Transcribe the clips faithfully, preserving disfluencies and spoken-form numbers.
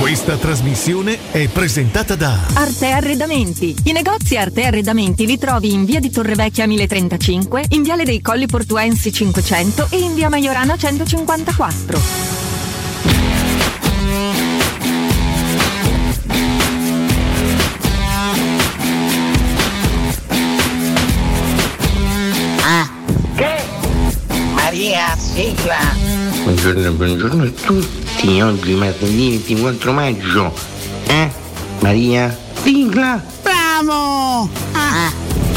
Questa trasmissione è presentata da Arte Arredamenti. I negozi Arte Arredamenti li trovi in via di Torrevecchia mille trentacinque, in viale dei Colli Portuensi cinquecento e in via Maiorana centocinquantaquattro. Ah, che? Maria, sigla! Buongiorno, buongiorno a tutti. Oggi martedì ventiquattro maggio. Eh? Maria? Sigla! Bravo! Ah.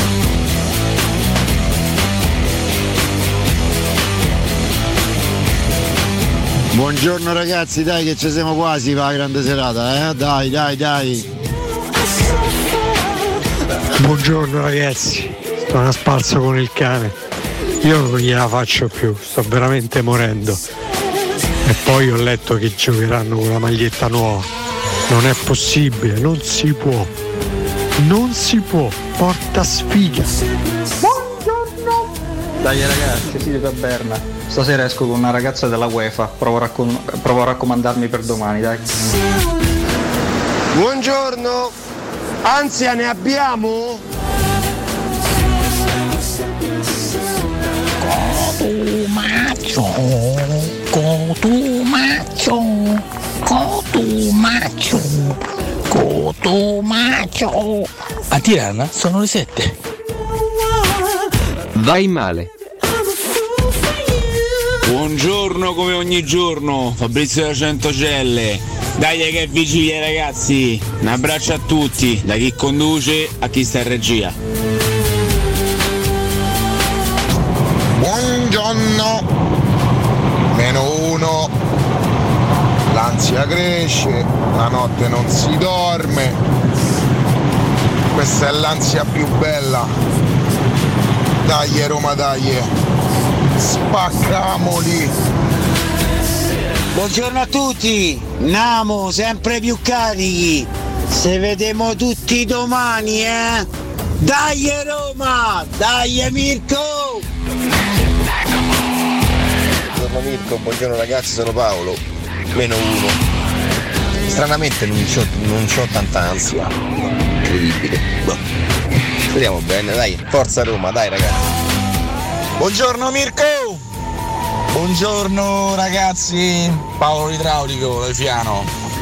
Buongiorno ragazzi, dai che ci siamo quasi per la grande serata, eh? Dai, dai, dai. Buongiorno ragazzi, sono a sparso con il cane. Io non gliela faccio più, sto veramente morendo. E poi ho letto che giocheranno con la maglietta nuova. Non è possibile, non si può. Non si può. Porta sfiga. Buongiorno. Dai ragazzi, siete da Berna. Stasera esco con una ragazza della UEFA. Provo a, raccom- provo a raccomandarmi per domani, dai. Buongiorno. Ansia ne abbiamo? Cotumaccio, cotumaccio, cotumaccio, cotumaccio. A Tirana sono le sette. Vai male. Buongiorno come ogni giorno, Fabrizio da Centocelle. Dai che è vigilia ragazzi, un abbraccio a tutti, da chi conduce a chi sta in regia. Buongiorno, meno uno, l'ansia cresce, la notte non si dorme, questa è l'ansia più bella, dai Roma dai, spaccamoli. Buongiorno a tutti, Namo sempre più carichi, se vediamo tutti domani eh, dai Roma, dai Mirko. Buongiorno Mirko, buongiorno ragazzi, sono Paolo, meno uno. Stranamente non c'ho, non c'ho tanta ansia, incredibile. Boh. Speriamo bene, dai, forza Roma, dai ragazzi. Buongiorno Mirko! Buongiorno ragazzi, Paolo l'idraulico, Lefiano.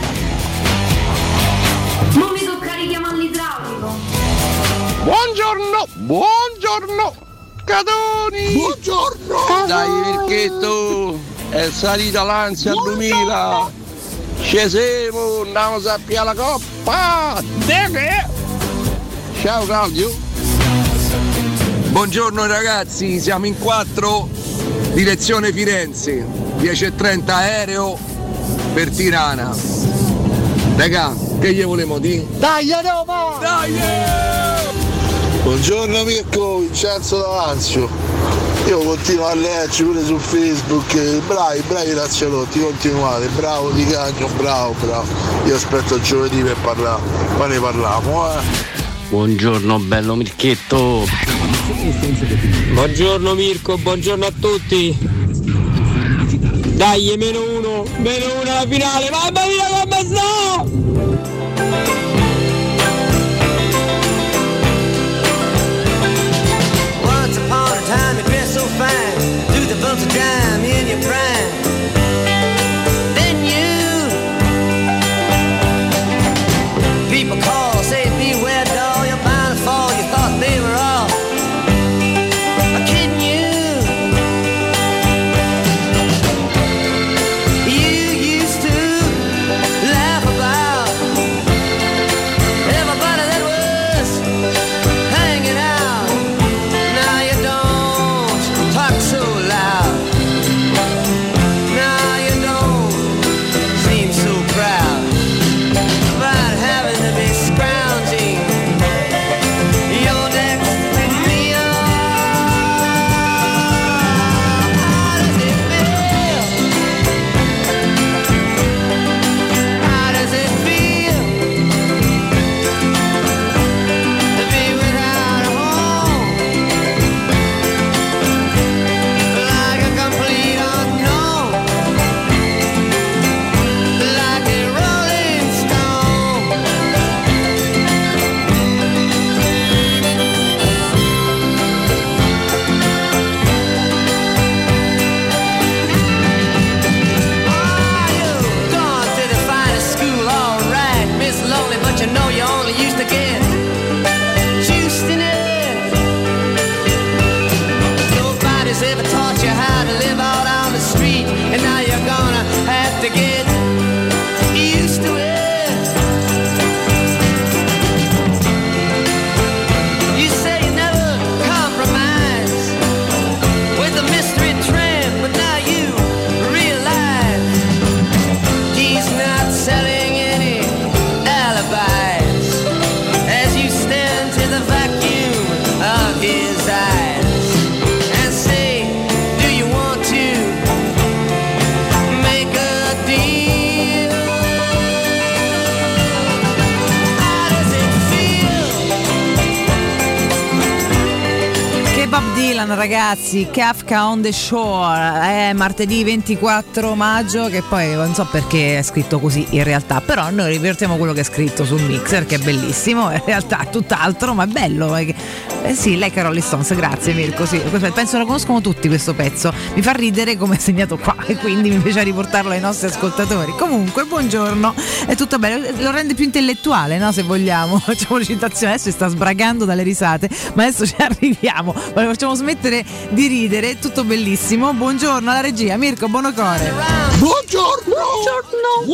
Non mi toccare chiamare l'idraulico. Buongiorno, buongiorno, Cadoni! Buongiorno! Cadoni. Dai Mirchetto, è salita l'ansia al duemila. Ci siamo, andiamo a piare la coppa! Deve! Ciao Claudio! Buongiorno ragazzi, siamo in quattro, direzione Firenze, dieci e trenta aereo per Tirana. Raga, che gli volevo dire? Dai Roma! Dai! Buongiorno Mirko, Vincenzo D'Avanzio. Io continuo a leggerci pure su Facebook. Bravi, bravi lazialotti, continuate, bravo Di Cagno, bravo, bravo. Io aspetto giovedì per parlare, poi ne parliamo, eh. Buongiorno bello Mirchetto. Buongiorno Mirko, buongiorno a tutti. Dai, meno uno, meno uno alla finale, mamma mia come sto! Once upon a time you dressed so fine, do the bumps of dime in your prime. Then you people call, say beware doll, you're bound to fall, you thought they were all kidding you. You used to Bob Dylan, ragazzi, Kafka on the Shore, è martedì ventiquattro maggio, che poi non so perché è scritto così in realtà, però noi rivertiamo quello che è scritto sul mixer, che è bellissimo, in realtà è tutt'altro, ma è bello. Eh sì, lei che è Rolling Stones, grazie Mirko, sì, penso lo conoscono tutti questo pezzo, mi fa ridere come è segnato qua e quindi mi piace riportarlo ai nostri ascoltatori. Comunque, buongiorno, è tutto bello, lo rende più intellettuale, no? Se vogliamo, facciamo le citazioni, adesso si sta sbragando dalle risate, ma adesso ci arriviamo, ma lo facciamo smettere di ridere, tutto bellissimo. Buongiorno alla regia, Mirko Bonocore. Buongiorno! Buongiorno!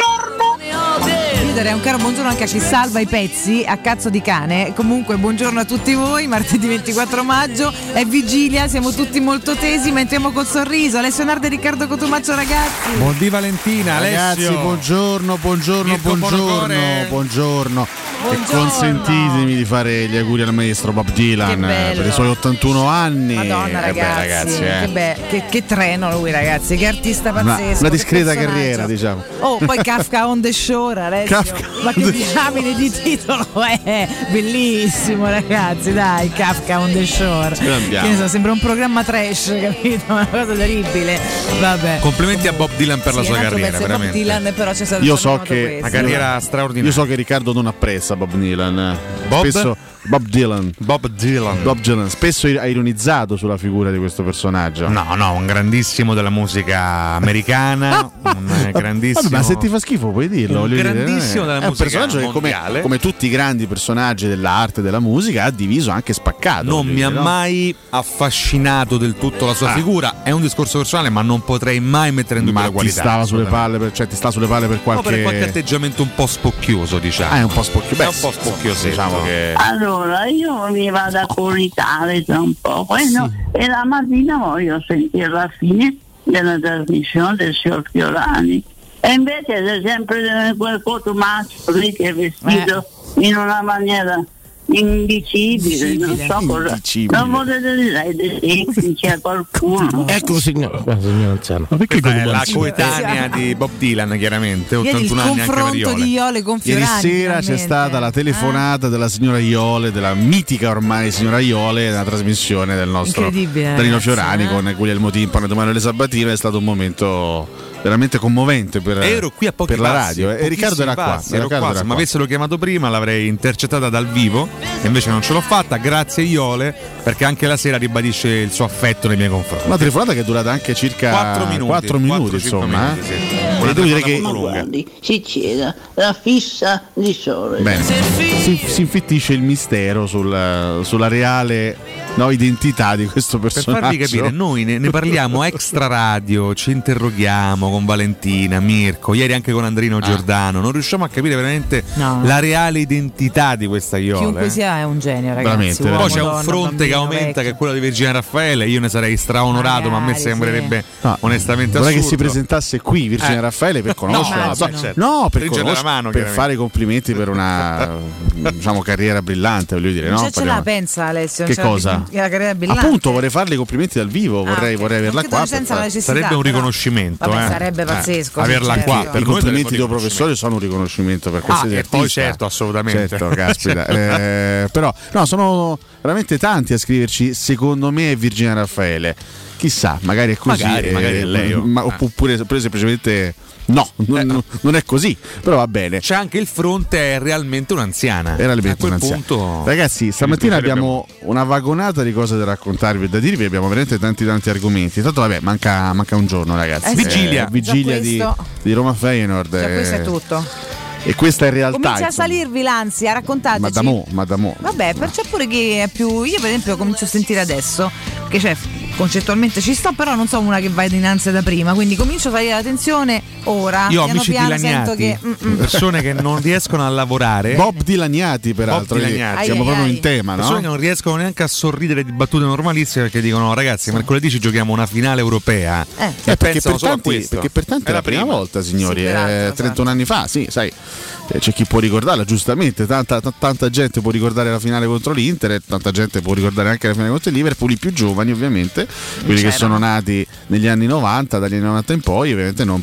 Buongiorno! Io darei un caro buongiorno anche a chi salva i pezzi a cazzo di cane. Comunque buongiorno a tutti voi, martedì ventiquattro maggio, è vigilia, siamo tutti molto tesi, ma entriamo col sorriso. Alessio Nardi e Riccardo Cotumaccio, ragazzi. Buondì Valentina, ragazzi, Alessio. buongiorno, buongiorno, Mirko buongiorno, Bonocore. buongiorno. Buongiorno. E consentitemi di fare gli auguri al maestro Bob Dylan per i suoi ottantuno anni. Madonna, ragazzi, eh beh, ragazzi eh. che, be- che, che treno lui, ragazzi, che artista pazzesco. Una, una discreta che carriera, diciamo. Oh, poi Kafka on the Shore, Alessio. Kafka ma che diamine di titolo è? Bellissimo, ragazzi, dai, Kafka on the Shore. Che ne so, sembra un programma trash, capito? Una cosa terribile. Vabbè. Complimenti a Bob Dylan per sì, la sua carriera, veramente. Bob Dylan, però c'è stato io so che una carriera straordinaria. Io so che Riccardo non apprezza Bob Dylan. Bob? Spesso Bob Dylan. Bob Dylan. Bob Dylan spesso ha ironizzato sulla figura di questo personaggio. No, no, un grandissimo della musica americana, un grandissimo. Vabbè, ma se ti fa schifo puoi dirlo. Un grandissimo dire, della è musica un personaggio che come, come tutti i grandi personaggi dell'arte e della musica ha diviso anche spaccato. Non mi dire, ha no? mai affascinato del tutto la sua ah. figura. È un discorso personale, ma non potrei mai mettere in dubbio ma la qualità. Ti stava sulle palle per, cioè ti sta sulle palle per qualche no, per qualche atteggiamento un po' spocchioso, diciamo. Ah, è un po' spocchioso. È un po' spocchioso, diciamo che. Allora, io mi vado a coricare tra un po', no? E la mattina voglio sentire la fine della trasmissione del signor Fiorani. E invece c'è sempre quel Cotumaccio lì che è vestito eh. in una maniera indicibile, indicibile. non so cosa. Indicibile. Non potete dire dei tecnici a qualcuno. Ecco signor, signor Anziano. Ma perché è la coetanea di Bob Dylan, chiaramente, ottantuno anni anche per Iole. Di Iole con Ieri Fiorani, sera finalmente. c'è stata la telefonata eh? della signora Iole, della mitica ormai signora Iole, nella trasmissione del nostro Danilo Fiorani eh? con Guglielmo Timpano e Emanuele Sabatino. È stato un momento veramente commovente per, ero qui a pochi per la passi, radio e Riccardo era passi, qua, ero Riccardo qua. era Se mi qua. avessero chiamato prima l'avrei intercettata dal vivo e invece non ce l'ho fatta, grazie Iole, perché anche la sera ribadisce il suo affetto nei miei confronti. Una telefonata che è durata anche circa quattro minuti, quattro minuti insomma minuti, eh? sì. E devo dire che Guardi, si c'era la fissa di sole. bene, si, si infittisce il mistero sul, sulla reale no, identità di questo personaggio. Per farvi capire, noi ne, ne parliamo extra radio, ci interroghiamo con Valentina, Mirko, ieri anche con Andrino ah. Giordano, non riusciamo a capire veramente no. la reale identità di questa Iole. Chiunque sia è un genio, ragazzi. Veramente, poi c'è donna, un fronte bambino, che aumenta vecchio. che è quello di Virginia Raffaele, io ne sarei straonorato, ma a me sembrerebbe sì. no, onestamente vorrei assurdo. che si presentasse qui Virginia eh. Raffaele per conoscerla, no, no, certo. no per, conoscere, mano, per fare complimenti per una diciamo carriera brillante, voglio dire, no? Cioè, ce la pensa Alessio? Che cosa? La carriera brillante. Appunto vorrei farle i complimenti dal vivo, vorrei, ah, vorrei averla qua. Senza la necessità, sarebbe un riconoscimento, vabbè, eh. sarebbe pazzesco eh, averla certo. qua. I complimenti tuo professore sono un riconoscimento per questi ah, artisti. E poi certo, assolutamente. Certo, caspita. eh, però no, sono veramente tanti a scriverci. Secondo me è Virginia Raffaele. Chissà, magari è così. Magari, eh, magari è lei. Ma, oppure, oppure semplicemente. No, non, non è così, però va bene. C'è anche il fronte, è realmente un'anziana. È realmente un'anziana. Punto, ragazzi, stamattina abbiamo una vagonata di cose da raccontarvi e da dirvi, abbiamo veramente tanti tanti argomenti. Tanto vabbè, manca, manca un giorno, ragazzi. Eh, vigilia. Eh, vigilia di, di Roma Feyenoord. Già questo è tutto. E questa è in realtà. Comincia insomma, a salirvi l'ansia, raccontateci. Ma da mo, ma da mo. Vabbè, c'è pure chi è più. Io per esempio comincio a sentire adesso che c'è. Concettualmente ci sto, però non so una che va in ansia da prima, quindi comincio a salire la tensione ora. Io ho piano amici piano dilaniati, sento che mm-mm. persone che non riescono a lavorare. Bob dilaniati, peraltro. Bob dilaniati. Siamo ai, proprio ai. in tema, no? Persone che non riescono neanche a sorridere di battute normalissime perché dicono no, ragazzi, sì. mercoledì ci giochiamo una finale europea. Eh. Eh, perché, per solo tanti, a questo. perché per tanti è, è la prima, prima volta, signori, sì, eh, trentuno anni fa, sì, sai. C'è chi può ricordarla, giustamente, tanta, t- tanta gente può ricordare la finale contro l'Inter e tanta gente può ricordare anche la finale contro il Liverpool, i più giovani ovviamente, quelli C'era. che sono nati negli anni novanta, dagli anni novanta in poi ovviamente non possono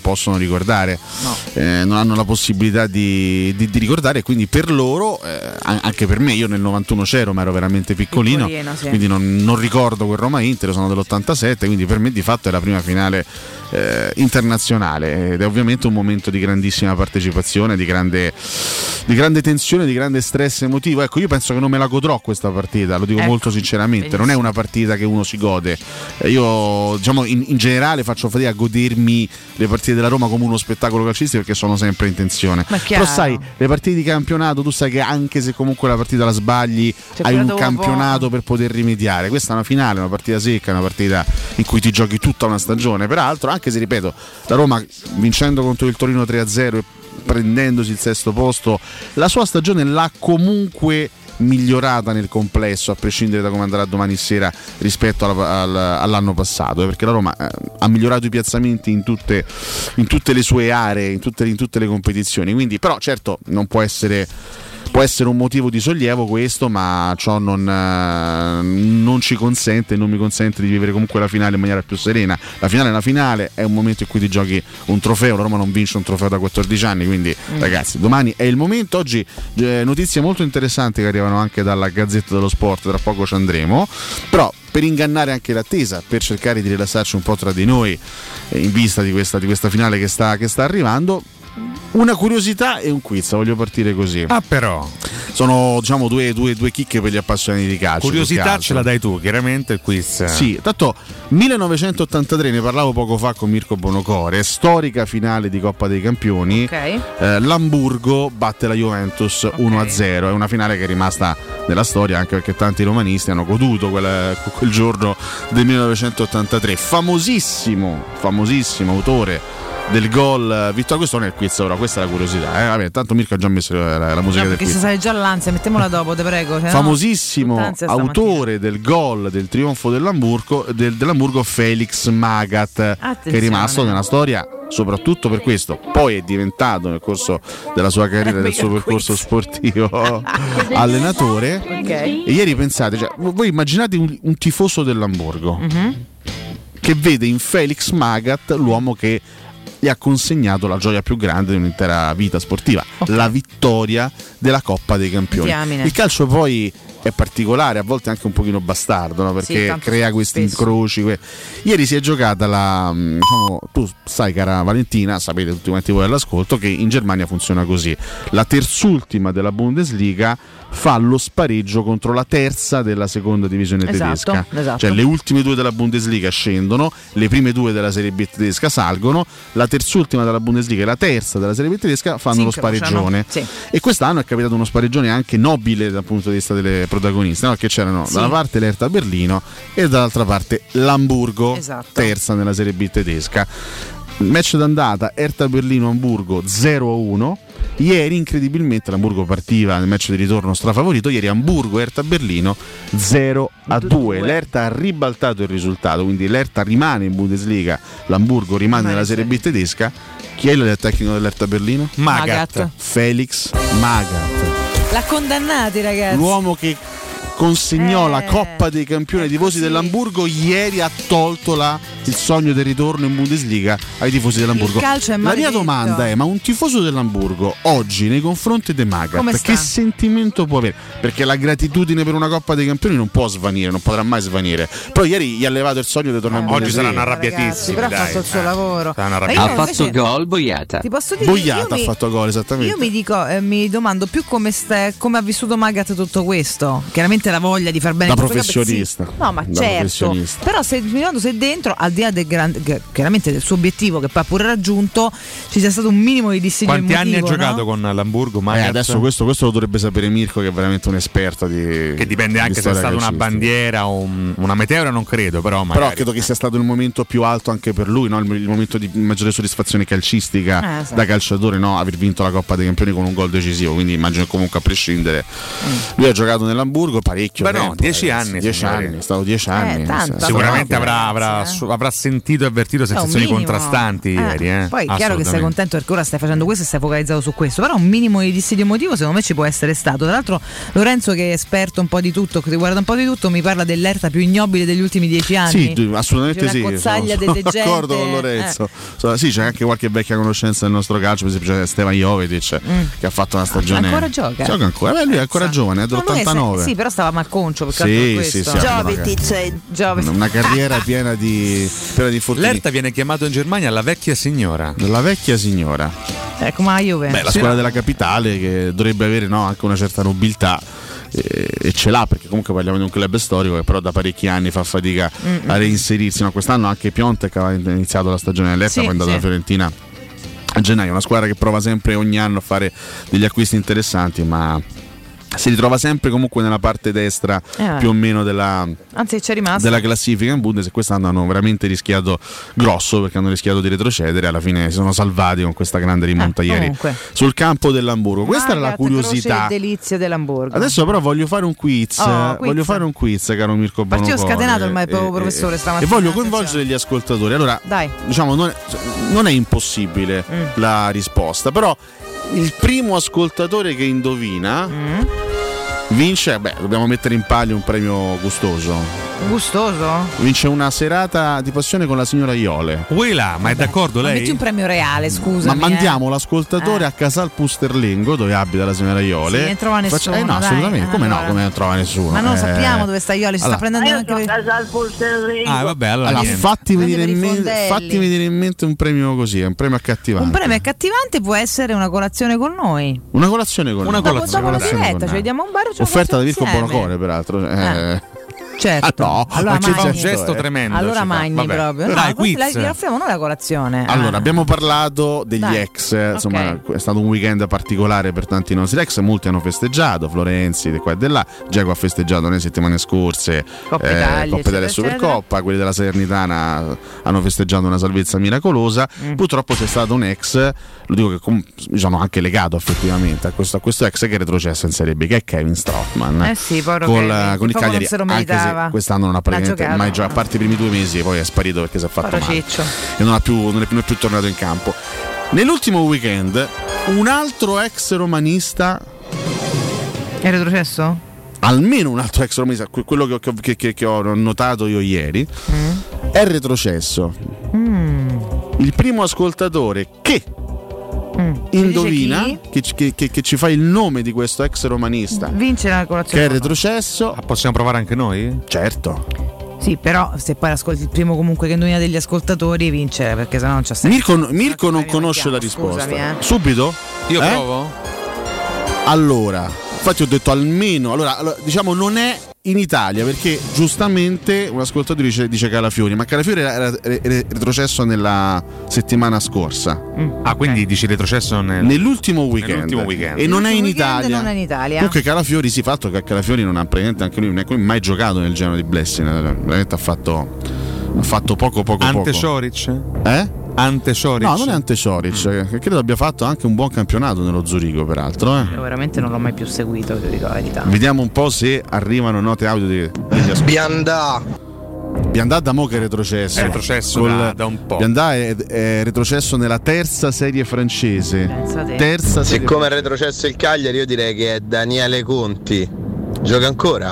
ricordare, no. eh, non hanno la possibilità di, di, di ricordare, e quindi per loro, eh, anche per me, io nel novantuno c'ero ma ero veramente piccolino, Piccolino, sì. quindi non, non ricordo quel Roma-Inter, sono dell'ottantasette, quindi per me di fatto è la prima finale eh, internazionale, ed è ovviamente un momento di grandissima partecipazione, di grande, di grande tensione, di grande stress emotivo. Ecco, io penso che non me la godrò questa partita, lo dico ecco. molto sinceramente, non è una partita che uno si gode. Io diciamo in, in generale faccio fatica a godermi le partite della Roma come uno spettacolo calcistico, perché sono sempre in tensione. Però sai, le partite di campionato, tu sai che anche se comunque la partita la sbagli, c'è hai un dopo. campionato per poter rimediare. Questa è una finale, una partita secca, una partita in cui ti giochi tutta una stagione. Peraltro, anche se ripeto, la Roma vincendo contro il Torino tre a zero e prendendosi il sesto posto, la sua stagione l'ha comunque migliorata nel complesso, a prescindere da come andrà domani sera rispetto alla, al, all'anno passato, eh, perché la Roma eh, ha migliorato i piazzamenti in tutte, in tutte le sue aree, in tutte, in tutte le competizioni. Quindi, però certo non può essere può essere un motivo di sollievo questo, ma ciò non, eh, non ci consente, non mi consente di vivere comunque la finale in maniera più serena. La finale è una finale, è un momento in cui ti giochi un trofeo, la Roma non vince un trofeo da quattordici anni, quindi mm. ragazzi, domani è il momento. Oggi eh, notizie molto interessanti che arrivano anche dalla Gazzetta dello Sport, tra poco ci andremo, però per ingannare anche l'attesa, per cercare di rilassarci un po' tra di noi eh, in vista di questa, di questa finale che sta, che sta arrivando, una curiosità e un quiz. Voglio partire così. Ah, però sono diciamo due, due, due chicche per gli appassionati di calcio. Curiosità ce la dai tu, chiaramente il quiz. Sì, tanto millenovecentottantatré, ne parlavo poco fa con Mirko Bonocore, storica finale di Coppa dei Campioni. Okay. Eh, L'Amburgo batte la Juventus okay. uno a zero. È una finale che è rimasta nella storia, anche perché tanti romanisti hanno goduto quel, quel giorno del millenovecentottantatré. Famosissimo, famosissimo autore del gol Vittorio. Questo non è il quiz ora, questa è la curiosità, eh? Vabbè, tanto Mirko ha già messo la, la, la musica no, del quiz. Perché se sai già l'ansia, mettiamola dopo, te prego. Famosissimo no, autore del gol del trionfo dell'Amburgo, del, dell'Amburgo Felix Magath, Attenzione. che è rimasto nella storia soprattutto per questo. Poi è diventato nel corso della sua carriera, del suo percorso sportivo, allenatore. Okay. E ieri pensate, cioè, voi immaginate un, un tifoso dell'Amburgo mm-hmm. che vede in Felix Magath l'uomo che gli ha consegnato la gioia più grande di un'intera vita sportiva, okay. la vittoria della Coppa dei Campioni. Diamine. Il calcio poi è particolare, a volte anche un pochino bastardo, no? Perché sì, crea questi spesso. incroci. Que... Ieri si è giocata la, diciamo, tu sai cara Valentina, sapete tutti quanti voi all'ascolto, che in Germania funziona così: la terzultima della Bundesliga fa lo spareggio contro la terza della seconda divisione esatto, tedesca, esatto. cioè le ultime due della Bundesliga scendono, le prime due della Serie B tedesca salgono, la terzultima della Bundesliga e la terza della Serie B tedesca fanno lo spareggione, sì. e quest'anno è capitato uno spareggione anche nobile dal punto di vista delle protagoniste, no? Che c'erano sì. da una parte l'Hertha Berlino e dall'altra parte l'Amburgo, esatto. terza nella Serie B tedesca. Match d'andata Hertha Berlino-Amburgo zero a uno. Ieri incredibilmente l'Amburgo partiva nel match di ritorno strafavorito, ieri Amburgo Hertha Berlino zero a due. L'Hertha ha ribaltato il risultato, quindi l'Hertha rimane in Bundesliga, l'Amburgo rimane Ma nella Serie B tedesca. Chi è il tecnico dell'Hertha Berlino? Magath. Felix Magath. L'ha condannati, ragazzi. L'uomo che consegnò eh, la Coppa dei Campioni ai tifosi sì. dell'Amburgo, ieri ha tolto la, il sogno del ritorno in Bundesliga ai tifosi dell'Amburgo. La mia domanda è: ma un tifoso dell'Amburgo oggi nei confronti di Magath che sentimento può avere? Perché la gratitudine per una Coppa dei Campioni non può svanire, non potrà mai svanire. Però ieri gli ha levato il sogno di tornare eh, in Bundesliga. Oggi saranno arrabbiatissimi. Però dai, ha fatto il suo eh. lavoro. Ha fatto gol Boiata. Ti posso dire, Boiata mi, ha fatto gol, esattamente. Io mi dico, eh, mi domando più come, sta, come ha vissuto Magath tutto questo. Chiaramente la voglia di far bene da professionista. Sì. No, ma da certo. Però se mi domando se dentro, al di là del grande, chiaramente del suo obiettivo che poi ha pure raggiunto, ci sia stato un minimo di dissidio Quanti emotivo, anni ha giocato no? con l'Amburgo? Eh, adesso questo, questo lo dovrebbe sapere Mirko, che è veramente un esperto di. Che dipende anche se è stata una bandiera o un, una meteora, non credo, però magari. Però credo che sia stato il momento più alto anche per lui, no? il, il momento di maggiore soddisfazione calcistica eh, esatto. da calciatore, no? Aver vinto la Coppa dei Campioni con un gol decisivo, quindi immagino che comunque a prescindere. Mm. Lui ha giocato nell'Amburgo, pari parecchio Beh, no, tempo, dieci ragazzi. anni, dieci signori. anni, è stato dieci anni. Eh, tanto, Sicuramente proprio, avrà, avrà, ragazzi, su- avrà sentito e avvertito sensazioni minimo. contrastanti Eh, ieri. Eh. Poi è chiaro che sei Assolutamente. contento perché ora stai facendo questo e stai focalizzato su questo, però un minimo di dissidio emotivo secondo me ci può essere stato. Tra l'altro Lorenzo, che è esperto un po' di tutto, che guarda un po' di tutto, mi parla dell'erta più ignobile degli ultimi dieci anni. Sì, d- assolutamente Di sì. una cozzaglia sono, delle sono d'accordo gente. con Lorenzo. So- sì, c'è anche qualche vecchia conoscenza del nostro calcio, per esempio c'è Stefan Jovetic Mm. che ha fatto una stagione. Ancora gioca? Gioca ancora. Beh, lui è ancora giovane, è No, lui è dell'ottantanove. se- sì, però stava malconcio per Sì, questo. sì, sì, ha una, Jovetic. una carriera piena di, piena di infortuni. L'Erta viene chiamato in Germania la vecchia signora. La vecchia signora. Eh, come la Juve. Beh, la squadra della capitale che dovrebbe avere, no, anche una certa nobiltà. eh, E ce l'ha, perché comunque parliamo di un club storico che però da parecchi anni fa fatica Mm-mm. a reinserirsi. No, quest'anno anche Piontek aveva iniziato la stagione dell'Erta, Sì, poi è andato sì. alla Fiorentina a gennaio. Una squadra che prova sempre ogni anno a fare degli acquisti interessanti, ma si ritrova sempre comunque nella parte destra Eh. più o meno della, Anzi, c'è rimasto. della classifica in Bundes, e quest'anno hanno veramente rischiato grosso, perché hanno rischiato di retrocedere. Alla fine si sono salvati con questa grande rimonta Eh, ieri comunque. sul campo dell'Hamburgo. Questa era la Magath, croce curiosità. e delizie dell'Hamburgo. Adesso però voglio fare un quiz, Oh, quiz. voglio fare un quiz, caro Mirko Partito Bonocore. scatenato ormai il proprio Eh, professore eh, stamattina, E voglio attenzione. coinvolgere gli ascoltatori. Allora, Dai. diciamo, non è, non è impossibile Mm. la risposta, però il primo ascoltatore che indovina Mm. vince, beh, dobbiamo mettere in palio un premio gustoso. Gustoso? Vince una serata di passione con la signora Iole. Uela, ma è d'accordo Ma metti un premio reale, scusa. Ma mandiamo l'ascoltatore a Casal Pusterlengo, dove abita la signora Iole. Sì, non trova nessuno, eh no, dai. assolutamente. Eh, Come allora. no? Come non trova nessuno? Ma non Eh, sappiamo dove sta Ioli, si allora- sta prendendo Io anche. sono Casal Pusterlengo. Ah, vabbè, allora, niente. fatti, Prende venire per in i mente, fondelli. fatti venire in mente un premio così, un premio accattivante. Un premio accattivante può essere una colazione con noi. Una colazione con Una Dopo, colazione, dopo la colazione diretta, con ci noi. vediamo a un bar e ci Offerta da facciamo Mirko insieme. Bonocore, peraltro. Eh. Certo. Ah, no, Allora ma che magni. gesto, gesto eh. tremendo. Allora ci fa. magni Vabbè. proprio. No, Dai, poi quiz. la- gli offriamo noi la colazione. Allora, Ah. abbiamo parlato degli Dai. ex, insomma, è stato un weekend particolare per tanti nostri ex, molti hanno festeggiato, Florenzi, di qua e di là, Giacomo ha festeggiato nelle settimane scorse Coppa eh, Italia, Coppa Italia eccetera, e Supercoppa, eccetera. quelli della Salernitana hanno festeggiato una salvezza miracolosa. Mm. Purtroppo c'è stato un ex, lo dico che com- diciamo anche legato effettivamente a questo, a questo ex che è retrocesso in Serie B, che è Kevin Strootman. Eh sì, povero con, Kevin, con il proprio Cagliari, non se lo anche meritava. se quest'anno non ha praticamente giocato, mai giocato, a parte i primi due mesi, poi è sparito perché si è fatto Povero male Ciccio. e non, ha più, non, è più, non è più tornato in campo. Nell'ultimo weekend un altro ex romanista, È retrocesso? almeno un altro ex romanista, que- quello che ho, che, che- che ho notato io ieri, Mm. è retrocesso. Mm. Il primo ascoltatore che Mm. indovina, Ci dice che, ci- che- che- che ci fa il nome di questo ex romanista chi? Vince la che colazione. è con noi. retrocesso, Possiamo provare anche noi? certo. Sì, però se poi ascolti il primo comunque che indovina degli ascoltatori vince, perché sennò non c'è senso. Mirko, Mirko non Magari conosce la mettiamo, risposta. scusami, eh. Subito? Io Eh? provo? Allora, infatti ho detto almeno, allora, allora, diciamo non è in Italia, perché giustamente un ascoltatore dice, dice Calafiori, ma Calafiori era, era- era retrocesso nella settimana scorsa, Ah, quindi dici retrocesso nel... nell'ultimo weekend, Nell'ultimo weekend. e non è in L'ultimo weekend Italia. non è in Italia. Comunque Calafiori, sì, fatto che Calafiori non ha praticamente anche lui, non è mai giocato nel genere di Blessing, veramente ha fatto, ha fatto poco poco Ante poco. Soric? Eh? Ante Soric? No, non è Ante Soric, che credo abbia fatto anche un buon campionato nello Zurigo, peraltro. Eh. Io veramente non l'ho mai più seguito, ti dico la verità. Vediamo un po' se arrivano note audio di- degli ascoltatori. Biandà. Biandà da mo che è retrocesso. È retrocesso da- da un po'. Biandà è, è retrocesso nella terza serie francese. Pensate. Terza serie. Siccome è retrocesso il Cagliari, io direi che è Daniele Conti. Gioca ancora?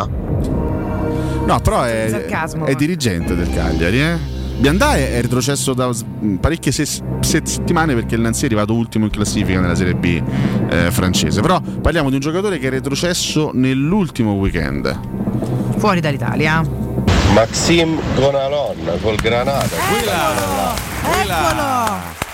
No, però è, Sarcasmo. è dirigente del Cagliari, eh. Biandà è, è retrocesso da s- parecchie ses- se- settimane, perché il Nancy è arrivato ultimo in classifica nella Serie B eh, francese. Però parliamo di un giocatore che è retrocesso nell'ultimo weekend. Fuori dall'Italia. Maxime Gonalon col Granata. Eccolo!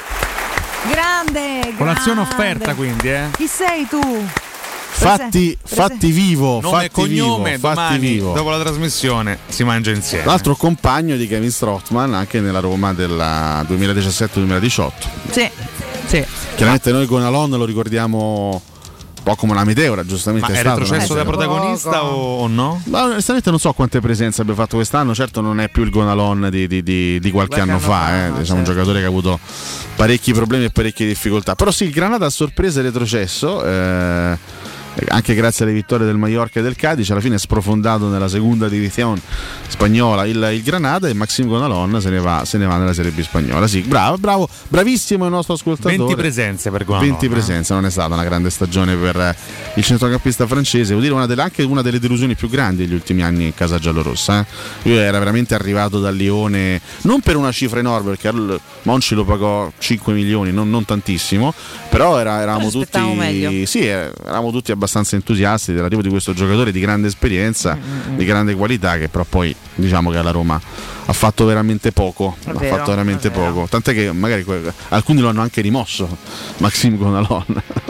Grande! Colazione grande. offerta quindi, eh? Chi sei tu? Fatti, Prese- fatti vivo, Nome e fatti cognome, vivo, fatti domani, vivo. dopo la trasmissione, si mangia insieme. L'altro compagno di Kevin Strootman anche nella Roma del duemiladiciassette duemiladiciotto. Sì, sì. Chiaramente noi con Alon lo ricordiamo un po' come una meteora, giustamente Ma è è stato. retrocesso no? da protagonista Poco. o, o no? Ma onestamente non so quante presenze abbia fatto quest'anno, certo non è più il Gonalon di, di- di- di qualche, Qualche anno, anno fa, fa, eh. no, diciamo un certo. giocatore che ha avuto parecchi problemi e parecchie difficoltà. Però sì, il Granata a sorpresa è retrocesso. eh, anche grazie alle vittorie del Mallorca e del Cadiz, alla fine è sprofondato nella seconda divisione spagnola il, il Granada, e Maxime Gonalon se ne va, se ne va nella Serie B spagnola. Sì, bravo, bravo, bravissimo il nostro ascoltatore. venti presenze per Gonalon. venti presenze, non è stata una grande stagione per il centrocampista francese, devo dire una delle, anche una delle delusioni più grandi degli ultimi anni in casa giallorossa. Eh? Io era veramente arrivato dal Lione, non per una cifra enorme, perché Monchi lo pagò cinque milioni, non, non tantissimo, però era, eravamo tutti sì, eravamo tutti abbastanza entusiasti dell'arrivo di questo giocatore di grande esperienza, mm-hmm. di grande qualità, che però poi diciamo che alla Roma ha fatto veramente poco, è ha vero, fatto veramente poco, tant'è che magari que- alcuni lo hanno anche rimosso, Maxime Gonalon.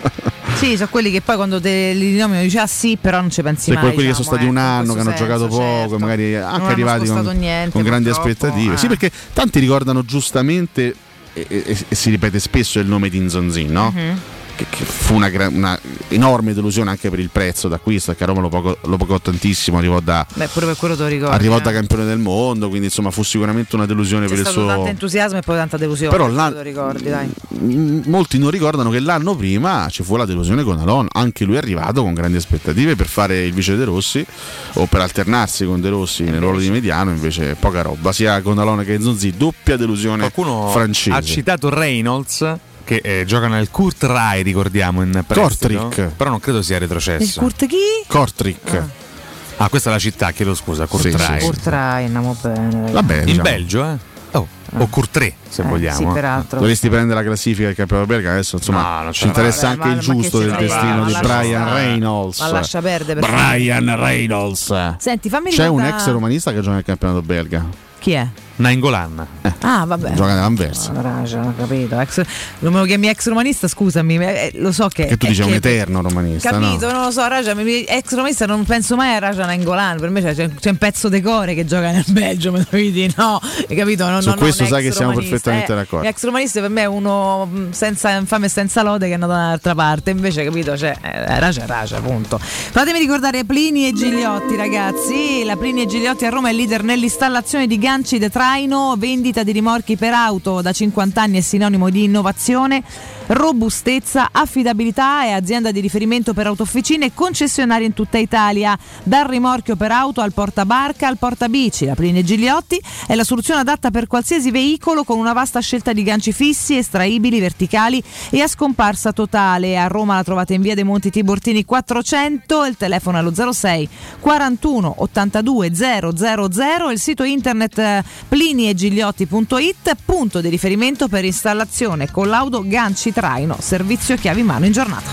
Sì, sono quelli che poi quando te li nominano dici ah sì, però non ci pensi sì, mai. Quelli diciamo, che sono stati eh, un anno, che hanno senso, giocato poco, certo. magari anche non arrivati con, niente, con grandi aspettative. Eh. Sì, perché tanti ricordano giustamente, e, e, e si ripete spesso, il nome di Nzonzi, no? Mm-hmm. Che, che fu una, una enorme delusione anche per il prezzo d'acquisto, perché a Roma lo pagò, lo pagò tantissimo, arrivò da Beh, pure per quello te lo ricordo, arrivò eh. da campione del mondo, quindi insomma fu sicuramente una delusione. C'è per il stato suo tanto entusiasmo e poi tanta delusione, però te lo ricordi, dai. Molti non ricordano che l'anno prima ci fu la delusione con Alon, anche lui è arrivato con grandi aspettative per fare il vice De Rossi o per alternarsi con De Rossi nel ruolo di mediano, invece poca roba, sia con Alon che Nzonzi, doppia delusione. Qualcuno francese ha citato Reynolds, che eh, gioca nel Kurt Rai, ricordiamo, in prestito, Kortrijk, però non credo sia retrocesso. Il Kurt chi? Kortrijk. Ah. ah, questa è la città, chiedo scusa, Kurt Sì, Rai. sì, Kurt Rai, andiamo bene. Vabbè, in diciamo. Belgio, eh? Oh, o Courtrai, se Eh, vogliamo. sì, peraltro. Dovresti prendere la classifica del campionato belga, adesso insomma No, non ci interessa vabbè, anche ma- il ma giusto che del ce ne destino frega, di ma Brian lascia- Reynolds. ma lascia perdere, per Brian Reynolds. Senti, fammi C'è un ricordare- ex romanista che gioca nel campionato belga. Chi è? Nainggolan. Ah, vabbè. Gioca nell'Anversa. No, raga, ho capito. Ex, non me lo chiami ex romanista, scusami, eh, lo so che. Che tu è dici è un che- eterno romanista, Capito, no? non lo so, Raja, mi- ex romanista non penso mai a Raja Nainggolan, per me c'è, c'è un pezzo decore che gioca nel Belgio, me lo vedi, no, hai capito? Non, Su non, questo non sai ex che siamo romanista. perfettamente eh, d'accordo. Ex romanista per me è uno mh, senza infame e senza lode che è andato da un'altra parte, invece capito, c'è eh, Raja Raja, punto. Fatemi ricordare Plini e Gigliotti, ragazzi. La Plini e Gigliotti a Roma è leader nell'installazione di ganci de traino, vendita di rimorchi per auto da cinquanta anni, è sinonimo di innovazione, robustezza, affidabilità, è azienda di riferimento per autofficine e concessionarie in tutta Italia, dal rimorchio per auto al portabarca al portabici. La Plini e Gigliotti è la soluzione adatta per qualsiasi veicolo, con una vasta scelta di ganci fissi, estraibili, verticali e a scomparsa totale. A Roma la trovate in via dei Monti Tiburtini quattrocento, il telefono è lo zero sei quarantuno ottantadue zero zero zero, il sito internet eh, plini e gigliotti punto it, punto di riferimento per installazione, collaudo, ganci, traino, servizio chiavi in mano in giornata.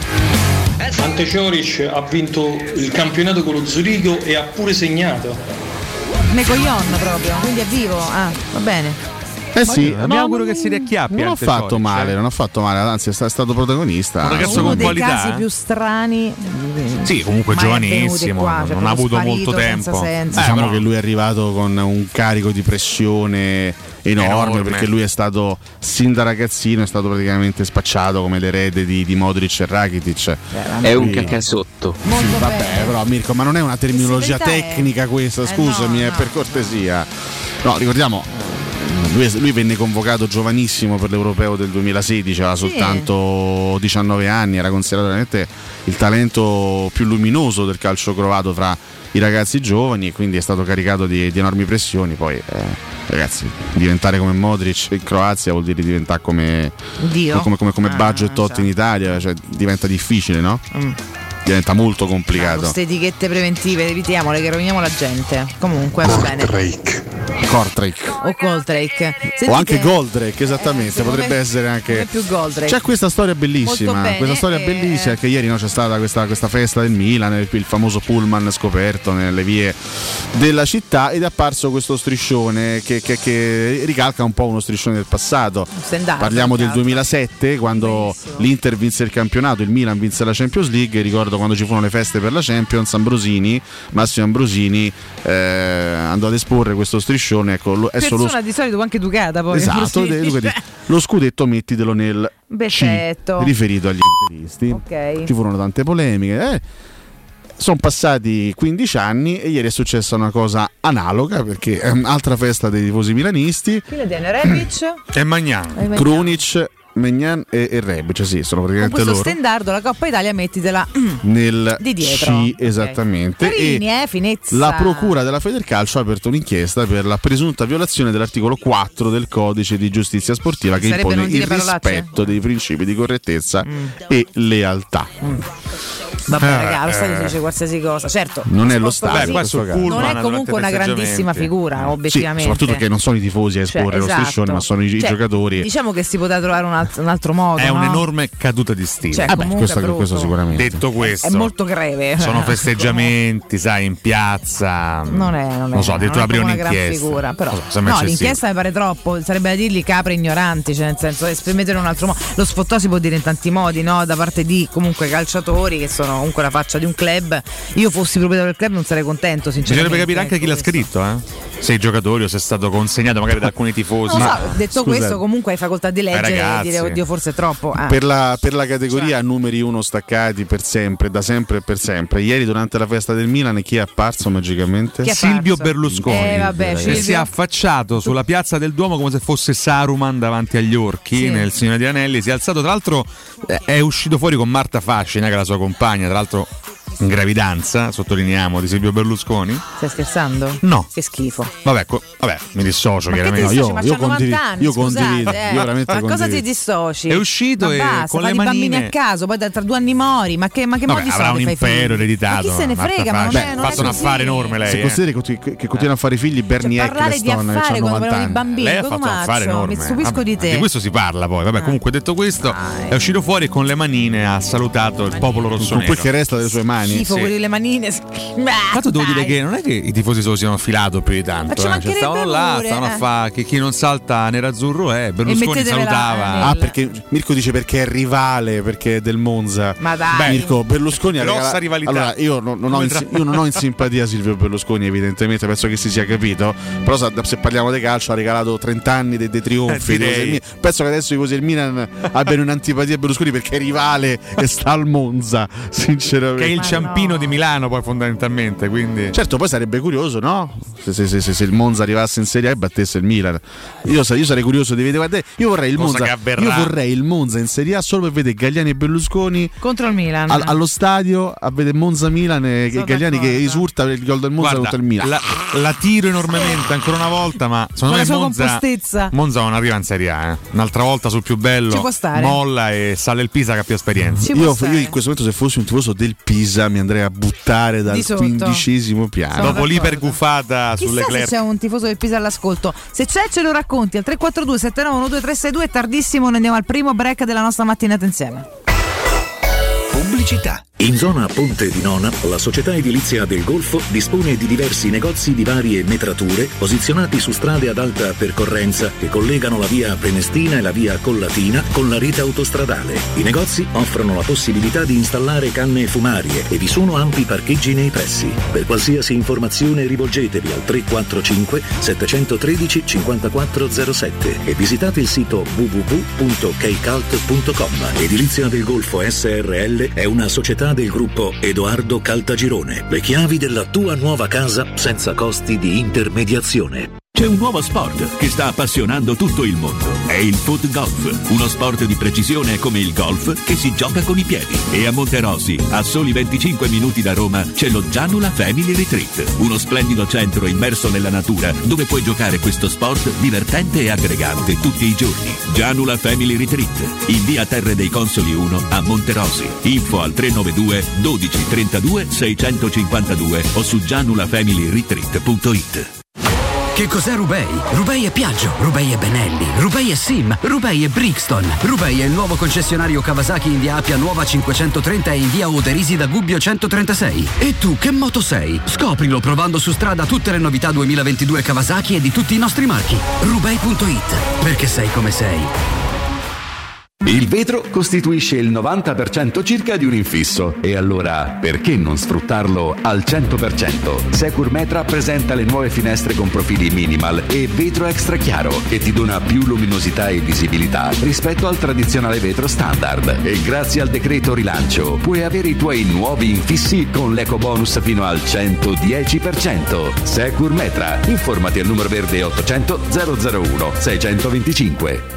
Ante Cioric ha vinto il campionato con lo Zurigo e ha pure segnato. Megoglion proprio, quindi è vivo. Ah, va bene. Eh sì, mi auguro che si riacchiappi. Non ha Ante fatto Cioric, male, eh. non ha fatto male, anzi è sta- è stato protagonista. Un ragazzo Uno con dei qualità, casi eh. più strani. Sì, comunque mai giovanissimo, avvenuti qua, cioè non ha avuto proprio molto sparito, senza tempo. senso. Diciamo Eh, però- che lui è arrivato con un carico di pressione enorme, Enorme. perché lui è stato sin da ragazzino è stato praticamente spacciato come l'erede di, di Modric e Rakitic. È un Quindi- cacasotto. Sì, vabbè, però Mirko, ma non è una terminologia Sì, verità è- tecnica questa, Eh, scusami, no, eh, no. per cortesia. No, ricordiamo, lui, lui venne convocato giovanissimo per l'Europeo del duemilasedici, aveva Sì. soltanto diciannove anni, era considerato veramente il talento più luminoso del calcio croato tra i ragazzi giovani, e quindi è stato caricato di, di enormi pressioni. Poi eh, ragazzi, diventare come Modric in Croazia vuol dire diventare come Dio. come, come, come Ah, budget tot certo. in Italia, cioè diventa difficile, no? Mm. Diventa molto complicato. Queste etichette preventive evitiamole che roviniamo la gente. Comunque va bene. Kortrijk. O Goldrake. O anche Goldrake, esattamente, secondo potrebbe me- essere anche. come più Goldrake. C'è questa storia Molto bellissima, bene, questa storia e- bellissima che ieri no, c'è stata questa, questa festa del Milan, il, il famoso pullman scoperto nelle vie della città, ed è apparso questo striscione che, che- che ricalca un po' uno striscione del passato. Stendardo, Parliamo del più che altro. duemilasette, quando l'Inter vinse il campionato, il Milan vinse la Champions League. Ricordo quando ci furono le feste per la Champions, Ambrosini, Massimo Ambrosini eh, andò ad esporre questo striscione, ecco, lo- è solo Persona di solito anche educata poi. esatto, così. dunque, di- lo scudetto mettitelo nel Perfetto. C, riferito agli interisti. Ok. Ci furono tante polemiche. Eh. Sono passati quindici anni e ieri è successa una cosa analoga, perché è un'altra festa dei tifosi milanisti. Chi le tiene? Rebic? E Magnan. Eh, Krunic Megnan e, e Rebic, sì, sono praticamente con questo loro. stendardo la Coppa Italia mettitela nel di dietro. C, esattamente. Okay. Carini, e eh, finezza. la procura della Federcalcio ha aperto un'inchiesta per la presunta violazione dell'articolo quattro del codice di giustizia sportiva che Sarebbe impone non dire il parolacce? rispetto dei principi di correttezza mm. e lealtà. Mm. Vabbè, Eh, raga, allo stadio eh. si dice qualsiasi cosa. Certo, Non è lo risposto stadio, così in questo caso. non è comunque una grandissima figura, obiettivamente. Sì, soprattutto perché non sono i tifosi a esporre Cioè, lo esatto. striscione, ma sono i, i Cioè, giocatori. Diciamo che si poteva trovare un altro, un altro modo. È no? un'enorme caduta di stile. Cioè, Vabbè, comunque questo, è questo brutto. sicuramente. Detto questo, È molto greve. sono festeggiamenti, sai, in piazza. Non è, non è, non so, addirittura non è aprire una gran un'inchiesta. figura, però. Non so, sembra No, eccessivo. l'inchiesta mi pare troppo, sarebbe da dirgli capre ignoranti, cioè nel senso esprimetelo in un altro modo. Lo sfottò si può dire in tanti modi, no? Da parte di comunque calciatori che sono comunque la faccia di un club. Io fossi proprietario del club non sarei contento, sinceramente. Bisognerebbe capire anche chi l'ha scritto, eh? Se i giocatori o se è stato consegnato magari da alcuni tifosi. Non lo Ma- so, detto scusate. questo, comunque hai facoltà di leggere e ragazzi. dire oddio forse è troppo. Ah. Per la, per la categoria numeri uno staccati per sempre, da sempre e per sempre. Ieri durante la festa del Milan chi è apparso magicamente? Chi è Silvio apparso? Berlusconi Eh, vabbè, che Silvio. si è affacciato sulla piazza del Duomo come se fosse Saruman davanti agli orchi Sì. nel Signore degli Anelli. Si è alzato, tra l'altro eh, è uscito fuori con Marta Fascina che è la sua compagna, tra l'altro in gravidanza, sottolineiamo, di Silvio Berlusconi. Stai scherzando? No. Che schifo. Vabbè, co- vabbè mi dissocio Ma che ti chiaramente. dissoci? io- Ma io c'ha novanta condivido- anni, io scusate, condivido, eh. io veramente Ma cosa ti condivido. dissoci? È uscito ma e basta, con fa le di bambini manine- a caso, poi da- tra due anni mori, ma che, ma che Vabbè, modi avrà sono un che fai impero figli? ereditato. Ma chi se ne Marta frega, ma non Fascina. è, Ha non è fatto un così. affare enorme lei. Se eh. consideri che, che, che continua a fare figli, Bernie Cioè, parlare di Eccleston affare c'ha quando novanta parliamo di anni. bambini, Lei ha fatto un affare Codumaccio, enorme. mi stupisco Vabbè, di te. Di questo si parla poi. Vabbè, comunque detto questo, è uscito fuori e con le manine ha salutato il popolo Con rossonero. quel che resta delle sue mani. Schifo, Sì. quelli le manine. Tanto devo dire che non è che i tifosi se lo siano affilato più di tanto. Ma ci eh. Cioè, mancherebbe stavano là, pure, stavano eh. a fare che chi non salta nerazzurro è. Berlusconi mettetevela salutava. nel- Ah, perché Mirko dice perché è rivale, perché è del Monza. Ma dai. Beh, Mirko Berlusconi ha grossa regala- rivalità. Allora, io non, non ho in, Come tra- io non ho in simpatia Silvio Berlusconi, evidentemente, penso che si sia capito. Però sa- se parliamo di calcio ha regalato trenta anni dei, dei trionfi. Eh, direi. di cose del Milan. Penso che adesso i tifosi del Milan abbiano un'antipatia a Berlusconi perché è rivale e sta al Monza, sinceramente. Che è il Ma Ciampino no. di Milano, poi fondamentalmente. Quindi. Certo, poi sarebbe curioso, no? Se, se- se- se- se il Monza arrivasse in Serie A e battesse il Milan. Io, sa- io sarei curioso di vedere. Guarda, io vorrei il Cosa Monza. che avverrà. Io vorrei il Monza in Serie A solo per vedere Galliani e Berlusconi Contro il Milan. al- allo stadio a vedere Monza Milan e Sono Galliani d'accordo. che esulta per il gol del Monza Guarda, contro il Milan. la, la tiro enormemente ancora una volta, ma secondo Con me la sua Monza, compostezza. Monza non arriva in Serie A. Eh. Un'altra volta sul più bello, Ci può stare. molla e sale il Pisa che ha più esperienza. Ci può Io, stare. io in questo momento, se fossi un tifoso del Pisa, mi andrei a buttare dal Di sotto. quindicesimo piano. Sono Dopo d'accordo. l'ipergufata Chissà sulle se Clerc. c'è un tifoso del Pisa all'ascolto. Se c'è ce lo racconti al tre quattro due sette nove uno due tre sei due. È tardissimo, noi andiamo al primo break della nostra mattinata insieme. Pubblicità. In zona Ponte di Nona, la società edilizia del Golfo dispone di diversi negozi di varie metrature posizionati su strade ad alta percorrenza che collegano la via Prenestina e la via Collatina con la rete autostradale. I negozi offrono la possibilità di installare canne fumarie e vi sono ampi parcheggi nei pressi. Per qualsiasi informazione rivolgetevi al tre quattro cinque sette uno tre cinque zero sette e visitate il sito w w w punto keicalt punto com. Edilizia del Golfo S R L è una società del gruppo Edoardo Caltagirone. Le chiavi della tua nuova casa senza costi di intermediazione. C'è un nuovo sport che sta appassionando tutto il mondo. È il foot golf, uno sport di precisione come il golf che si gioca con i piedi. E a Monterosi, a soli venticinque minuti da Roma, c'è lo Gianula Family Retreat, uno splendido centro immerso nella natura dove puoi giocare questo sport divertente e aggregante tutti i giorni. Gianula Family Retreat, in via Terre dei Consoli uno a Monterosi. Info al tre nove due dodici trentadue seicentocinquantadue o su gianulafamily retreat punto it. Che cos'è Rubei? Rubei è Piaggio, Rubei è Benelli, Rubei è Sim, Rubei è Brixton. Rubei è il nuovo concessionario Kawasaki in via Appia Nuova cinquecentotrenta e in via Oderisi da Gubbio centotrentasei. E tu che moto sei? Scoprilo provando su strada tutte le novità duemilaventidue Kawasaki e di tutti i nostri marchi. Rubei punto it, perché sei come sei. Il vetro costituisce il novanta per cento circa di un infisso e allora perché non sfruttarlo al cento per cento? Securmetra presenta le nuove finestre con profili minimal e vetro extra chiaro che ti dona più luminosità e visibilità rispetto al tradizionale vetro standard e grazie al decreto rilancio puoi avere i tuoi nuovi infissi con l'eco bonus fino al centodieci per cento. Securmetra, informati al numero verde ottocento zero zero uno seicentoventicinque.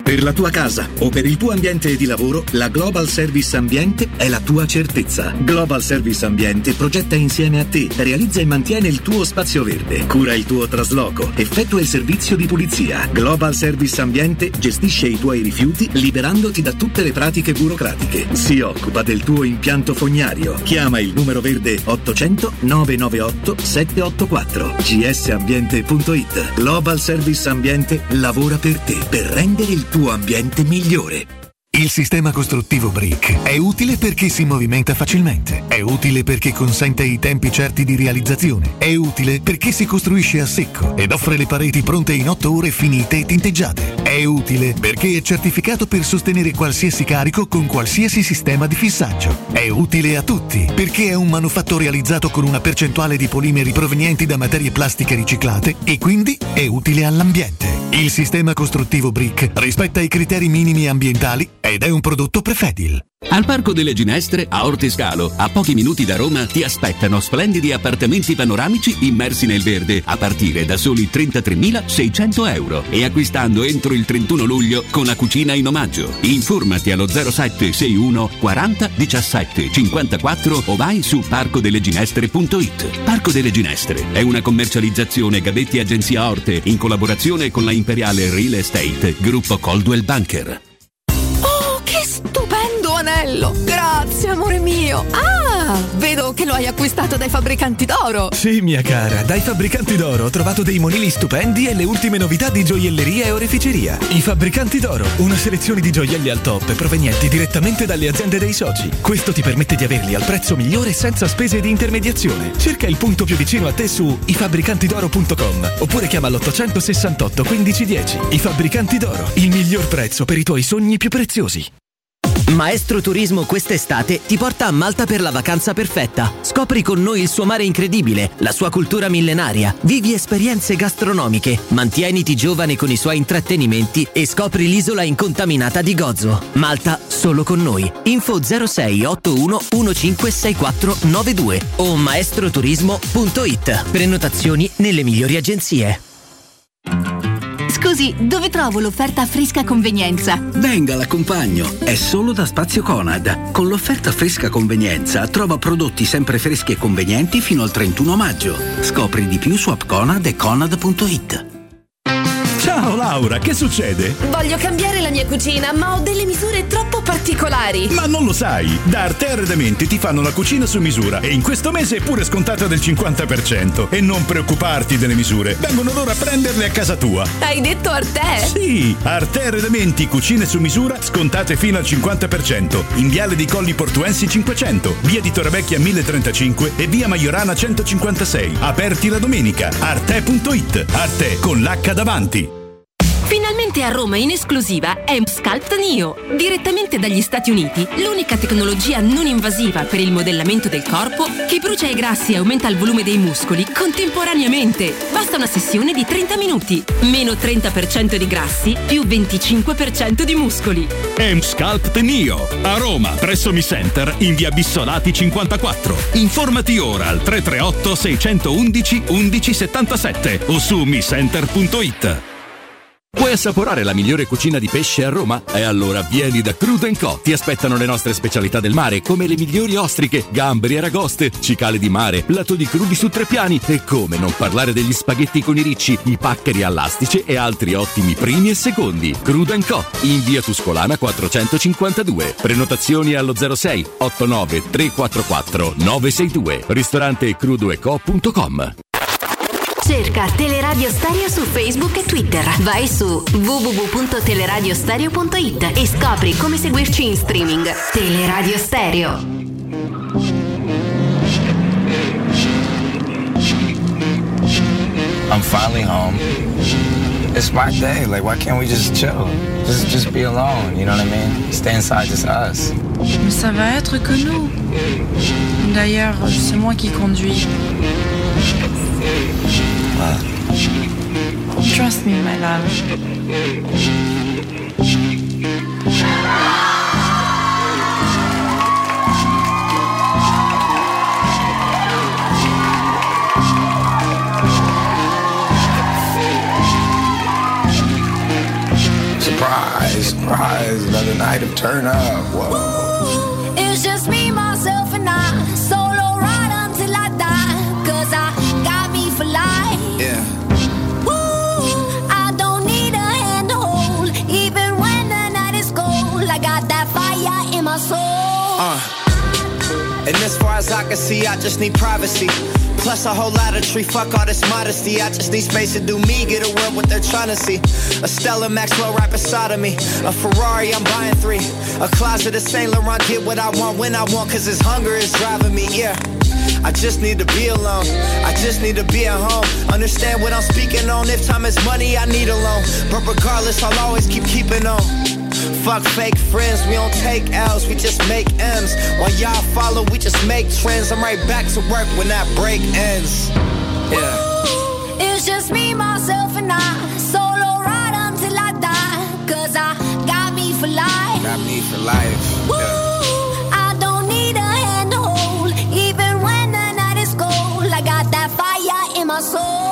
Per la tua casa o per il tuo ambiente di lavoro, la Global Service Ambiente è la tua certezza. Global Service Ambiente progetta insieme a te, realizza e mantiene il tuo spazio verde, cura il tuo trasloco, effettua il servizio di pulizia. Global Service Ambiente gestisce i tuoi rifiuti liberandoti da tutte le pratiche burocratiche. Si occupa del tuo impianto fognario. Chiama il numero verde ottocento nove nove otto sette otto quattro g s ambiente punto i t. Global Service Ambiente lavora per te, per rendere il tuo ambiente migliore. Il sistema costruttivo Brick è utile perché si movimenta facilmente, è utile perché consente i tempi certi di realizzazione, è utile perché si costruisce a secco ed offre le pareti pronte in otto ore finite e tinteggiate, è utile perché è certificato per sostenere qualsiasi carico con qualsiasi sistema di fissaggio, è utile a tutti perché è un manufatto realizzato con una percentuale di polimeri provenienti da materie plastiche riciclate e quindi è utile all'ambiente. Il sistema costruttivo Brick rispetta i criteri minimi ambientali ed è un prodotto Prefedil. Al Parco delle Ginestre, a Ortiscalo, a pochi minuti da Roma, ti aspettano splendidi appartamenti panoramici immersi nel verde a partire da soli trentatremilaseicento euro e acquistando entro il trentuno luglio con la cucina in omaggio. Informati allo zero sette sei uno quaranta diciassette cinquantaquattro o vai su parco delle ginestre punto i t. Parco delle Ginestre è una commercializzazione Gavetti Agenzia Orte in collaborazione con la Imperiale Real Estate, gruppo Coldwell Banker. Stupendo anello! Grazie, amore mio! Ah, vedo che lo hai acquistato dai fabbricanti d'oro! Sì, mia cara, dai fabbricanti d'oro ho trovato dei monili stupendi e le ultime novità di gioielleria e oreficeria. I fabbricanti d'oro, una selezione di gioielli al top provenienti direttamente dalle aziende dei soci. Questo ti permette di averli al prezzo migliore senza spese di intermediazione. Cerca il punto più vicino a te su i fabbricanti d'oro punto com oppure chiama l'ottocentosessantotto quindici dieci. I Fabbricanti d'Oro, il miglior prezzo per i tuoi sogni più preziosi. Maestro Turismo quest'estate ti porta a Malta per la vacanza perfetta. Scopri con noi il suo mare incredibile, la sua cultura millenaria, vivi esperienze gastronomiche, mantieniti giovane con i suoi intrattenimenti e scopri l'isola incontaminata di Gozo. Malta solo con noi. Info zero sei otto uno uno cinque sei quattro nove due o maestroturismo punto i t. Prenotazioni nelle migliori agenzie. Scusi, dove trovo l'offerta Fresca Convenienza? Venga, l'accompagno. È solo da Spazio Conad. Con l'offerta Fresca Convenienza trova prodotti sempre freschi e convenienti fino al trentuno maggio. Scopri di più su app Conad e conad punto i t. Ciao Laura, che succede? Voglio cambiare la mia cucina, ma ho delle misure troppo particolari. Ma non lo sai, da Arte Arredamenti ti fanno la cucina su misura e in questo mese è pure scontata del cinquanta per cento. E non preoccuparti delle misure, vengono loro a prenderle a casa tua. Hai detto Arte? Sì, Arte Arredamenti, cucine su misura scontate fino al cinquanta per cento. In Viale dei Colli Portuensi cinquecento, via di Torrevecchia mille trentacinque e via Maiorana centocinquantasei. Aperti la domenica. arte punto i t. Arte con l'H davanti. Finalmente a Roma in esclusiva M-Sculpt Neo. Direttamente dagli Stati Uniti, l'unica tecnologia non invasiva per il modellamento del corpo che brucia i grassi e aumenta il volume dei muscoli contemporaneamente. Basta una sessione di trenta minuti. Meno trenta per cento di grassi, più venticinque per cento di muscoli. M-Sculpt Neo. A Roma, presso Mi Center, in via Bissolati cinquantaquattro. Informati ora al tre tre otto sei uno uno undici settantasette o su mi center punto i t. Vuoi assaporare la migliore cucina di pesce a Roma? E allora vieni da Crudo and Co. Ti aspettano le nostre specialità del mare, come le migliori ostriche, gamberi, aragoste, cicale di mare, plato di crudi su tre piani e come non parlare degli spaghetti con i ricci, i paccheri all'astice e altri ottimi primi e secondi. Crudo and Co. in via Tuscolana quattrocentocinquantadue. Prenotazioni allo zero sei otto nove tre quattro quattro nove sei due. Ristorante crudo e co punto com. Cerca Teleradio Stereo su Facebook e Twitter. Vai su w w w punto teleradiostereo punto i t e scopri come seguirci in streaming. Teleradio Stereo. I'm finally home. It's my day. Like, why can't we just chill? Just, just be alone. You know what I mean? Stay inside, just us. Mais ça va être que nous. D'ailleurs, c'est moi qui conduis. Trust me, my love. Surprise. to turn up. Whoa. It's just me, myself, and I. Solo ride until I die. Cause I got me for life. Yeah. Woo, I don't need a hand to hold. Even when the night is cold, I got that fire in my soul. Uh. And as far as I can see, I just need privacy. Plus a whole lot of tree, fuck all this modesty. I just need space to do me, get away what they're trying to see. A Stella Maxwell right beside of me. A Ferrari, I'm buying three. A closet of Saint Laurent, get what I want when I want. Cause this hunger is driving me, yeah. I just need to be alone. I just need to be at home. Understand what I'm speaking on. If time is money, I need a loan. But regardless, I'll always keep keeping on. Fuck fake friends, we don't take L's, we just make M's. While y'all follow, we just make trends. I'm right back to work when that break ends. Yeah. It's just me, myself, and I. Solo ride until I die. Cause I got me for life. Got me for life. Woo, Yeah. I don't need a hand to hold. Even when the night is cold, I got that fire in my soul.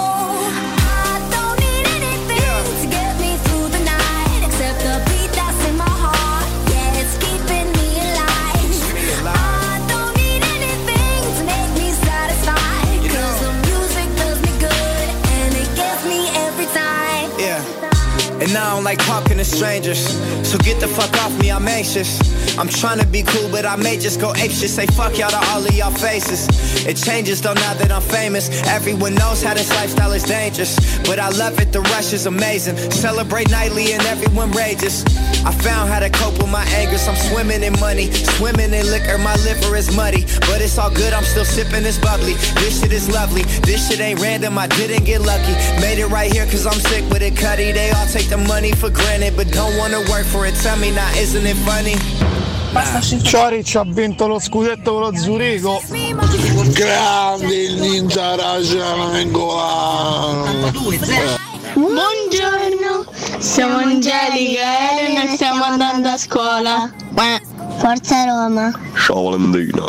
And I don't like talking to strangers, so get the fuck off me, I'm anxious. I'm trying to be cool, but I may just go apeshit. Say fuck y'all to all of y'all faces. It changes though now that I'm famous. Everyone knows how this lifestyle is dangerous, but I love it, the rush is amazing. Celebrate nightly and everyone rages. I found how to cope with my angers. I'm swimming in money, swimming in liquor. My liver is muddy, but it's all good, I'm still sipping this bubbly. This shit is lovely, this shit ain't random, I didn't get lucky. Made it right here cause I'm sick with it, Cuddy. They all take the money for granted, but don't wanna work for it. Tell me now, isn't it funny? Cioric ha vinto lo scudetto con lo Zurigo. Grande il ninja Rajanangola. Buongiorno, siamo Angelica e Elena e stiamo andando a scuola. Forza Roma. Ciao Valentina.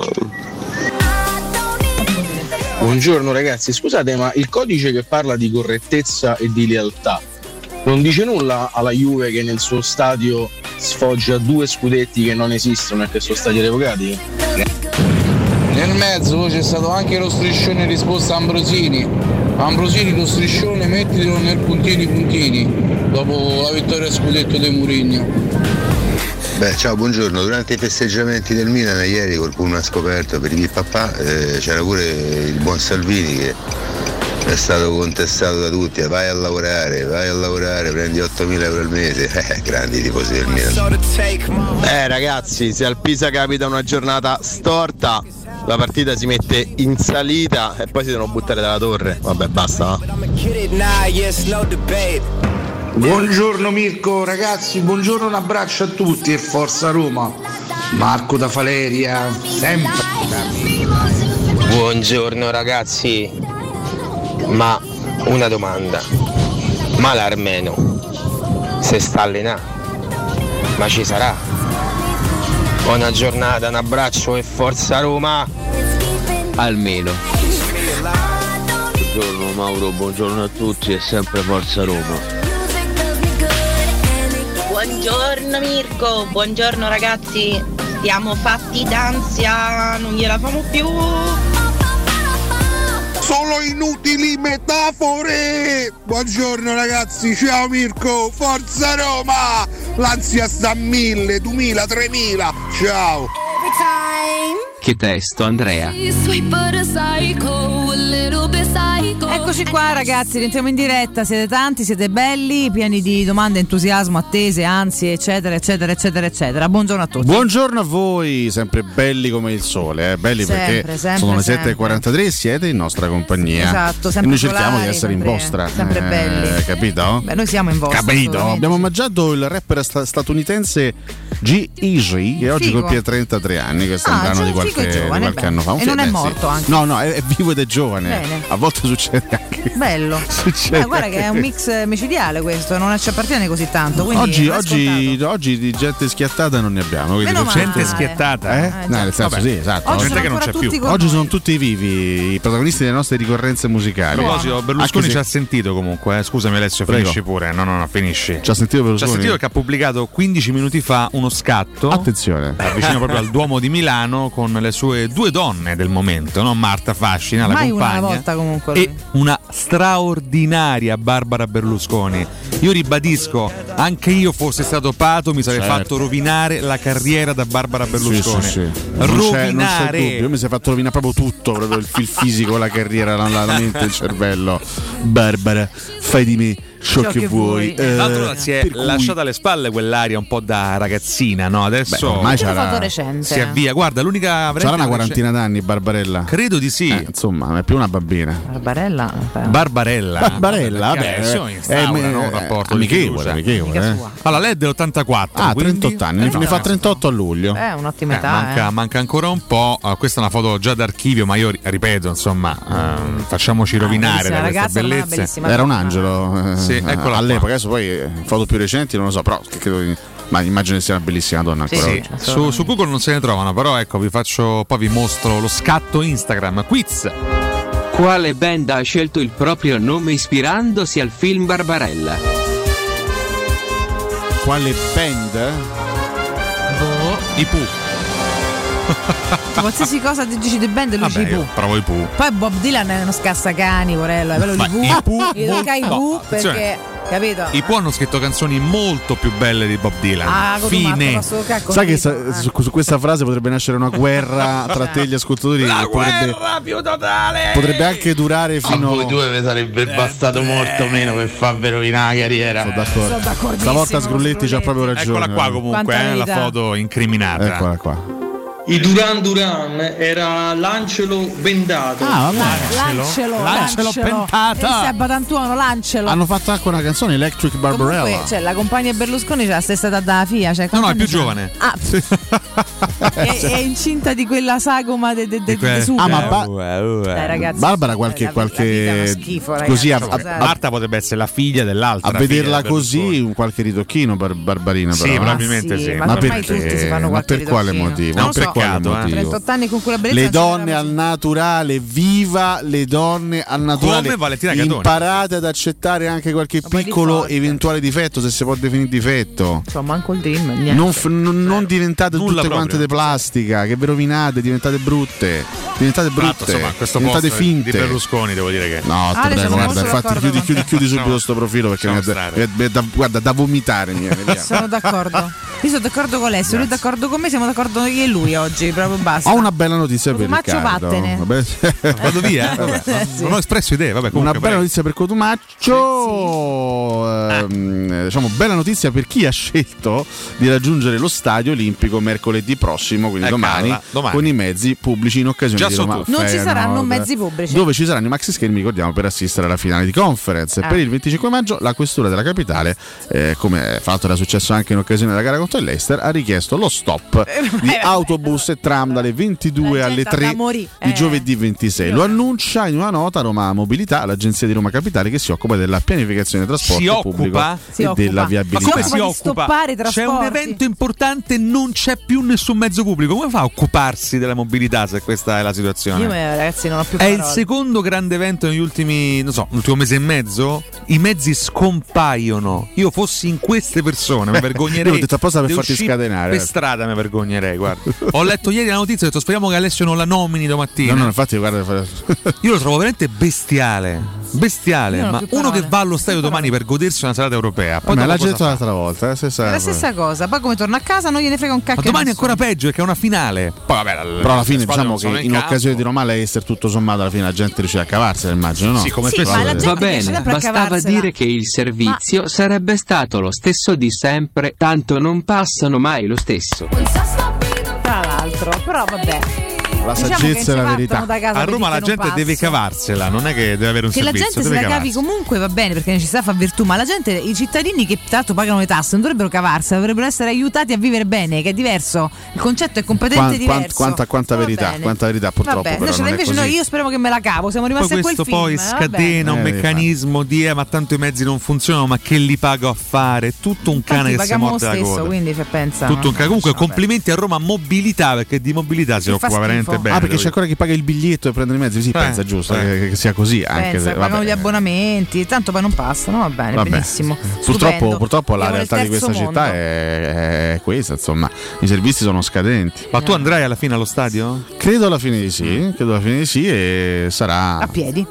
Buongiorno ragazzi, scusate ma il codice che parla di correttezza e di lealtà non dice nulla alla Juve che nel suo stadio sfoggia due scudetti che non esistono e che sono stati revocati? Nel mezzo poi c'è stato anche lo striscione risposta a Ambrosini. Ambrosini lo striscione mettilo nel puntini puntini dopo la vittoria scudetto di Mourinho. Beh, ciao, buongiorno. Durante i festeggiamenti del Milan ieri qualcuno ha scoperto per il papà eh, c'era pure il buon Salvini che è stato contestato da tutti. Vai a lavorare, vai a lavorare, prendi ottomila euro al mese. Eh, grandi tifosi del Milan. Eh ragazzi, se al Pisa capita una giornata storta, la partita si mette in salita e poi si devono buttare dalla torre. Vabbè, basta. Buongiorno Mirko, ragazzi, buongiorno, un abbraccio a tutti e forza Roma. Marco da Faleria, sempre. Buongiorno ragazzi, ma una domanda, ma l'Armeno se sta allenando, ma ci sarà? Buona giornata, un abbraccio e forza Roma. Almeno. Buongiorno Mauro, buongiorno a tutti e sempre forza Roma. Buongiorno Mirko, buongiorno ragazzi, stiamo fatti d'ansia, non gliela famo più. Solo inutili metafore. Buongiorno ragazzi, ciao Mirko, forza Roma. L'ansia sta a mille, duemila, tremila. Ciao. Che testo, Andrea. Eccoci qua ragazzi, rientriamo in diretta, siete tanti, siete belli, pieni di domande, entusiasmo, attese, ansie, eccetera, eccetera, eccetera, eccetera. Buongiorno a tutti. Buongiorno a voi, sempre belli come il sole, eh? Belli sempre, perché sempre, sono le sempre. sette e quarantatré, siete in nostra compagnia. Esatto, e sempre noi cerchiamo solari, di essere sempre, in vostra. sempre eh, belli. Capito? Beh, noi siamo in vostra. Capito? Abbiamo mangiato il rapper sta- statunitense G-Eazy che oggi Figo. compie trentatré anni, questo è Ah, un brano cioè, di qualche, figo e giovane, di qualche beh. anno fa. Un E film, non è eh, sì. morto anche. No, no, è, è vivo ed è giovane. Bene. A volte succede Bello. Beh, guarda che è un mix micidiale questo, non ci appartiene così tanto. Oggi, oggi, oggi di gente schiattata non ne abbiamo. Meno gente schiattata, eh? Eh, no, nel senso vabbè. sì, esatto. Oggi Gente sono che non c'è ancora più. tutti con Oggi noi. sono tutti vivi, i protagonisti delle nostre ricorrenze musicali. A proposito, Berlusconi ci ha sentito comunque, eh. Scusami Alessio, Prego. finisci pure. No, no, no, finisci. Ci ha sentito Berlusconi? Ci ha sentito che ha pubblicato quindici minuti fa uno scatto. Attenzione. Vicino proprio al Duomo di Milano con le sue due donne del momento, no? Marta Fascina, la Mai compagna, una volta comunque. e una straordinaria Barbara Berlusconi. Io ribadisco, anche io fossi stato Pato mi sarei Certo. fatto rovinare la carriera da Barbara Berlusconi. Sì, sì, sì. Non c'è, non c'è Rovinare. dubbio. Io mi si è fatto rovinare proprio tutto, proprio il, il fisico, la carriera, la, la mente, il cervello. Barbara, fai di me ciò, che, vuoi. Tra Eh, l'altro si è per cui- lasciata alle spalle quell'aria un po' da ragazzina, no? Adesso Beh, ormai È una c'era- foto recente. si avvia. Guarda, l'unica Sarà una quarantina d'anni Barbarella? Credo di sì. Eh, insomma, è più una bambina. Barbarella. Barbarella. Barbarella, Perché vabbè, adesso eh, instaura, eh, no, un eh, rapporto di amichevole, fiducia. amichevole, eh. Allora, lei è dell'ottantaquattro. Ah, quindi- trentotto anni, Eh, ne no, fa trentotto a luglio. È un'ottima Eh, età. manca, eh. manca ancora un po'. Uh, questa è una foto già d'archivio, ma io ri- ripeto, insomma, ehm, facciamoci rovinare bellissima da queste ragazza, una bellezze. bellissima Era un angelo eh, Sì, eccola all'epoca, qua. adesso poi eh, foto più recenti non lo so, però che credo di- ma immagino che sia una bellissima donna ancora Sì, oggi. su, su Google non se ne trovano, però ecco, vi faccio, poi vi mostro lo scatto Instagram. Quiz. Quale band ha scelto il proprio nome ispirandosi al film Barbarella? Quale band? Boh. I Pooh. Qualsiasi cosa ti dici di band, lui ci Vabbè, io Pooh. provo i Pooh. Poi Bob Dylan è uno scassacani, porello, è quello Ma di Pooh. i Pooh Gli tocca i no, Pooh attenzione. perché, capito? I Pooh hanno scritto canzoni molto più belle di Bob Dylan. Ah, con un matto, Fine. posso cacco, Sai che capito? sa- su, su questa frase potrebbe nascere una guerra tra te e gli ascoltatori. La che potrebbe, guerra più totale. potrebbe anche durare A fino voi due vi sarebbe bastato molto meno per farvi rovinare la carriera. Sono d'accordo. Sono d'accordissimo, Stavolta Sgrulletti c'ha proprio ragione. Eccola qua comunque, Quanta eh, la verità. foto incriminata. Eccola qua. I Duran Duran era l'Ancelo bendato. Ah, vabbè. Lancelo, Lancelo lancelo. pentata. Eh, a Batantuono, lancelo. Hanno fatto anche una canzone, Electric Barbarella. Comunque, cioè, la compagna Berlusconi c'è la stessa età della figlia. Cioè, No, no, è quanti più anni c'ha? giovane. Ah, è, è incinta di quella sagoma de, de, de, de super. Ah, ma ba- Dai, ragazzi, Barbara qualche, la- la vita è qualche uno schifo, ragazzi, così a, scusate. a- Marta potrebbe essere la figlia dell'altra. a figlia vederla di così Berlusconi. un qualche ritocchino bar- Barbarina Sì, però. probabilmente sì. Ma Ma ormai perché? tutti si fanno Ma qualche per quale ritocchino. motivo? Non È lo un so, peccato, eh. motivo? trentotto anni con quella bellezza. Le non donne era al così. naturale, viva le donne al naturale. Come Valentina Catoni. Imparate ad accettare anche qualche poi di piccolo forte. eventuale difetto, se si può definire difetto. Cioè, manco il dream, niente. Non, f- non- non diventate Nulla tutte proprio. quante di plastica, che vi rovinate, diventate brutte, diventate Tra l'altro, brutte, insomma, a questo diventate posto finte. di Berlusconi devo dire che No, te Ale, prego, sono guarda, molto infatti d'accordo chiudi, con chiudi, te. chiudi subito Lasciamo- sto profilo perché mi è, lasciamo mi è- mi è da, guarda, da vomitare. Mi viene, via. Sono d'accordo. Io sono d'accordo con Alessio, lui è d'accordo con me, siamo d'accordo io e lui oggi, proprio basta. Ho una bella notizia per Cotumaccio, Riccardo. vattene. Vabbè. vado via. eh? Vabbè, non- Sì. Non ho espresso idee. Vabbè, Una comunque, bella prego. notizia per Cotumaccio, ehm, diciamo bella notizia per chi ha scelto di raggiungere lo stadio olimpico mercoledì prossimo, quindi Eccola, domani, domani. con i mezzi pubblici in occasione Già di so Roma tutto. Non ci Feyenoord, saranno mezzi pubblici. dove ci saranno i maxi schermi, ricordiamo, per assistere alla finale di conference. Ah. Per il venticinque maggio la questura della capitale, eh, come fra l'altro era successo anche in occasione della gara contro il Leicester, ha richiesto lo stop di autobus e tram dalle ventidue La alle gente tre da morì. di Eh. giovedì ventisei. Lo annuncia in una nota Roma Mobilità, l'agenzia di Roma Capitale che si occupa della pianificazione del trasporto Si pubblico occupa? Si e occupa. della Ma viabilità. come Si si occupa di occupa? stoppare i C'è un trasporti. evento importante, non c'è più nessun mezzo pubblico. Come fa a occuparsi della mobilità se questa è la situazione? Io eh, ragazzi non ho più È il parole. secondo grande evento negli ultimi, non so, l'ultimo mese e mezzo. I mezzi scompaiono. Io fossi in queste persone, mi vergognerei. Io l'ho detto apposta per di farti uscire scatenare. Per strada mi vergognerei, guarda. Ho letto ieri la notizia, ho detto speriamo che Alessio non la nomini domattina. No, no, infatti guarda, Io lo trovo veramente bestiale. Bestiale, Io non ho ma più uno parole. che va allo stadio domani per godersi una serata europea. Poi ma l'ha dopo detto cosa fa? l'altra volta, eh, stessa- È la stessa cosa. Poi come torna a casa non gliene frega un cacchio. Ma domani è a nessuno. ancora peggio perché è una finale. Poi vabbè, la- Però alla fine le squadre diciamo non sono che in campo. occasione di Roma Leicester tutto sommato alla fine la gente riuscì a cavarsela, immagino, no? Sì, come Sì, spesso ma la succede. gente Va riesce bene, sempre a bastava cavarsela. dire che il servizio sarebbe stato lo stesso di sempre, tanto non passano mai lo stesso. Tra l'altro, però vabbè. La diciamo saggezza e la verità. A Roma la gente deve cavarsela, non è che deve avere un che servizio. la gente se deve la cavi cavarsela. comunque va bene perché necessità fa virtù, ma la gente, i cittadini che tanto pagano le tasse non dovrebbero cavarsela, dovrebbero essere aiutati a vivere bene, che è diverso. Il concetto è completamente Quant- diverso. quanta, quanta Va verità, bene. quanta verità purtroppo. Vabbè, però invece, non è invece così. no, io spero che me la cavo. Siamo rimasti Poi a quel questo film. poi va scatena bene. un Eh, meccanismo di eh, ma tanto i mezzi non funzionano, ma che li pago a fare? Tutto un cane Infatti che si paghiamo lo morde la stesso, coda. quindi cioè, pensa. Tutto un cane. Comunque Vabbè. complimenti a Roma Mobilità, perché di mobilità si Che fa occupa veramente schifo. bene. Ah, perché c'è ancora chi paga il biglietto e prende i mezzi? Sì, Eh, pensa giusto eh. che, che sia così. Anche Pensa, se, pagano vabbè. gli abbonamenti, tanto poi non passano, va bene, Vabbè. benissimo. Purtroppo, Stupendo. purtroppo la Siamo nel realtà di terzo questa mondo. città è, è questa, insomma, i servizi sono scadenti. Ma tu andrai alla fine allo stadio? Credo alla fine di sì, credo alla fine di sì e sarà A piedi.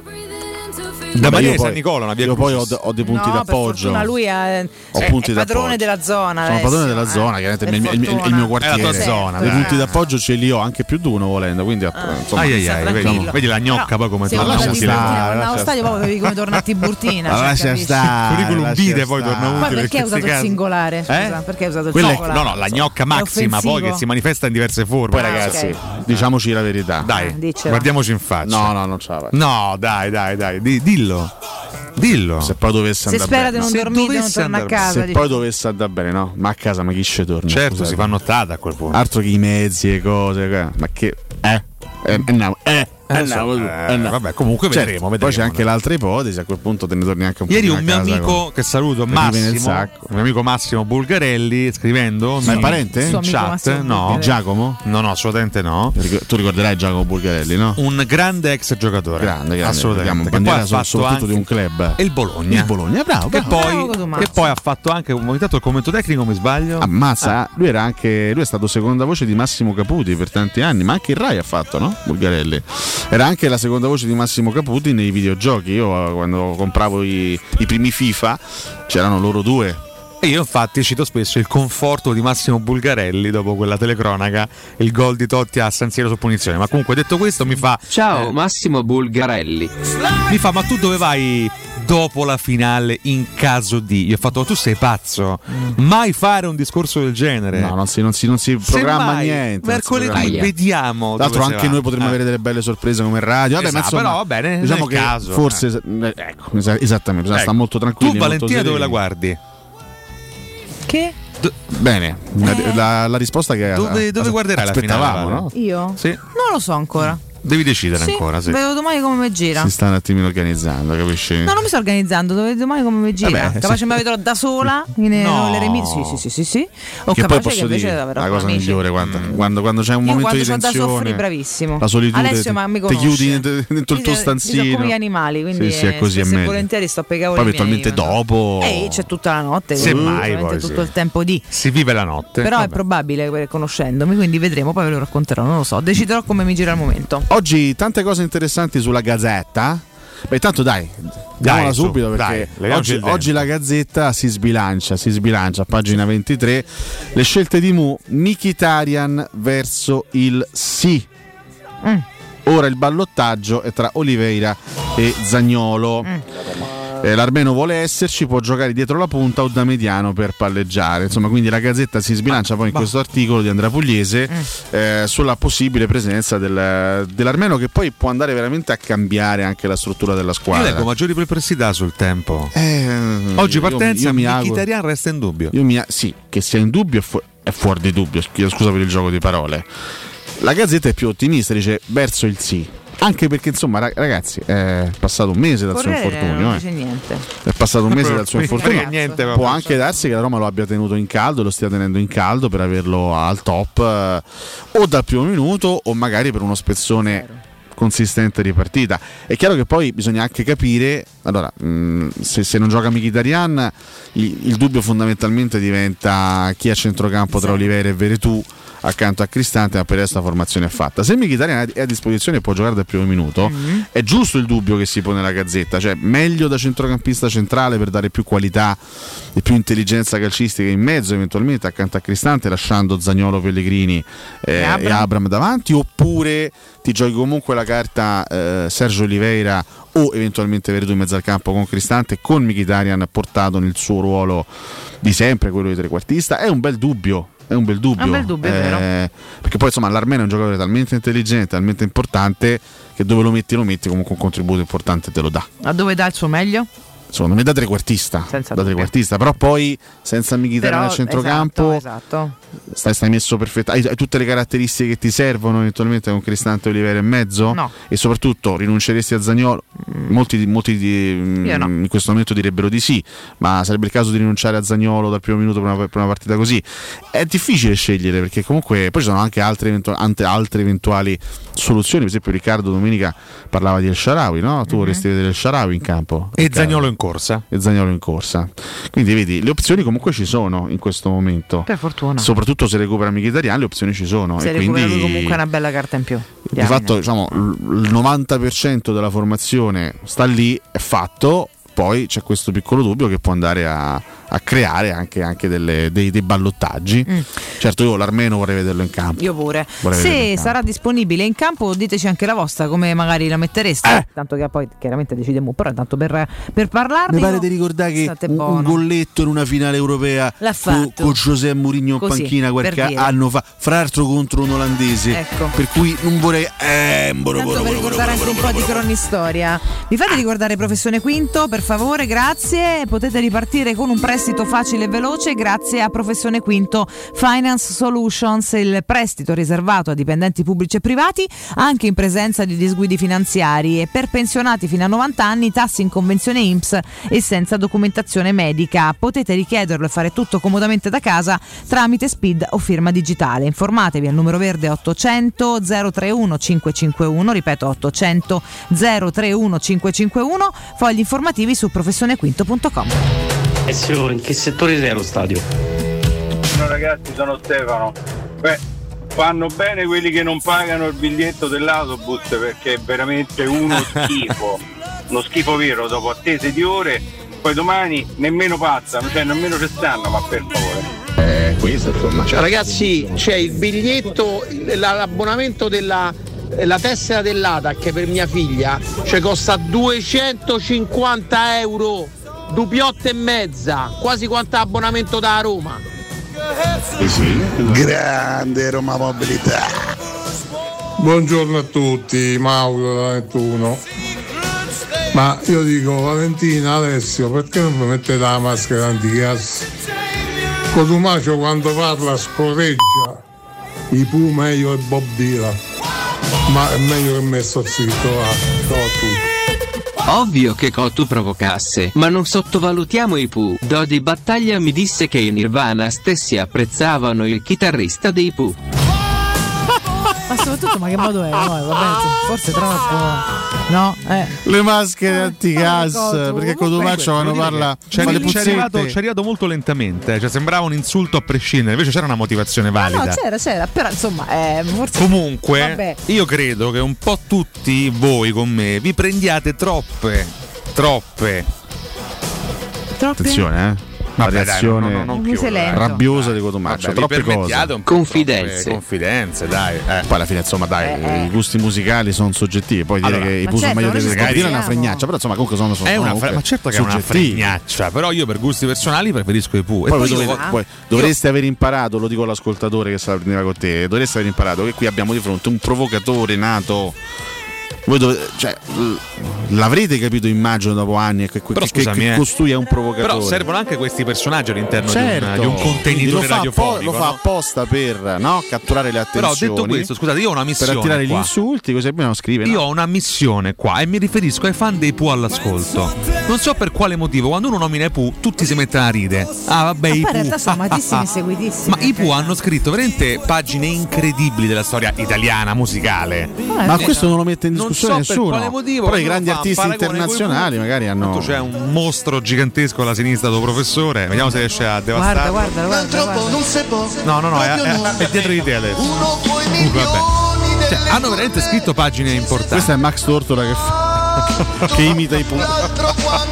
Da Vabbè, Maria io di San poi- Nicola, una via io poi ho, Crucis. ho dei punti No, per d'appoggio. fortuna lui è, Ho è- punti è padrone d'appoggio. della zona. Sono adesso, padrone della eh. zona, chiaramente Per il, mio- il mio- il fortuna. mio quartiere. È la tua zona, Dei dai. punti d'appoggio ce li ho, anche più di uno volendo, quindi Ah. insomma, Ai ai ai, vedi, tranquillo. vedi la gnocca poi come Se torna uno da utile. stare, Tiburtina non ha lascia lo stadio, poi vedi come torna a Tiburtina. Ma cioè, lascia capisci? stare, Curriculum lascia vitae poi stare. torna utile. Ma perché perché hai usato il questi casi- singolare? Eh? Scusa, perché hai usato il Quella è- singolare? No, no, la gnocca massima offensivo. poi che si manifesta in diverse forme. Poi ragazzi, ok. diciamoci la verità. Dai, Eh, diccelo. guardiamoci in faccia. No, no, non ce la faccio. No, dai, dai, dai, di- dillo. Dillo. Se poi dovesse Se andare spera bene. di non Se dormire, non dovesse torna a andare- casa. Se dice. poi dovesse andare bene, no? Ma a casa, ma chi ci torna? Certo, Scusate. si fa nottata a quel punto. Altro che i mezzi e cose, eh, ma che. Eh? Eh, andiamo, eh, andiamo, so, tu, eh, andiamo. vabbè, comunque Certo, vedremo, Poi vedremo, c'è anche dai. l'altra ipotesi, a quel punto te ne torni anche un po' Ieri più un a mio casa amico con- che saluto, con i piedi nel Massimo, sacco. un mio amico Massimo Bulgarelli, scrivendo Ma è in- parente? in Suo amico chat, Massimo no, Bulgarelli. Giacomo? no, no, assolutamente no. Ric- Tu ricorderai Giacomo Bulgarelli, no? Un grande ex giocatore, Grande, grande. assolutamente. Ricordiamo, Che poi ha bandiera so- fatto soprattutto anche di un club. e il Bologna. Il Bologna, bravo, Che bravo. poi, Bravo, Cotumaccio. che poi ha fatto anche un momentato il commento tecnico, mi sbaglio? Ammazza, Ah. lui era anche lui è stato seconda voce di Massimo Caputi per tanti anni, ma anche il Rai ha fatto, no? Bulgarelli. Era anche la seconda voce di Massimo Caputi nei videogiochi. Io eh, quando compravo i, i primi FIFA c'erano loro due. E io infatti cito spesso il conforto di Massimo Bulgarelli dopo quella telecronaca, il gol di Totti a San Siro su punizione. Ma comunque detto questo mi fa Ciao eh, Massimo Bulgarelli. mi fa ma tu dove vai dopo la finale in caso di? Io ho fatto tu sei pazzo, mai fare un discorso del genere. No, non si, non si, non si programma Semmai, niente. non si mercoledì programma- vediamo. Tra l'altro dove si anche va. noi potremmo Eh. avere delle belle sorprese come radio. Vabbè, ma Esatto, insomma, però va bene, diciamo nel che caso, forse eh, ecco, esa- esattamente, bisogna Ecco. stare molto tranquilli. Tu molto Valentina dove sereni. la guardi? Che? Bene, la, la- la risposta che Dove- dove as- guarderai la aspettavamo, finale, no? Io? Sì. Non lo so ancora. Devi decidere Sì, ancora, sì. vedo domani come mi gira. Si sta un attimino organizzando, capisci? No, non mi sto organizzando, dove domani come mi gira. Vabbè, capace sì. mi vedrò da sola in No. le remi- Sì, sì, sì, sì, sì. O Che poi capace posso che invece dire avrò la cosa amici. migliore quando, quando, quando c'è un Io momento quando di c'ho da tensione, soffrire, bravissimo. la solitudine, Alessio, ma mi ti conosce. chiudi dentro, dentro il tuo Io- io sono stanzino. come gli animali, quindi sì, sì, è così, è spesso e meglio. volentieri sto per i cavoli Poi miei, eventualmente ma- dopo Eh, c'è tutta la notte, Se quindi mai, veramente poi, tutto sì. il tempo di. Si vive la notte. Però è Vabbè. probabile, eh, conoscendomi, quindi vedremo, poi ve lo racconterò, non lo so, deciderò come mi gira il momento. Oggi tante cose interessanti sulla Gazzetta. Beh, tanto dai, diamola Dai, su, subito dai, perché leviamoci oggi, il dente. oggi la Gazzetta si sbilancia, si sbilancia, pagina ventitré. Le scelte di Mu, Mkhitaryan verso il sì. Mm. Ora il ballottaggio è tra Oliveira e Zaniolo. Mm. Eh, L'Armeno vuole esserci, può giocare dietro la punta o da mediano per palleggiare. Insomma, quindi la Gazzetta si sbilancia poi in questo articolo di Andrea Pugliese eh, sulla possibile presenza del- dell'Armeno, che poi può andare veramente a cambiare anche la struttura della Io squadra. leggo maggiori perplessità sul tempo. Eh, Oggi io- partenza, io mi auguro- Mkhitaryan resta in dubbio. Io mi, sì, che sia in dubbio è, fu- è fuori di dubbio. Chiedo scusa per il gioco di parole. La Gazzetta è più ottimista, dice verso il sì. Anche perché, insomma, ra- ragazzi, è passato un mese dal Corriere suo infortunio. non eh. dice niente. È passato un mese dal suo Non frega infortunio. niente, Può proprio. anche darsi che la Roma lo abbia tenuto in caldo, lo stia tenendo in caldo per averlo al top eh, o dal primo minuto o magari per uno spezzone consistente di partita. È chiaro che poi bisogna anche capire, allora, mh, se, se non gioca Mkhitaryan, il, il dubbio fondamentalmente diventa chi è a centrocampo tra Oliveira e Veretù accanto a Cristante, ma per il resto la formazione è fatta. Se Mkhitaryan è a disposizione e può giocare dal primo minuto, Mm-hmm. è giusto il dubbio che si pone la Gazzetta, cioè meglio da centrocampista centrale per dare più qualità e più intelligenza calcistica in mezzo, eventualmente accanto a Cristante, lasciando Zaniolo, Pellegrini eh, E Abram. e Abram davanti, oppure ti giochi comunque la carta eh, Sergio Oliveira o eventualmente Veretù in mezzo al campo con Cristante, con Mkhitaryan portato nel suo ruolo di sempre, quello di trequartista. È un bel dubbio. è un bel dubbio. È un bel dubbio, eh, è vero. Perché poi insomma l'Armeno è un giocatore talmente intelligente, talmente importante che dove lo metti lo metti comunque un contributo importante te lo dà. A dove dà il suo meglio? Secondo me da trequartista, Senza da trequartista, però poi senza Mkhitaryan al centrocampo esatto, esatto. Stai, stai messo perfetto, hai, hai tutte le caratteristiche che ti servono eventualmente con Cristante Oliveira in mezzo, no. E soprattutto rinunceresti a Zaniolo? Molti, molti di, no. in questo momento direbbero di sì, ma sarebbe il caso di rinunciare a Zaniolo dal primo minuto per una, per una partita così? È difficile scegliere perché comunque poi ci sono anche altre, eventu- altre eventuali soluzioni. Per esempio Riccardo domenica parlava di El Shaarawy, no? Tu mm-hmm. vorresti vedere El Shaarawy in campo e Zaniolo in corsa e Zaniolo in corsa, quindi vedi le opzioni comunque ci sono in questo momento, per fortuna, soprattutto se recupera Mkhitaryan le opzioni ci sono, se e recupera quindi lui comunque una bella carta in più. Di fatto diciamo il novanta per cento della formazione sta lì, è fatto. Poi c'è questo piccolo dubbio che può andare a, a creare anche, anche delle, dei, dei ballottaggi. Mm. Certo, io l'Armeno vorrei vederlo in campo. Io pure. Vorrei Se sarà disponibile in campo, diteci anche la vostra, come magari la mettereste. Eh. Tanto che poi chiaramente decidiamo, però intanto per, per parlarne. Mi pare di ricordare che un, un golletto in una finale europea con, con José Mourinho in panchina qualche anno fa, fra l'altro contro un olandese. Ecco. Per cui non vorrei. Eh, boro, tanto boro, per boro, ricordare boro, anche boro, un po' di cronistoria. Vi fate ricordare Professione Quinto, per favore, grazie. Potete ripartire con un prestito facile e veloce grazie a Professione Quinto Finance Solutions, il prestito riservato a dipendenti pubblici e privati anche in presenza di disguidi finanziari, e per pensionati fino a novanta anni, tassi in convenzione I N P S e senza documentazione medica. Potete richiederlo e fare tutto comodamente da casa tramite S P I D o firma digitale. Informatevi al numero verde ottocento zero trentuno cinquecentocinquantuno, ripeto ottocento zero trentuno cinquecentocinquantuno, fogli informativi su professione quinto punto com. E se in che settore sei allo stadio? No, ragazzi, sono Stefano. Beh, fanno bene quelli che non pagano il biglietto dell'autobus, perché è veramente uno schifo, uno schifo vero, dopo attese di ore, poi domani nemmeno passano, cioè nemmeno ci stanno, ma per favore. Eh, questo insomma. Cioè, ragazzi, c'è il biglietto, l'abbonamento della la tessera dell'A T A C per mia figlia, cioè costa duecentocinquanta euro, due piotte e mezza, quasi quanto abbonamento da Roma. Sì. Grande Roma Mobilità. Buongiorno a tutti, Mauro da ventuno. Ma io dico, Valentina, Alessio, perché non mi mettete la maschera antigas? Cotumaccio quando parla scorreggia, i Pooh meglio e Bob Dylan, ma è meglio che me sto zitto, va. Ciao a tutti. Ovvio che Cottu provocasse, ma non sottovalutiamo i Pooh. Dodi Battaglia mi disse che i Nirvana stessi apprezzavano il chitarrista dei Pooh. Ma soprattutto, ma che modo è? No, vabbè, forse troppo. No, eh. Le maschere antigas, perché Cotumaccio quando parla c'è, fa le c'è, arrivato, c'è arrivato molto lentamente, cioè sembrava un insulto a prescindere, invece c'era una motivazione valida. No, c'era, c'era, però insomma, eh, forse comunque vabbè. Io credo che un po' tutti voi con me vi prendiate troppe, troppe. Troppe? Attenzione, eh. Una reazione no, no, no, chiudo, rabbiosa di Cotumaccio, troppe cose, confidenze, confidenze, dai. Eh. Poi alla fine, insomma, dai, eh. i gusti musicali sono soggettivi. Poi dire allora, che i Pooh sono meglio delle Scorpioni è una fregnaccia, però insomma, comunque sono, sono è una fre- ma certo che soggettivi. È una fregnaccia, però io per gusti personali preferisco i Pooh. Poi, e poi, dove, io, poi dovreste io... aver imparato, lo dico all'ascoltatore che se la prendeva con te, dovreste aver imparato che qui abbiamo di fronte un provocatore nato. Voi dovete, cioè, l'avrete capito, immagino, dopo anni che, però, che, scusami, che eh. costui è un provocatore. Però servono anche questi personaggi all'interno certo. di, un, di un contenitore lo radiofonico. Lo fa no? apposta per no? catturare le attenzioni. Però detto questo, scusate, io ho una missione per attirare qua. gli insulti, così abbiamo scrive. Io no? ho una missione qua e mi riferisco ai fan dei Pooh all'ascolto. Non so per quale motivo, quando uno nomina i Pooh, tutti si mettono a ridere. Ah, vabbè, ma i poi Pooh. in realtà sono amatissimi e seguitissimi. Ma i Pooh hanno scritto veramente pagine incredibili della storia italiana musicale. Ma, ma questo non lo mette in discussione non so nessuno. Per quale motivo, però i grandi artisti internazionali magari hanno. C'è un mostro gigantesco alla sinistra del professore. Vediamo se riesce a devastare. Guarda, guarda, guarda, guarda. No, no, no, è, è, è dietro di te adesso. Uh, vabbè. Cioè, hanno veramente scritto pagine importanti. Questo è Max Tortora che fa che imita i Pooh.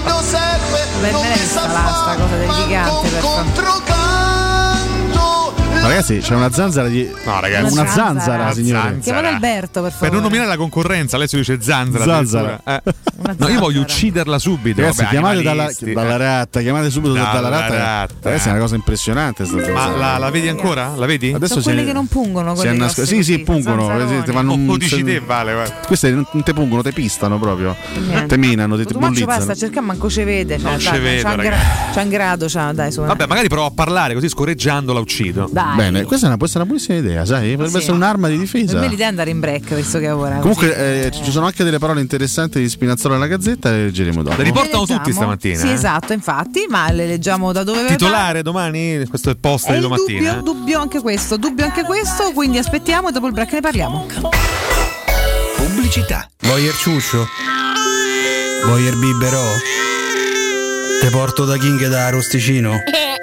Beh, me l'è vista là sta cosa del gigante per Ma ragazzi, c'è una zanzara di. No, ragazzi. Una Una zanzara, zanzara. signore. Chiamate Alberto, per Per favore. non nominare la concorrenza, lei si dice zanzara. Zanzara. addirittura. Eh. No, io voglio ucciderla subito. Ragazzi, Vabbè, chiamate dalla, animalisti. dalla ratta, chiamate subito Dalla dalla ratta. ratta. Ragazzi, è una cosa impressionante. sta Ma zanzara. la, la vedi ancora? La vedi? Adesso Sono si- quelle che non pungono, si quelle annasco- grosse Sì, sì, così, pungono. zanzarone. Ti fanno un- Oh, dici te, Vale, guarda. Queste non te pungono, te pistano proprio. Niente. Te minano, te Tu mancio bullizzano. basta, cerca manco ce vede. Cioè, Non dai, ce vede, c'ha un, gra- c'ha un grado, c'ha, dai, su. Vabbè, magari provo a parlare così scorreggiando la uccido. Dai. Bene, questa è una, può essere una buonissima idea, sai? Potrebbe Sì. essere un'arma di Per difesa. me l'idea è andare in break, visto che ora. Comunque così. eh, ci sono anche delle parole interessanti di Spinazzola nella Gazzetta, le leggeremo dopo. Le riportano Le leggiamo. tutti stamattina. Sì, eh. esatto, infatti, ma le leggiamo da dove ve le Titolare domani? Questo è il post È di il domattina. dubbio, dubbio anche questo, dubbio anche questo, quindi aspettiamo e dopo il break ne parliamo. Pubblicità. Voyer ciuccio? Voyer biberò? Te porto da King da Arosticino?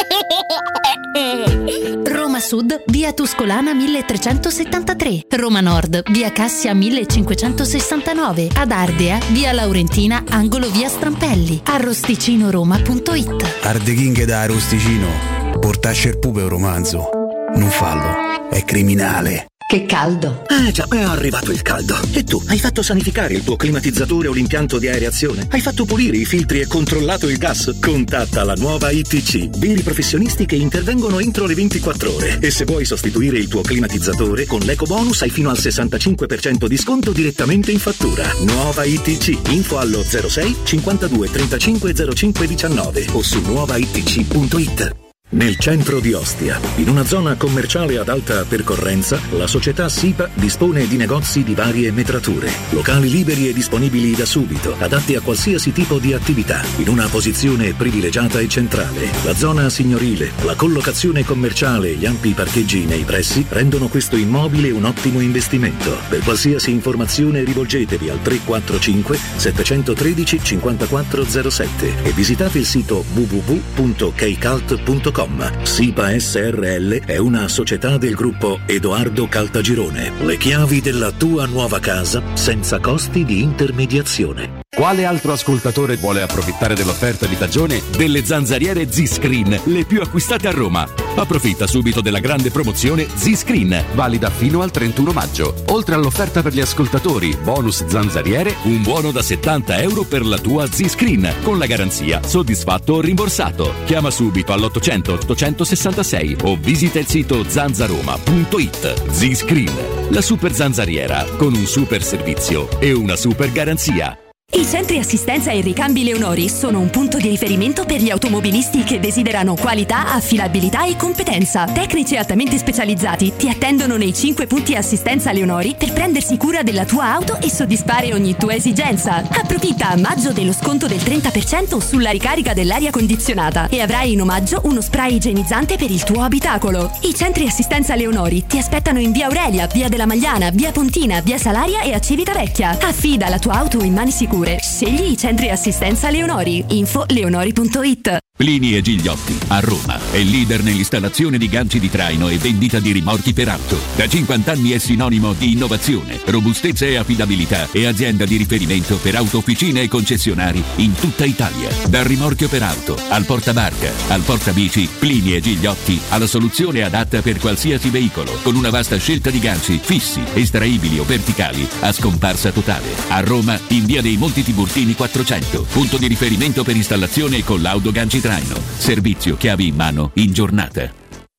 Roma Sud, via Tuscolana milletrecentosettantatré. Roma Nord, via Cassia millecinquecentosessantanove. Ad Ardea, via Laurentina, angolo via Strampelli. arrosticinoroma punto it. Arde King da Arosticino. Portasce il pupe un romanzo. Non fallo, è criminale. Che caldo. Eh già, è arrivato il caldo. E tu, hai fatto sanificare il tuo climatizzatore o l'impianto di aerazione? Hai fatto pulire i filtri e controllato il gas? Contatta la nuova I T C, veri professionisti che intervengono entro le ventiquattro ore. E se vuoi sostituire il tuo climatizzatore, con l'eco bonus hai fino al sessantacinque per cento di sconto direttamente in fattura. Nuova I T C, info allo zero sei cinquantadue trentacinque zero cinque diciannove o su nuova I T C punto it. Nel centro di Ostia, in una zona commerciale ad alta percorrenza, la società SIPA dispone di negozi di varie metrature, locali liberi e disponibili da subito, adatti a qualsiasi tipo di attività, in una posizione privilegiata e centrale. La zona signorile, la collocazione commerciale e gli ampi parcheggi nei pressi rendono questo immobile un ottimo investimento. Per qualsiasi informazione rivolgetevi al tre quattro cinque sette uno tre cinquantaquattro zero sette e visitate il sito w w w punto keicalt punto com. SIPA S R L è una società del gruppo Edoardo Caltagirone. Le chiavi della tua nuova casa senza costi di intermediazione. Quale altro ascoltatore vuole approfittare dell'offerta di stagione delle zanzariere Z-Screen, le più acquistate a Roma? Approfitta subito della grande promozione Z-Screen, valida fino al trentuno maggio. Oltre all'offerta per gli ascoltatori, bonus zanzariere, un buono da settanta euro per la tua Z-Screen, con la garanzia soddisfatto o rimborsato. Chiama subito all'ottocento ottocentosessantasei o visita il sito zanzaroma punto it. Z-Screen, la super zanzariera, con un super servizio e una super garanzia. I centri assistenza e ricambi Leonori sono un punto di riferimento per gli automobilisti che desiderano qualità, affidabilità e competenza. Tecnici altamente specializzati ti attendono nei cinque punti assistenza Leonori per prendersi cura della tua auto e soddisfare ogni tua esigenza. Approfitta a maggio dello sconto del trenta per cento sulla ricarica dell'aria condizionata e avrai in omaggio uno spray igienizzante per il tuo abitacolo. I centri assistenza Leonori ti aspettano in via Aurelia, via della Magliana, via Pontina, via Salaria e a Civitavecchia. Affida la tua auto in mani sicure. Scegli i centri assistenza Leonori. Info leonori punto it. Plini e Gigliotti, a Roma, è leader nell'installazione di ganci di traino e vendita di rimorchi per auto. Da cinquanta anni è sinonimo di innovazione, robustezza e affidabilità e azienda di riferimento per auto, officine e concessionari in tutta Italia. Dal rimorchio per auto, al portabarca, al portabici, Plini e Gigliotti ha la soluzione adatta per qualsiasi veicolo, con una vasta scelta di ganci fissi, estraibili o verticali, a scomparsa totale. A Roma, in via dei Monti Tiburtini quattrocento, punto di riferimento per installazione con l'auto ganci traino. Servizio chiavi in mano in giornata.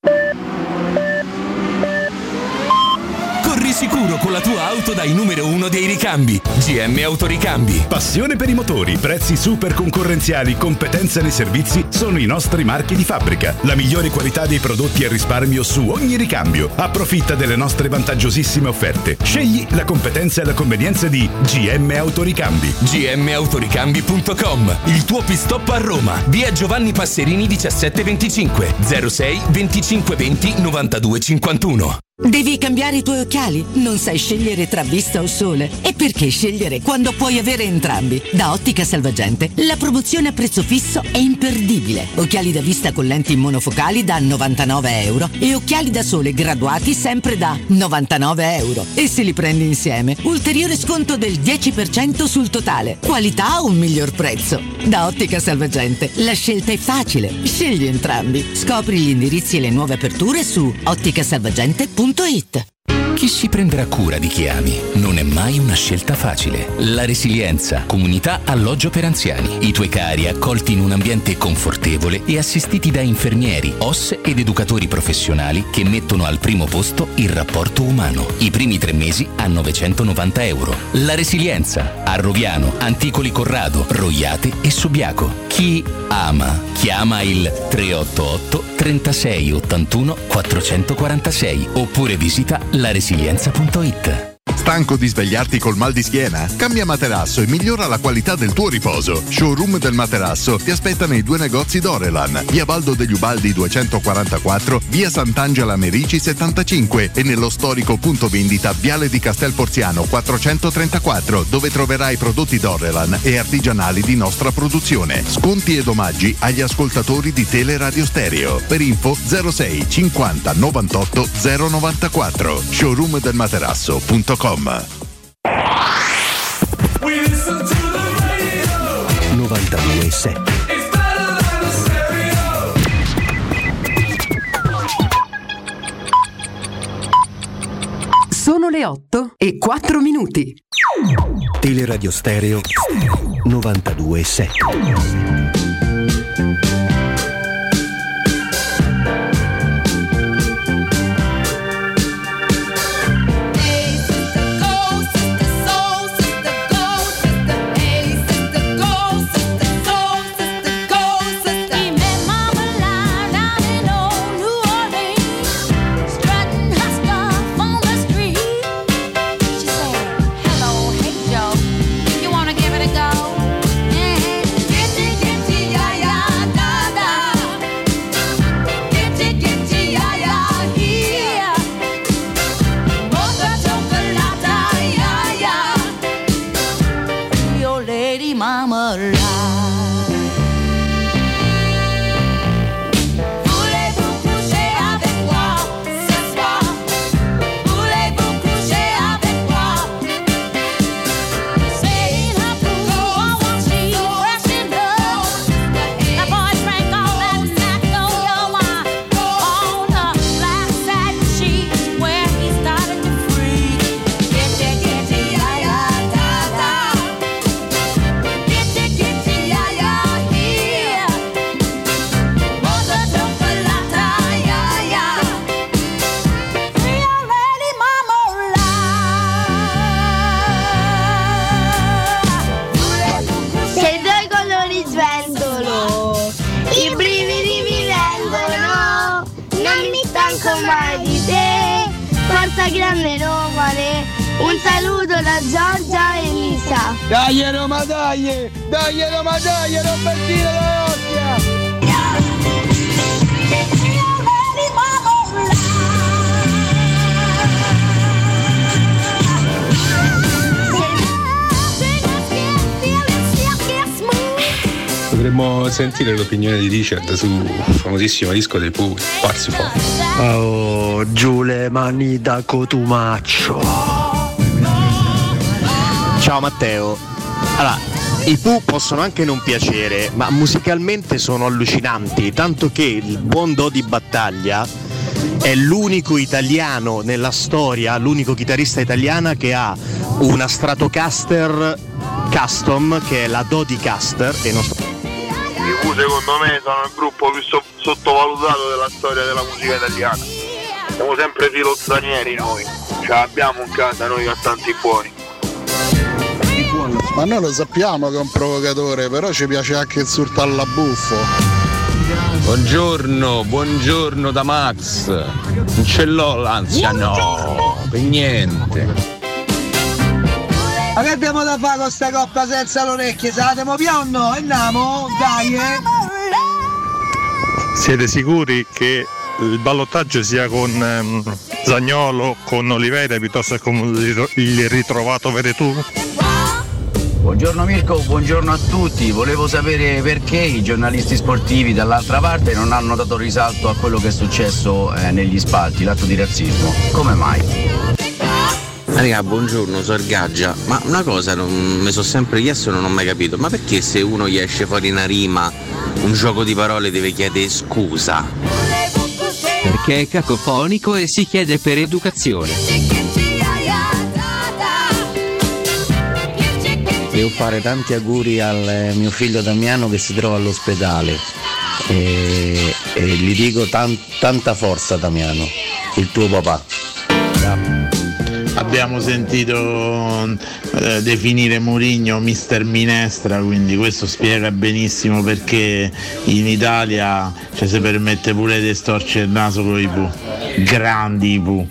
Corri sicuro con la tua auto dai numero uno dei ricambi. G M Autoricambi. Passione per i motori, prezzi super concorrenziali, competenza nei servizi sono i nostri marchi di fabbrica. La migliore qualità dei prodotti e risparmio su ogni ricambio. Approfitta delle nostre vantaggiosissime offerte. Scegli la competenza e la convenienza di G M Autoricambi. G M Autoricambi punto com. Il tuo pit-stop a Roma. Via Giovanni Passerini diciassette venticinque zero sei venticinque venti novantadue cinquantuno. Devi cambiare i tuoi occhiali? Non sai scegliere tra vista o sole? E perché scegliere quando puoi avere entrambi? Da Ottica Salvagente la promozione a prezzo fisso è imperdibile. Occhiali da vista con lenti monofocali da novantanove euro e occhiali da sole graduati sempre da novantanove euro. E se li prendi insieme, ulteriore sconto del dieci per cento sul totale. Qualità o un miglior prezzo? Da Ottica Salvagente la scelta è facile. Scegli entrambi. Scopri gli indirizzi e le nuove aperture su otticasalvagente punto it. Chi si prenderà cura di chi ami? Non è mai una scelta facile. La Resilienza, comunità alloggio per anziani. I tuoi cari accolti in un ambiente confortevole e assistiti da infermieri, O S ed educatori professionali che mettono al primo posto il rapporto umano. I primi tre mesi a novecentonovanta euro. La Resilienza, a Roviano, Anticoli Corrado, Roiate e Subiaco. Chi ama, chiama il tre otto otto trentasei ottantuno quattrocentoquarantasei oppure visita la resilienza punto it. Stanco di svegliarti col mal di schiena? Cambia materasso e migliora la qualità del tuo riposo. Showroom del materasso ti aspetta nei due negozi Dorelan, via Valdo degli Ubaldi duecentoquarantaquattro, via Sant'Angela Merici settantacinque e nello storico punto vendita Viale di Castel Porziano quattrocentotrentaquattro, dove troverai prodotti Dorelan e artigianali di nostra produzione. Sconti ed omaggi agli ascoltatori di Teleradio Stereo. Per info zero sei cinquanta novantotto zero novantaquattro. showroom del materasso punto com. novantadue sette. Sono le otto e quattro minuti. Teleradio Stereo novantadue sette. Grande Romane, un saluto da Giorgia e Elisa. Dai Roma, dai, dai Roma, dai, Robertino da Ostia. Potremmo sentire l'opinione di Richard sul famosissimo disco dei Pooh, Pazzi Fuori. Oh, giù le mani da Cotumaccio. Ciao Matteo. Allora, i Pooh possono anche non piacere, ma musicalmente sono allucinanti, tanto che il buon Dodi Battaglia è l'unico italiano nella storia, l'unico chitarrista italiana che ha una Stratocaster custom, che è la Dodicaster, e non sto... I Pooh secondo me sono il gruppo più so- sottovalutato della storia della musica italiana. Siamo sempre filostranieri noi, ce l'abbiamo in casa noi cantanti buoni. Ma noi lo sappiamo che è un provocatore, però ci piace anche insultare alla buffo. Buongiorno, buongiorno da Max. Non ce l'ho l'ansia, no, per niente. Ma che abbiamo da fare con sta coppa senza le orecchie? Se la temo più o no? Andiamo, dai, eh! Siete sicuri che il ballottaggio sia con ehm, Zaniolo con Olivera piuttosto che con il ritrovato Veretù? Buongiorno Mirko, buongiorno a tutti. Volevo sapere perché i giornalisti sportivi dall'altra parte non hanno dato risalto a quello che è successo eh, negli spalti, l'atto di razzismo. Come mai? Raga, buongiorno, Sorgaggia. Ma una cosa non mi sono sempre chiesto e non ho mai capito. Ma perché se uno gli esce fuori una rima, un gioco di parole, deve chiedere scusa? Perché è cacofonico e si chiede per educazione. Devo fare tanti auguri al mio figlio Damiano che si trova all'ospedale e, e gli dico tan, tanta forza Damiano, il tuo papà. Abbiamo sentito eh, definire Mourinho mister Minestra, quindi questo spiega benissimo perché in Italia cioè, si permette pure di storcere il naso con i Pooh, grandi Pooh.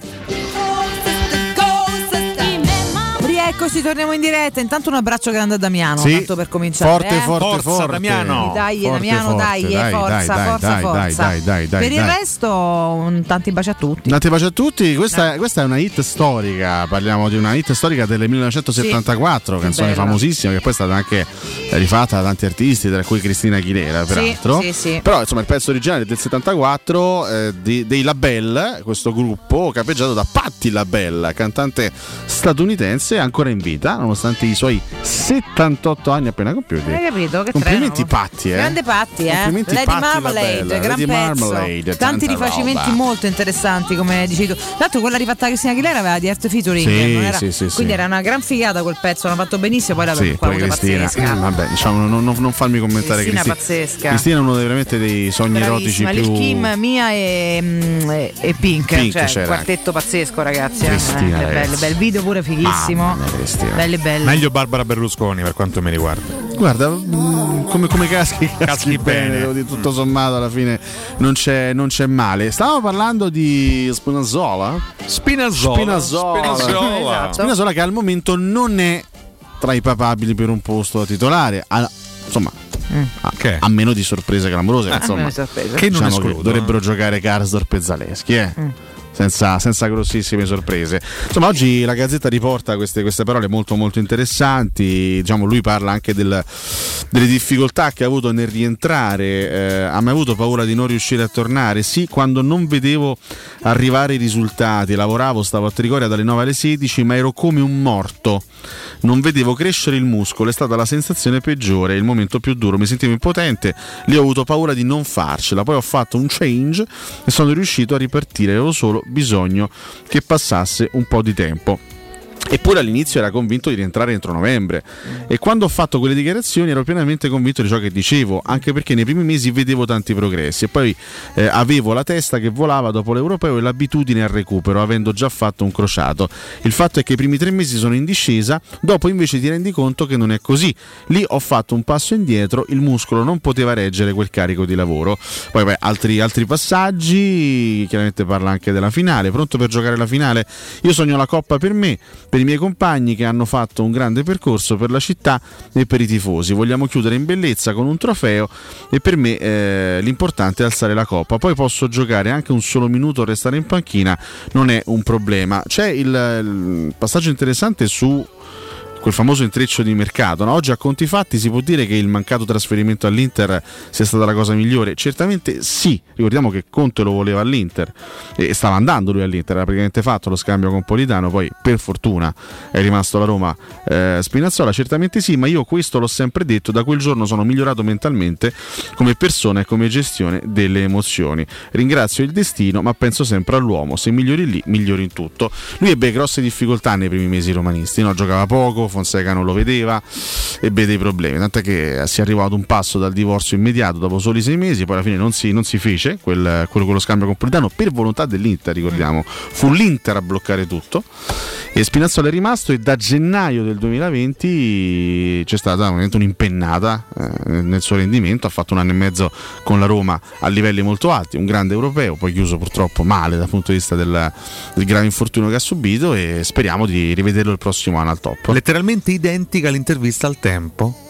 Eccoci, torniamo in diretta. Intanto un abbraccio grande a Damiano, sì, tanto per cominciare. Forte, eh? forte, forza, forte. Damiano. Dai, forte, Damiano, forte, dai, dai, forza, dai, forza, dai, forza. Dai, dai, dai, per il dai. resto, un tanti baci a tutti. Tanti baci a tutti. Questa, eh. questa è una hit storica. Parliamo di una hit storica del millenovecentosettantaquattro, sì, canzone famosissima che poi è stata anche rifatta da tanti artisti, tra cui Cristina Aguilera, peraltro. Sì, sì, sì. Però insomma il pezzo originale è del settantaquattro eh, di, dei Labelle, questo gruppo capeggiato da Patti LaBelle, cantante statunitense ancora in vita, nonostante i suoi settantotto anni appena compiuti. Hai capito? Che complimenti treno. Patti, eh. Grande Patti, eh. Complimenti Lady Patti Marmalade, LaBelle, gran Lady pezzo. Marmalade, tanti tanta rifacimenti roba. molto interessanti, come dici tu. Tra l'altro quella rifatta da Cristina Aguilera aveva di Art Featuring, Sì, non era? sì, sì, quindi sì. era una gran figata quel pezzo, l'hanno fatto benissimo, poi la Sì, qua poi Cristina, pazzesca. eh, vabbè, diciamo non, non, non farmi commentare Cristina Cristina. pazzesca. Cristina è uno dei veramente dei sogni erotici Bravissima, più Lil Kim, Mia e, mm, e, e Pink, Pink cioè c'era. quartetto pazzesco, ragazzi. eh. Cristina, Eh, ragazzi. bello, bel video pure fighissimo. Mamma mia, Cristina. Belli belli. Meglio Barbara Berlusconi per quanto mi riguarda. Guarda, mm, come, come caschi, caschi, Caschi bene, bene. devo dire, tutto sommato alla fine non c'è, non c'è male. Stavamo parlando di Spinazzola. Spinazzola. Spinazzola. Spinazzola. Esatto. Spinazzola che al momento non è tra i papabili per un posto da titolare. Ah, insomma, Mm. a, a meno di sorprese clamorose, Ah, insomma, a meno di sorprese. Che non diciamo escludo, che dovrebbero eh. giocare Karsdorp e Zaleschi, eh. Mm. Senza, senza grossissime sorprese. Insomma, oggi la Gazzetta riporta queste, queste parole molto molto interessanti. Diciamo, lui parla anche del, delle difficoltà che ha avuto nel rientrare. Eh, ha mai avuto paura di non riuscire a tornare? Sì, quando non vedevo arrivare i risultati. Lavoravo, stavo a Trigoria dalle nove alle sedici, ma ero come un morto. Non vedevo crescere il muscolo, è stata la sensazione peggiore, il momento più duro, mi sentivo impotente, lì ho avuto paura di non farcela, poi ho fatto un change e sono riuscito a ripartire, avevo solo bisogno che passasse un po' di tempo. Eppure all'inizio era convinto di rientrare entro novembre e quando ho fatto quelle dichiarazioni ero pienamente convinto di ciò che dicevo, anche perché nei primi mesi vedevo tanti progressi e poi eh, avevo la testa che volava dopo l'europeo e l'abitudine al recupero, avendo già fatto un crociato. Il fatto è che i primi tre mesi sono in discesa, dopo invece ti rendi conto che non è così. Lì ho fatto un passo indietro, il muscolo non poteva reggere quel carico di lavoro. Poi beh, altri, altri passaggi, chiaramente parla anche della finale, pronto per giocare la finale. Io sogno la Coppa per me, per i miei compagni che hanno fatto un grande percorso, per la città e per i tifosi. Vogliamo chiudere in bellezza con un trofeo e per me eh, l'importante è alzare la Coppa. Poi posso giocare anche un solo minuto, restare in panchina non è un problema. C'è il, il passaggio interessante su quel famoso intreccio di mercato, no? Oggi a conti fatti si può dire che il mancato trasferimento all'Inter sia stata la cosa migliore? Certamente sì, ricordiamo che Conte lo voleva all'Inter e stava andando lui all'Inter, era praticamente fatto lo scambio con Politano, poi per fortuna è rimasto la Roma eh, Spinazzola, certamente sì, ma io questo l'ho sempre detto, da quel giorno sono migliorato mentalmente come persona e come gestione delle emozioni. Ringrazio il destino, ma penso sempre all'uomo, se migliori lì, migliori in tutto. Lui ebbe grosse difficoltà nei primi mesi romanisti, no? Giocava poco, Fonseca non lo vedeva, ebbe dei problemi, tant'è che si è arrivato ad un passo dal divorzio immediato dopo soli sei mesi, poi alla fine non si, non si fece quel, quello, quello scambio con Politano per volontà dell'Inter, ricordiamo, fu l'Inter a bloccare tutto e Spinazzola è rimasto e da gennaio del duemilaventi c'è stata un'impennata eh, nel suo rendimento, ha fatto un anno e mezzo con la Roma a livelli molto alti, un grande europeo, poi chiuso purtroppo male dal punto di vista del, del grave infortunio che ha subito e speriamo di rivederlo il prossimo anno al top. Letteralmente identica all'intervista al Tempo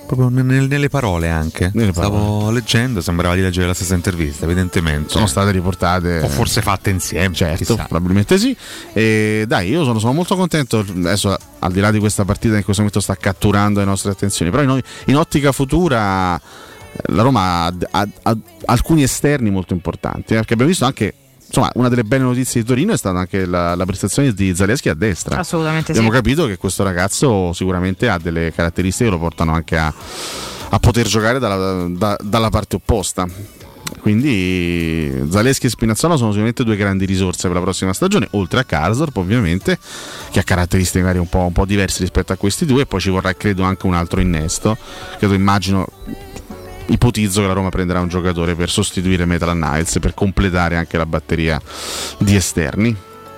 Proprio nel, nelle parole anche. Nelle Stavo parole. leggendo, sembrava di leggere la stessa intervista, evidentemente. Sono state riportate. O forse fatte insieme. Certo, chissà. probabilmente sì. E dai, io sono, sono molto contento. Adesso, al di là di questa partita che in questo momento sta catturando le nostre attenzioni, però in, in ottica futura la Roma ha, ha, ha alcuni esterni molto importanti, eh, perché abbiamo visto anche. Insomma, una delle belle notizie di Torino è stata anche la, la prestazione di Zalewski a destra. Assolutamente Abbiamo sì. capito che questo ragazzo sicuramente ha delle caratteristiche che lo portano anche a, a poter giocare dalla, da, dalla parte opposta. Quindi Zalewski e Spinazzola sono sicuramente due grandi risorse per la prossima stagione, oltre a Karsdorp ovviamente, che ha caratteristiche magari un po', un po' diverse rispetto a questi due, e poi ci vorrà credo anche un altro innesto. Credo, immagino, ipotizzo che la Roma prenderà un giocatore per sostituire Maitland Niles, per completare anche la batteria di esterni.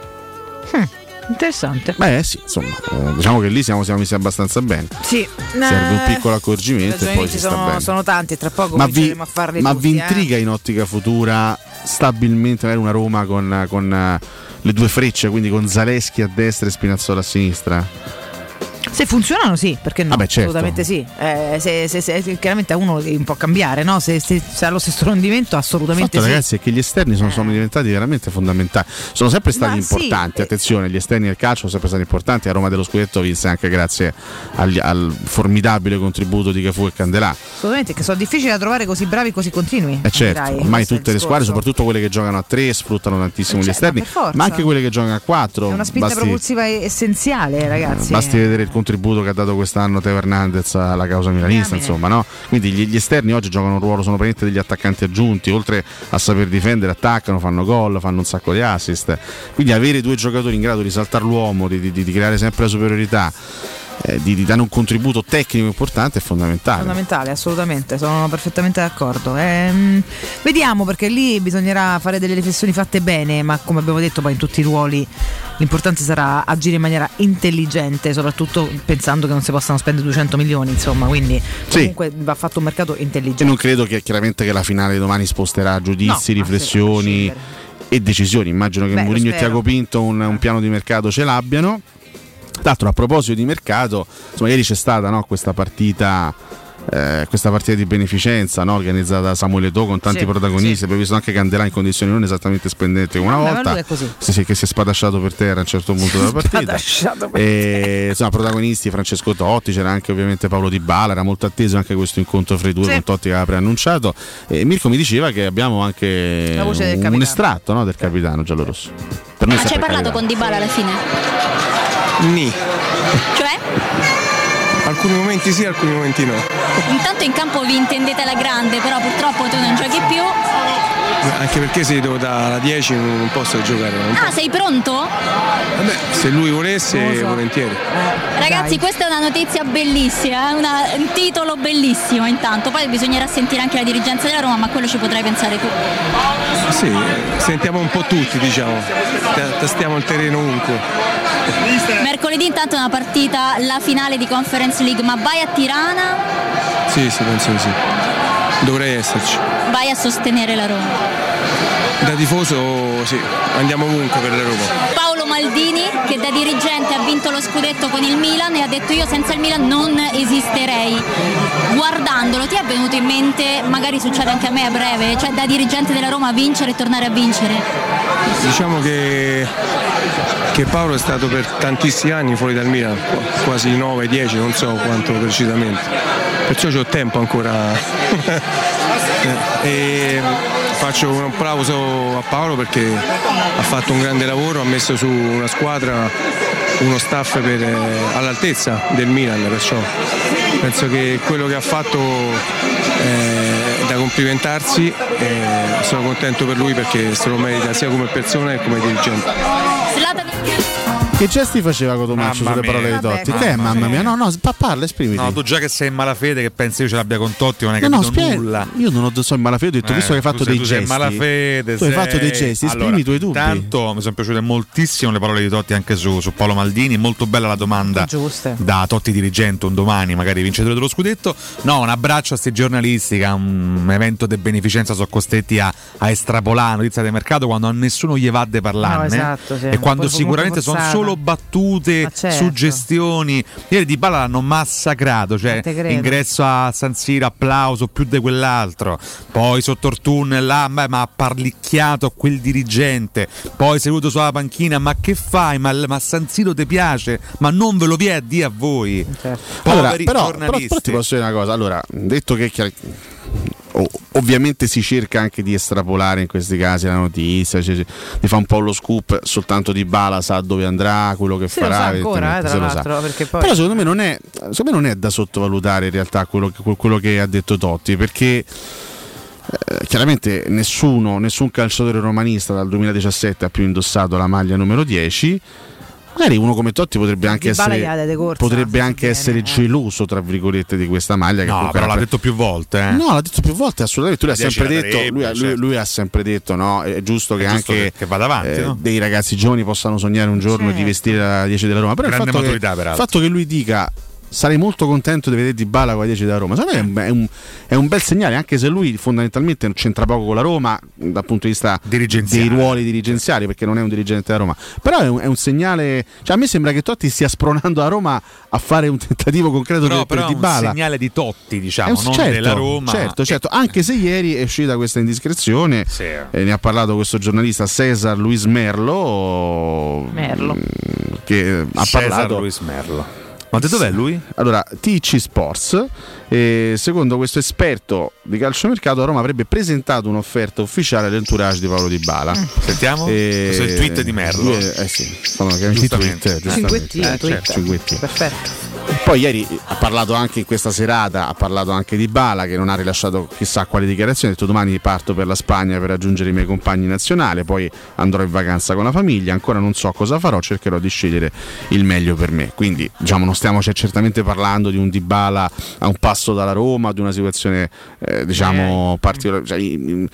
Hm, interessante. Beh sì, insomma, eh, diciamo che lì siamo, siamo messi abbastanza bene. Sì, serve un piccolo accorgimento e poi si sta sono, bene. sono tanti, tra poco Ma vi, cominceremo a farli ma tutti, vi eh. intriga in ottica futura stabilmente avere una Roma con, con uh, le due frecce, quindi con Zalewski a destra e Spinazzola a sinistra? Se funzionano sì, perché no? Vabbè, certo. Assolutamente sì. Eh, se, se, se, chiaramente a uno un po' cambiare, no? Se, se, se ha lo stesso rendimento, assolutamente Il fatto, sì. ragazzi, è che gli esterni sono, sono diventati veramente fondamentali. Sono sempre stati Ma importanti. sì. Attenzione, gli esterni del calcio sono sempre stati importanti. A Roma dello Scudetto vinse anche grazie agli, al formidabile contributo di Cafu e Candelà. Assolutamente, che sono difficili da trovare così bravi, così continui. Eh certo, Dirai, ormai questo è tutte il le squadre, discorso. soprattutto quelle che giocano a tre, sfruttano tantissimo Eh gli certo, esterni, ma per forza. ma anche quelle che giocano a quattro. È una spinta Basti- propulsiva essenziale, ragazzi. Basti vedere il contributo che ha dato quest'anno Teo Hernandez alla causa milanista, Diamine. insomma, no? Quindi gli, gli esterni oggi giocano un ruolo, sono praticamente degli attaccanti aggiunti, oltre a saper difendere, attaccano, fanno gol, fanno un sacco di assist. Quindi avere due giocatori in grado di saltare l'uomo, di, di, di creare sempre la superiorità, eh, di, di dare un contributo tecnico importante è fondamentale. Fondamentale, assolutamente, sono perfettamente d'accordo. Ehm, vediamo, perché lì bisognerà fare delle riflessioni fatte bene, ma come abbiamo detto poi in tutti i ruoli l'importante sarà agire in maniera intelligente, soprattutto pensando che non si possano spendere duecento milioni, insomma, quindi comunque va fatto un mercato intelligente. Io non credo che chiaramente che la finale di domani sposterà giudizi, No, riflessioni e decisioni. Immagino che Beh, lo Mourinho e spero. Tiago Pinto un, un piano di mercato ce l'abbiano. Tra l'altro, a proposito di mercato, insomma, ieri c'è stata, no, questa partita eh, questa partita di beneficenza, no, organizzata da Samuele Eto'o con tanti Sì, protagonisti. sì. Abbiamo visto anche Candelà in condizioni non esattamente splendenti come una Vabbè, ma volta. lui è così. Sì, sì, che si è spadasciato per terra a un certo punto della partita. Spadasciato per E, insomma, protagonisti Francesco Totti, c'era anche ovviamente Paolo Di Bala, era molto atteso anche questo incontro fra i due, Sì. con Totti che aveva preannunciato. E Mirko mi diceva che abbiamo anche La voce del un, capitano. un estratto, no, del capitano giallorosso. Per noi Ma ci hai sempre parlato capitano. con Dybala alla fine? Ni. Cioè? Alcuni momenti sì, alcuni momenti no. Intanto in campo vi intendete alla grande, però purtroppo tu non giochi più. Anche perché se devo da dieci non posso giocare. Non Ah, sei pronto? Vabbè, se lui volesse, volentieri. Ragazzi, questa è una notizia bellissima, è una- un titolo bellissimo intanto, poi bisognerà sentire anche la dirigenza della Roma, ma quello ci potrai pensare tu. Sì, sentiamo un po' tutti, diciamo. Ta- Tastiamo il terreno ovunque. Mercoledì intanto è una partita, la finale di Conference League, ma vai a Tirana, Sì, sì, penso di sì. Dovrei esserci. vai a sostenere la Roma. Da tifoso sì, andiamo ovunque per la Roma. Paolo Maldini, che da dirigente ha vinto lo scudetto con il Milan e ha detto io senza il Milan non esisterei. Guardandolo, ti è venuto in mente, magari succede anche a me a breve, cioè da dirigente della Roma vincere e tornare a vincere? Diciamo che, che Paolo è stato per tantissimi anni fuori dal Milan, qu- quasi nove dieci, non so quanto precisamente. Perciò c'ho tempo ancora. E faccio un applauso a Paolo perché ha fatto un grande lavoro, ha messo su una squadra, uno staff per, eh, all'altezza del Milan, perciò penso che quello che ha fatto è da complimentarsi e sono contento per lui perché se lo merita sia come persona che come dirigente. Che gesti faceva Cotomaccio Mamma sulle mia. parole di Vabbè, Totti? mamma Che è, mamma mia. mia? No, no, pa- parla, esprimiti. No, tu già che sei in malafede, che pensi io ce l'abbia con Totti, non hai No, no, capito spie- nulla. Io non ho, so in malafede, ho detto, Eh, visto che hai fatto tu sei- dei tu sei in gesti. malafede, tu hai sei- fatto dei gesti, esprimi Allora, i tuoi dubbi. Intanto mi sono piaciute moltissimo le parole di Totti anche su, su Paolo Maldini, molto bella la domanda Giuste. da Totti dirigente un domani, magari vincitore dello scudetto. No, un abbraccio a sti giornalisti che a un evento di beneficenza sono costretti a, a estrapolare notizia del mercato quando a nessuno gli va di parlarne. No, esatto, sì. E quando Poi sicuramente comunque sono forzata. solo battute, Ma certo. suggestioni. Ieri Di Bala l'hanno hanno massacrato, cioè ingresso a San Siro, applauso più di quell'altro, poi sotto il tunnel là, beh, ma ha parlicchiato quel dirigente, poi seduto sulla panchina, ma che fai? Ma, ma San Siro ti piace? Ma non ve lo vi è a dire a voi, certo. Allora, Poveri però, giornalisti. però, però ti posso dire una cosa, allora, detto che chiar- ovviamente si cerca anche di estrapolare in questi casi la notizia, cioè, di fa un po' lo scoop, soltanto Dybala sa dove andrà, quello che se farà, lo sa ancora, eh, tra l'altro, perché poi... però secondo me non è secondo me non è da sottovalutare in realtà quello che, quello che ha detto Totti, perché eh, chiaramente nessuno nessun calciatore romanista dal duemiladiciassette ha più indossato la maglia numero dieci. Magari uno come Totti potrebbe anche essere, corsa, potrebbe anche viene, essere eh. geloso, tra virgolette, di questa maglia. Che no, però l'ha detto più volte. Eh. No, l'ha detto più volte, assolutamente. Lui ha sempre detto, darebbe, lui, certo. lui, lui ha sempre detto, no, è giusto che è giusto anche che, che vada avanti, eh, no? dei ragazzi giovani possano sognare un giorno certo. di vestire la dieci della Roma. Però grande il fatto, maturità, che, il fatto che lui dica sarei molto contento di vedere Dybala con la dieci della Roma, secondo me è un, è un bel segnale, anche se lui fondamentalmente non c'entra poco con la Roma dal punto di vista dei ruoli dirigenziali, perché non è un dirigente della Roma, però è un, è un segnale, cioè a me sembra che Totti stia spronando la Roma a fare un tentativo concreto però, per, però per Dybala. È un segnale di Totti, diciamo, un, non certo, della Roma. Certo, certo, anche se ieri è uscita questa indiscrezione, sì. eh, ne ha parlato questo giornalista Cesar Luis Merlo, Merlo. che ha Cesar parlato Luis Merlo. Ma da dov'è lui? Allora, T C Sports, eh, secondo questo esperto di calciomercato, Roma avrebbe presentato un'offerta ufficiale all'entourage di Paolo Dybala. Mm. Sentiamo? Eh, questo è il tweet di Merlo. Eh, eh sì, sono chiaramente tweet, Cinguettino, eh, certo. Cinguettino. Perfetto. Poi ieri ha parlato anche in questa serata, ha parlato anche di Dybala, che non ha rilasciato chissà quali dichiarazioni, ha detto domani parto per la Spagna per raggiungere i miei compagni nazionali, poi andrò in vacanza con la famiglia, ancora non so cosa farò, cercherò di scegliere il meglio per me. Quindi diciamo non stiamo cioè, certamente parlando di un Dybala a un passo dalla Roma, di una situazione eh, diciamo eh. particolare, cioè, in,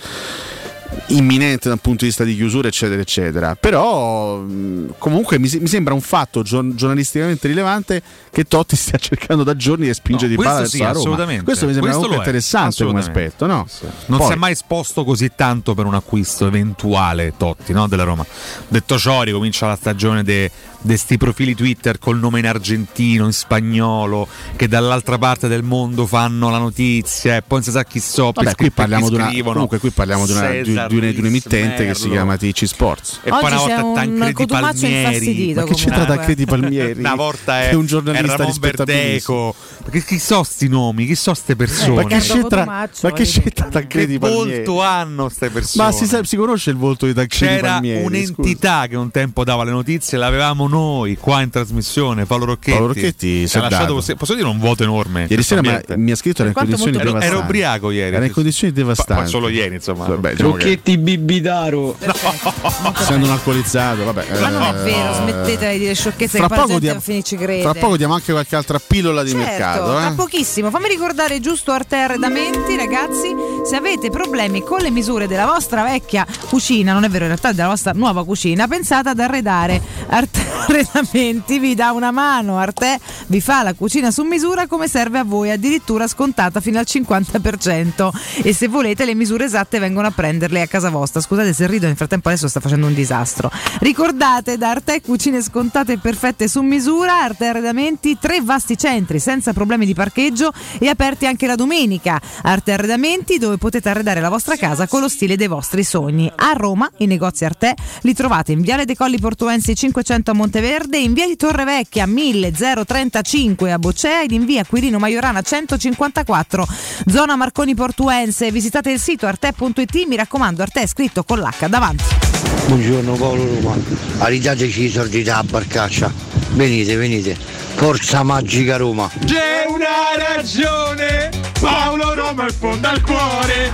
imminente dal punto di vista di chiusura eccetera eccetera, però mh, comunque mi, mi sembra un fatto gior- giornalisticamente rilevante che Totti stia cercando da giorni di spingere no, Dybala verso sì, la Roma. Assolutamente. Questo mi sembra questo comunque interessante come aspetto, no? Sì. Non Poi, si è mai esposto così tanto per un acquisto eventuale Totti, no? Della Roma. Detto ciò, ricomincia la stagione de di sti profili Twitter col nome in argentino, in spagnolo, che dall'altra parte del mondo fanno la notizia e poi non si sa chi so. Vabbè, qui parliamo di una, comunque qui parliamo di una, di, di, una, di un emittente che si chiama T C Sports. E poi una volta Tancredi Palmieri, ma che c'entra Tancredi Palmieri? Una volta è, è un giornalista è Ramon Verdeco. Che, chi so sti nomi? Chi so ste persone? Eh, ma che c'entra, ma che c'entra Tancredi Palmieri? Che volto hanno ste persone? Ma si, si conosce il volto di Tancredi C'era Palmieri? C'era un'entità scusa. che un tempo dava le notizie, l'avevamo noi qua in trasmissione, Paolo Rocchetti. Paolo Rocchetti si è lasciato, posso dire un voto enorme. Ieri sera ma, mi ha scritto era in condizioni ero, devastanti. Era ubriaco ieri. Era in condizioni devastanti. Poi solo ieri, insomma. Vabbè, diciamo Rocchetti che... Bibidaro. No. Essendo un alcolizzato, vabbè. Ma non è vero, smettetela di dire sciocchezze che poi la gente diamo, finisce crede. Fra poco diamo anche qualche altra pillola di certo, mercato, eh? Tra pochissimo. Fammi ricordare giusto Arte Arredamenti, ragazzi, se avete problemi con le misure della vostra vecchia cucina, non è vero, in realtà della vostra nuova cucina, pensate ad arredare. Arte Arredamenti vi dà una mano, Arte vi fa la cucina su misura come serve a voi, addirittura scontata fino al cinquanta per cento, e se volete le misure esatte vengono a prenderle a casa vostra. Scusate se rido, nel frattempo adesso sta facendo un disastro. Ricordate, da Arte cucine scontate e perfette su misura. Arte Arredamenti, tre vasti centri senza problemi di parcheggio e aperti anche la domenica. Arte Arredamenti, dove potete arredare la vostra casa con lo stile dei vostri sogni. A Roma i negozi Arte li trovate in Viale dei Colli Portuensi cinquecento a Monteverde, in Via di Torrevecchia mille zero trentacinque a Boccea ed in Via Quirino Maiorana centocinquantaquattro zona Marconi Portuense. Visitate il sito arte punto it, mi raccomando, Arte è scritto con l'H davanti. Buongiorno Paolo Roma, aridateci i soldi da barcaccia, venite venite, forza magica Roma. C'è una ragione, Paolo Roma fonda al cuore,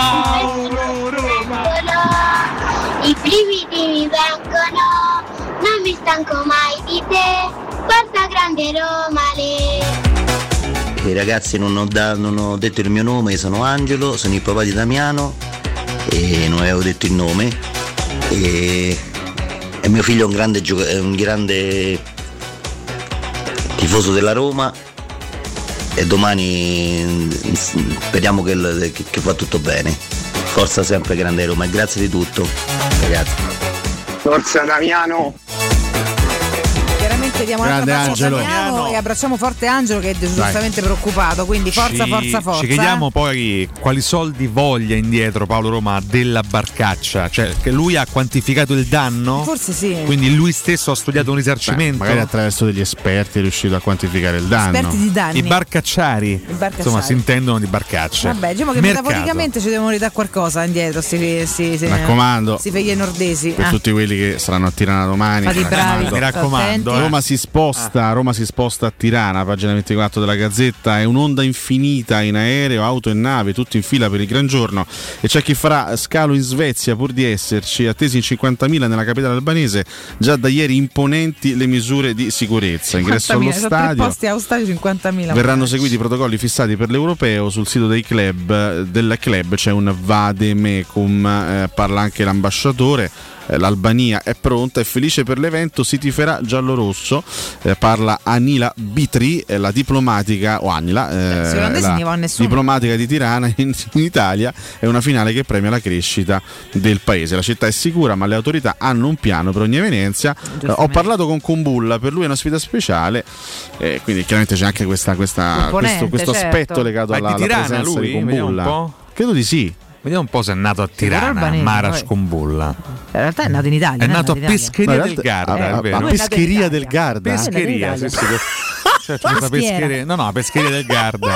Paolo Roma. I brividi mi vengono, non mi stanco mai di te, forza grande Roma le. E ragazzi, non ho, da, non ho detto il mio nome, sono Angelo, sono il papà di Damiano e non avevo detto il nome, e, e mio figlio è un grande, gioca- è un grande tifoso della Roma e domani speriamo che, che, che va tutto bene. Forza sempre grande Roma e grazie di tutto ragazzi. Forza Damiano. Chiaramente Noi diamo un altro abbraccio a Damiano e abbracciamo forte Angelo che è giustamente preoccupato, quindi forza, ci, forza, forza. Ci chiediamo poi quali soldi voglia indietro Paolo Roma della barcaccia, cioè che lui ha quantificato il danno? Forse sì. Quindi lui stesso ha studiato un risarcimento? Beh, magari attraverso degli esperti è riuscito a quantificare il danno. Esperti di danni. I barcacciari. I barcacciari. Insomma, si intendono di barcacce. Vabbè, diciamo che Mercato. metaforicamente ci devono ridare qualcosa indietro, si, si, si, mi raccomando. Si figli nordesi. Per ah. tutti quelli che saranno a Tirana domani. Fate i bravi, mi raccomando. Roma si sposta, Roma si sposta a Tirana, pagina ventiquattro della Gazzetta, è un'onda infinita in aereo, auto e nave, tutti in fila per il gran giorno e c'è chi farà scalo in Svezia pur di esserci, attesi in cinquantamila nella capitale albanese, già da ieri imponenti le misure di sicurezza, ingresso allo stadio. Posti a stadio cinquantamila. Verranno seguiti i protocolli fissati per l'europeo, sul sito dei club, del club c'è un vademecum, eh, parla anche l'ambasciatore. L'Albania è pronta, è felice per l'evento, si tiferà giallo-rosso, eh, parla Anila Bitri, eh, la diplomatica o Anila, eh, la diplomatica di Tirana in, in Italia, è una finale che premia la crescita del paese. La città è sicura ma le autorità hanno un piano per ogni evenienza. Eh, ho parlato con Kumbulla, per lui è una sfida speciale, eh, quindi chiaramente c'è anche questa, questa, questo, questo certo. aspetto legato Ma alla, di Tirana, alla presenza lui? di Kumbulla. Credo di sì. Vediamo un po' se è nato a Tirana, Marash Kumbulla. In realtà è nato in Italia. È nato a in Pescheria no, del Garda, a, è vero? a Pescheria del Garda. Pescheria, sì, sì. Certo, questa pescheria. No, no, Pescheria del Garda.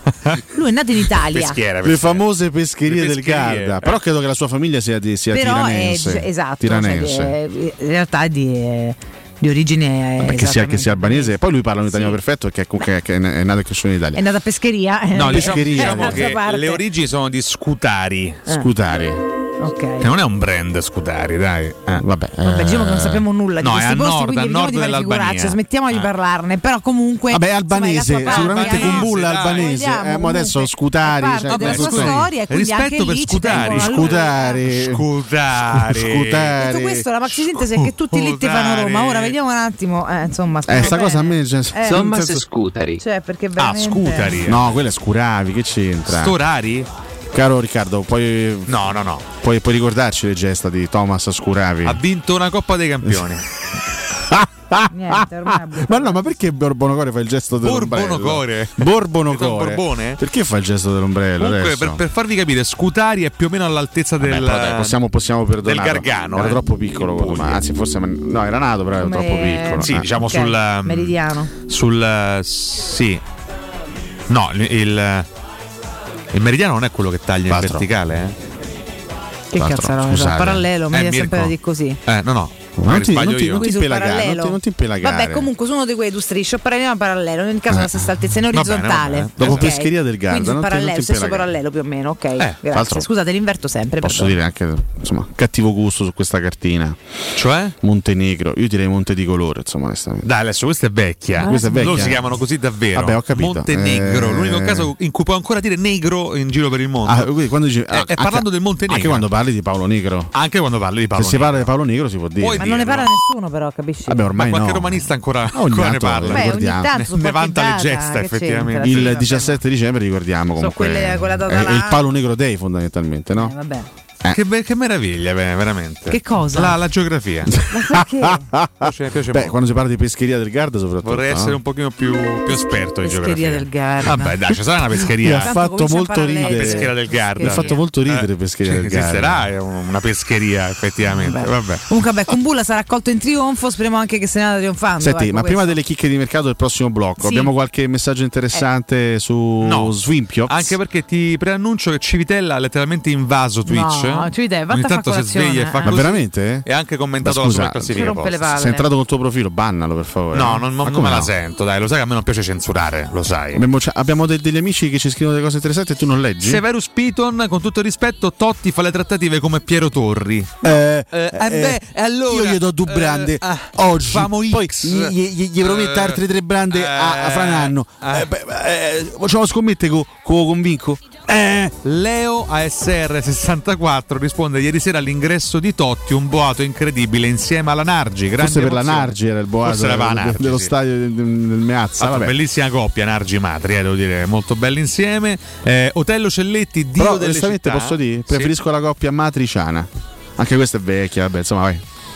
Lui è nato in Italia. Peschiera, le famose pescherie, le del pescherie Garda. Però credo che la sua famiglia sia, di, sia Però tiranense. È, esatto, tiranense. Cioè, di, in realtà è di, di origine. Perché sia, che sia albanese. Poi lui parla un italiano sì. perfetto perché comunque è, è nato e cresciuto in Italia. È nato a Pescheria. No, Pescheria. Diciamo che le origini sono di Scutari. Eh. Scutari. Okay. Che non è un brand Scutari, dai. Eh. Vabbè, Vabbè, diciamo che non sappiamo nulla di no, questi è a posti, nord, quindi a nord evitiamo di fare figuracce, smettiamo eh. di parlarne, però comunque vabbè, albanese, insomma, sicuramente con Kumbulla albanese. Eh, ma adesso Scutari, parte cioè, della sua Scutari. storia e quindi rispetto anche per lì Scutari, Scutari, Scutari, Scutari. Tutto questo la maxi sintesi è che tutti lì ti fanno Roma. Ora vediamo un attimo, eh, insomma, eh, sta cosa a me cioè, eh, insomma se Scutari. Cioè, perché Ah, veramente Scutari. No, quella è Scuravi, che c'entra? Storari? Caro Riccardo, puoi No, no, no. Puoi, puoi ricordarci le gesta di Thomas Scuravi? Ha vinto una Coppa dei Campioni. Niente, ormai ma no, ma perché Borbonocore fa il gesto dell'ombrello? Borbonocore. Borbonocore. Borbone? Perché fa il gesto dell'ombrello? Comunque, per, per farvi capire, Scutari è più o meno all'altezza Vabbè, del dai, possiamo, possiamo perdonare. del Gargano. Era eh. troppo piccolo, ma anzi, forse no, era nato, però era Come... troppo piccolo. Sì, eh. diciamo okay. sul Meridiano. Sul sì. No, il, il il meridiano non è quello che taglia Quattro. in verticale, eh? Che cazzo era? Scusate. Parallelo, mi Eh, viene sempre da Mirko. dire così. Eh, no, no. Non ti, non ti, io. non ti Sul impelagare, parallelo. non ti, non ti impelagare. Vabbè, comunque su uno di quei due strisci, o parallelo o parallelo, in ogni caso Eh. alla stessa altezza, in Va bene, orizzontale. va bene. Dopo Ok. Pescheria del Garda, Quindi sul non ti- parallelo, non ti stesso impelagare. parallelo più o meno, ok. tra Grazie. l'altro Scusate, l'inverto sempre. Posso perdono. dire anche insomma cattivo gusto su questa cartina. Cioè? Montenegro, io direi Monte di Colore, insomma, onestamente. Dai, adesso questa è vecchia. Questa è vecchia. Loro si chiamano così davvero. Vabbè, ho capito. Montenegro, Eh. l'unico caso in cui può ancora dire negro in giro per il mondo. Ah, quindi quando dici, Eh, ah, è parlando anche- del Montenegro. Anche quando parli di Paolo Negro. Anche quando parli di Paolo Se si Negro. parla di Paolo Negro si può dire. Puoi Ma non ne parla nessuno, però, capisci? Vabbè, ormai Ma qualche no. romanista ancora, Ogni ancora ne tanto parla. Beh, ogni ricordiamo. tanto su Ne qualche vanta le data, gesta, che effettivamente. c'entra? Il Sì, diciassette dicembre ricordiamo comunque. quelle- quella data è, là. è il Paolo Negro Day fondamentalmente, no? Eh, vabbè. Eh. Che, be- che meraviglia, beh, veramente. Che cosa? La, la geografia. Ma perché? piace, piace Beh, molto. quando si parla di Pescheria del Garda soprattutto. Vorrei no? essere un pochino più, più esperto di Pescheria geografia. del Garda. Vabbè, dai, ci sarà una Mi pescheria. ha Tanto fatto comincia a molto parlare lei. ridere. Pescheria del Garda. Mi ha fatto molto ridere Eh, Pescheria cioè, del Garda. esisterà eh, una pescheria, effettivamente. Vabbè. Vabbè. Comunque, vabbè, Kumbulla sarà accolto in trionfo. Speriamo anche che se ne vada trionfando. Senti, ecco, ma prima questo. delle chicche di mercato del prossimo blocco, Sì. abbiamo qualche messaggio interessante su No. Swimpio? Anche perché ti preannuncio che Civitella ha letteralmente invaso Twitch. No, Civitella, Ogni vatta a tanto fa si sveglia e fa colazione, Ma così. veramente? E ha anche commentato Ma la scusa, sua classifica. ci rompe le post. palle. Se è entrato col tuo profilo, bannalo per favore. No, non, Ma non come me la no? sento, dai, lo sai che a me non piace censurare, lo sai. Abbiamo, cioè, abbiamo de- degli amici che ci scrivono delle cose interessanti e tu non leggi? Severus Piton, con tutto il rispetto, Totti fa le trattative come Piero Torri. Eh, Eh, eh, beh, allora, io gli do due eh, brande ah, oggi, famo poi X. gli, gli, gli prometto Eh, altre tre brande a, a fra un anno. eh. Eh, beh, eh, facciamo scommette con co convinco. Eh. Leo A S R sessantaquattro risponde ieri sera all'ingresso di Totti un boato incredibile insieme alla Nargi. Grande Forse per la emozione. Nargi era il boato Forse era per la del- Nargi, dello sì. stadio del, del Meazza. Fatto, Vabbè. bellissima coppia Nargi Matri, eh, devo dire, molto belli insieme. Eh, Otello Celletti, Dio Però delle onestamente città. posso dire, Sì. preferisco la coppia matriciana. Anche questa è vecchia, vabbè, insomma, vai.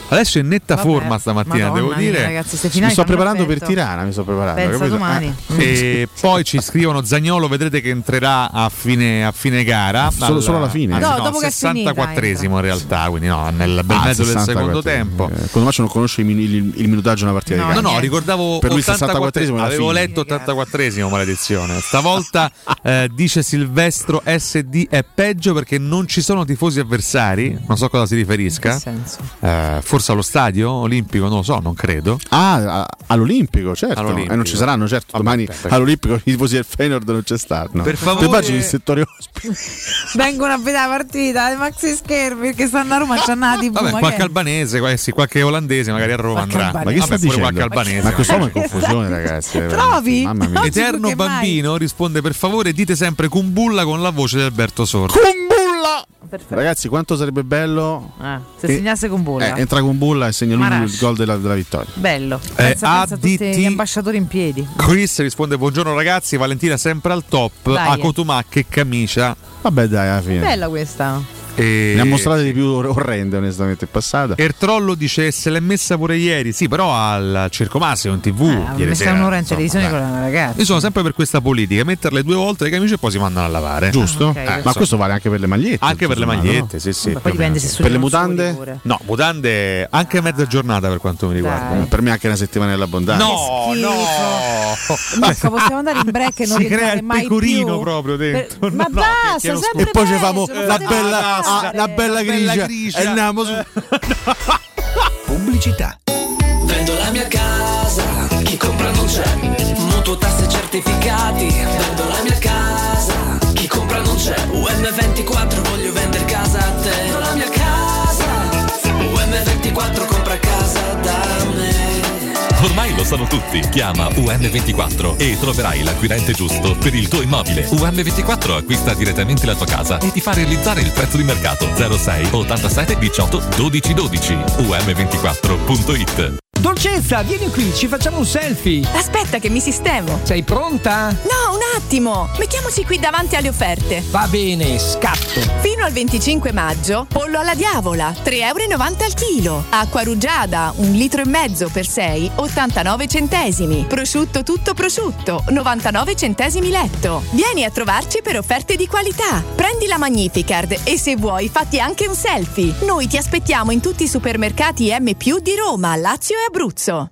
Adesso è in netta Vabbè, forma stamattina, Madonna devo mia, dire. ragazzi, ste Mi finali sto fanno preparando effetto. per Tirana, mi sto preparando. Pensa capito? domani. Eh. E poi ci scrivono Zaniolo, vedrete che entrerà a fine, a fine gara. Solo- solo alla fine? Anzi, No, no, dopo che è sessantaquattresimo in realtà, quindi no, nel bel Ah, mezzo del sessantaquattro. secondo tempo. Eh, quando faccio non conosce il, il, il minutaggio di una partita No, di no, calcio. no, ricordavo per lui ottantaquattresimo, sessantaquattresimo è la avevo fine. letto ottantaquattresimo, maledizione. Stavolta eh, dice Silvestro S D è peggio perché non ci sono tifosi avversari, non so a cosa si riferisca. Che senso? Eh, forse allo stadio olimpico, non lo so, non credo. Ah, a- all'Olimpico, certo. All'Olimpico. E non ci saranno, certo. Domani all'Olimpico i tifosi del Feyenoord non c'è stato. Per favore. Tu immagini il settore ospite? Vengono a vedere la partita dei maxi schermi perché stanno a Roma, c'hanno la tivù. Vabbè, ma qualche che è? albanese, qual- sì, qualche olandese magari a Roma Qualche andrà. albanese. Ma che Vabbè, sta pure dicendo? qualche albanese. Ma quest'uomo è magari. confusione, ragazzi. veramente. Trovi? Mamma mia. No. Eterno Perché mai? bambino risponde per favore dite sempre Kumbulla con la voce di Alberto Sordo. Kumbulla! Perfetto. Ragazzi, quanto sarebbe bello Eh, se Eh, segnasse con Bulla. eh, entra con Bulla e segna lui Marash. il gol della, della vittoria. Bello. Eh, Pensa, pensa a tutti A D T. gli ambasciatori in piedi. Chris risponde buongiorno ragazzi, Valentina sempre al top, Dai. a Cotumà che camicia. Vabbè, dai, alla fine. Bella questa. E... Ne ha mostrate di più or- orrende, onestamente, in passata. Ertrollo dice se l'è messa pure ieri, sì, però al Circo Massimo in tv. Ah, ieri messa sera, un'ora in insomma, televisione dai. con la ragazza. Io sono sempre per questa politica, metterle due volte le camicie e poi si mandano a lavare. Giusto? Ah, ok, Eh, questo. ma questo vale anche per le magliette. Anche per le insomma, magliette, no? sì, sì. Beh, poi dipende se Per le studiano mutande? soli pure. No, mutande anche mezza giornata per quanto mi riguarda. Dai. Per me anche una settimanella abbondante. No, Schifo. no. Mirko, possiamo andare in break e non Si crea rientrare il mai pecorino più? proprio dentro. Per- Ma No, basta, chiedo sempre E poi ci peggio, famo non la potete bella, fare. ah, la bella grigia. grigia. E andiamo su. Pubblicità. Vendo la mia casa, chi compra non c'è. Mutuo, tasse, certificati. Vendo la mia casa, chi compra non c'è. U M ventiquattro, voglio vendere casa a te. Vendo la mia casa, U M ventiquattro, compra casa da me. Ormai lo sanno tutti. Chiama U M ventiquattro e troverai l'acquirente giusto per il tuo immobile. U M ventiquattro acquista direttamente la tua casa e ti fa realizzare il prezzo di mercato. zero sei ottantasette diciotto dodici dodici U M ventiquattro punto it. Dolcezza, vieni qui, ci facciamo un selfie. Aspetta che mi sistemo. Sei pronta? No, un attimo. Mettiamoci qui davanti alle offerte. Va bene, scatto. Fino al venticinque maggio, pollo alla diavola, tre euro e novanta al chilo. Acqua rugiada, un litro e mezzo per sei, ottantanove centesimi. Prosciutto tutto prosciutto, novantanove centesimi letto. Vieni a trovarci per offerte di qualità. Prendi la Magnificard e se vuoi fatti anche un selfie. Noi ti aspettiamo in tutti i supermercati M più di Roma, Lazio e Abruzzo.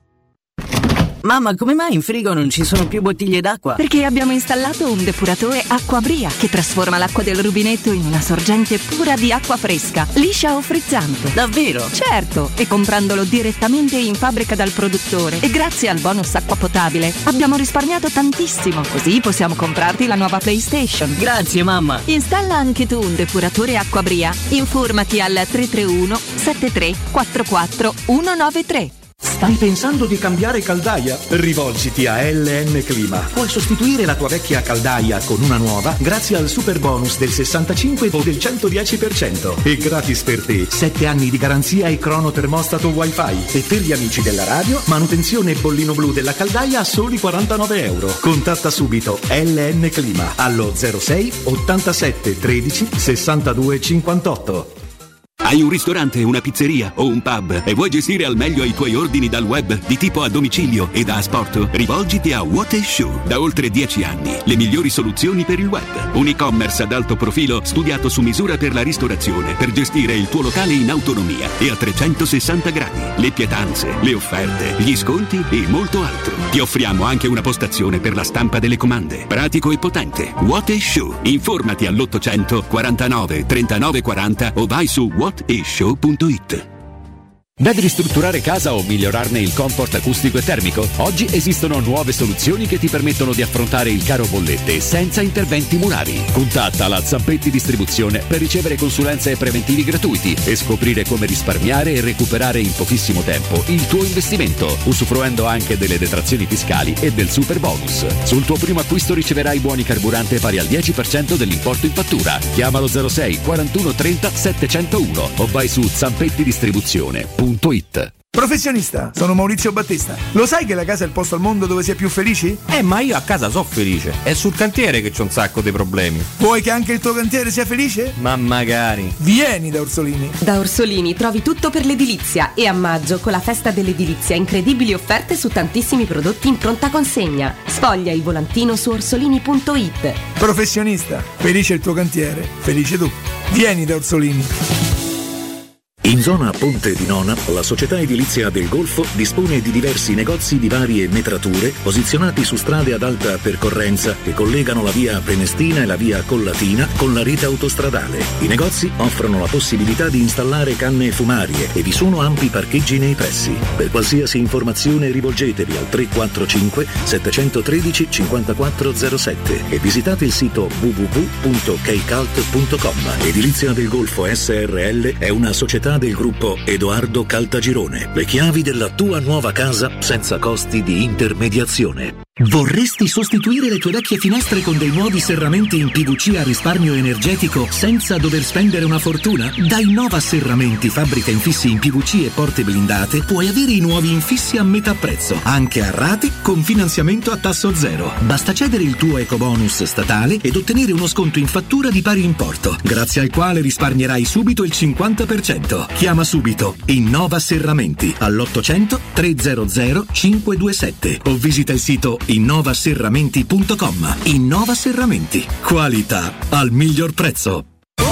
Mamma, come mai in frigo non ci sono più bottiglie d'acqua? Perché abbiamo installato un depuratore Acquabria che trasforma l'acqua del rubinetto in una sorgente pura di acqua fresca, liscia o frizzante. Davvero? Certo, e comprandolo direttamente in fabbrica dal produttore e grazie al bonus acqua potabile abbiamo risparmiato tantissimo, così possiamo comprarti la nuova PlayStation. Grazie mamma. Installa anche tu un depuratore Acquabria. Informati al tre tre uno sette tre quattro quattro uno nove tre. Stai pensando di cambiare caldaia? Rivolgiti a L N Clima. Puoi sostituire la tua vecchia caldaia con una nuova grazie al super bonus del sessantacinque o del centodieci per cento. E gratis per te sette anni di garanzia e crono termostato wifi. E per gli amici della radio, manutenzione e bollino blu della caldaia a soli quarantanove euro. Contatta subito L N Clima allo zero sei ottantasette tredici sessantadue cinquantotto. Hai un ristorante, una pizzeria o un pub e vuoi gestire al meglio i tuoi ordini dal web di tipo a domicilio e da asporto? Rivolgiti a What is Shoe. Da oltre dieci anni, le migliori soluzioni per il web. Un e-commerce ad alto profilo studiato su misura per la ristorazione, per gestire il tuo locale in autonomia e a trecentosessanta gradi. Le pietanze, le offerte, gli sconti e molto altro. Ti offriamo anche una postazione per la stampa delle comande. Pratico e potente. What is Shoe. Informati all'ottocento quarantanove trentanove quaranta o vai su what is show punto it. Devi ristrutturare casa o migliorarne il comfort acustico e termico? Oggi esistono nuove soluzioni che ti permettono di affrontare il caro bollette senza interventi murari. Contatta la Zampetti Distribuzione per ricevere consulenze e preventivi gratuiti e scoprire come risparmiare e recuperare in pochissimo tempo il tuo investimento, usufruendo anche delle detrazioni fiscali e del super bonus. Sul tuo primo acquisto riceverai buoni carburante pari al dieci per cento dell'importo in fattura. Chiamalo zero sei quarantuno trenta settecentouno o vai su zampetti distribuzione punto it. Professionista, sono Maurizio Battista. Lo sai che la casa è il posto al mondo dove si è più felici? Eh, ma io a casa so felice. È sul cantiere che c'ho un sacco di problemi. Vuoi che anche il tuo cantiere sia felice? Ma magari. Vieni da Orsolini. Da Orsolini trovi tutto per l'edilizia e a maggio, con la festa dell'edilizia, incredibili offerte su tantissimi prodotti in pronta consegna. Sfoglia il volantino su orsolini punto it. Professionista, felice il tuo cantiere, felice tu. Vieni da Orsolini. In zona Ponte di Nona, la società edilizia del Golfo dispone di diversi negozi di varie metrature posizionati su strade ad alta percorrenza che collegano la via Prenestina e la via Collatina con la rete autostradale. I negozi offrono la possibilità di installare canne fumarie e vi sono ampi parcheggi nei pressi. Per qualsiasi informazione rivolgetevi al tre quattro cinque sette uno tre cinque zero sette e visitate il sito w w w punto keicalt punto com. Edilizia del Golfo S R L è una società del gruppo Edoardo Caltagirone. Le chiavi della tua nuova casa senza costi di intermediazione. Vorresti sostituire le tue vecchie finestre con dei nuovi serramenti in P V C a risparmio energetico senza dover spendere una fortuna? Da Innova Serramenti, fabbrica infissi in P V C e porte blindate, puoi avere i nuovi infissi a metà prezzo, anche a rate con finanziamento a tasso zero. Basta cedere il tuo ecobonus statale ed ottenere uno sconto in fattura di pari importo, grazie al quale risparmierai subito il cinquanta per cento. Chiama subito Innova Serramenti all'ottocento trecento cinque due sette o visita il sito innova serramenti punto com. Innova Serramenti, qualità al miglior prezzo.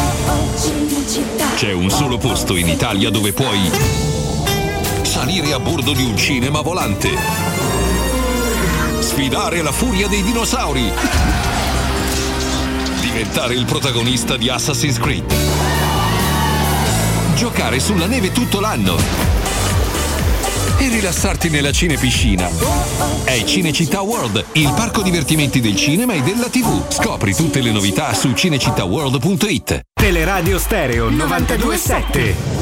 C'è un solo posto in Italia dove puoi salire a bordo di un cinema volante, sfidare la furia dei dinosauri, diventare il protagonista di Assassin's Creed, giocare sulla neve tutto l'anno e rilassarti nella cinepiscina. È Cinecittà World, il parco divertimenti del cinema e della tivù. Scopri tutte le novità su cinecittà world punto it. Teleradio Stereo novantadue sette.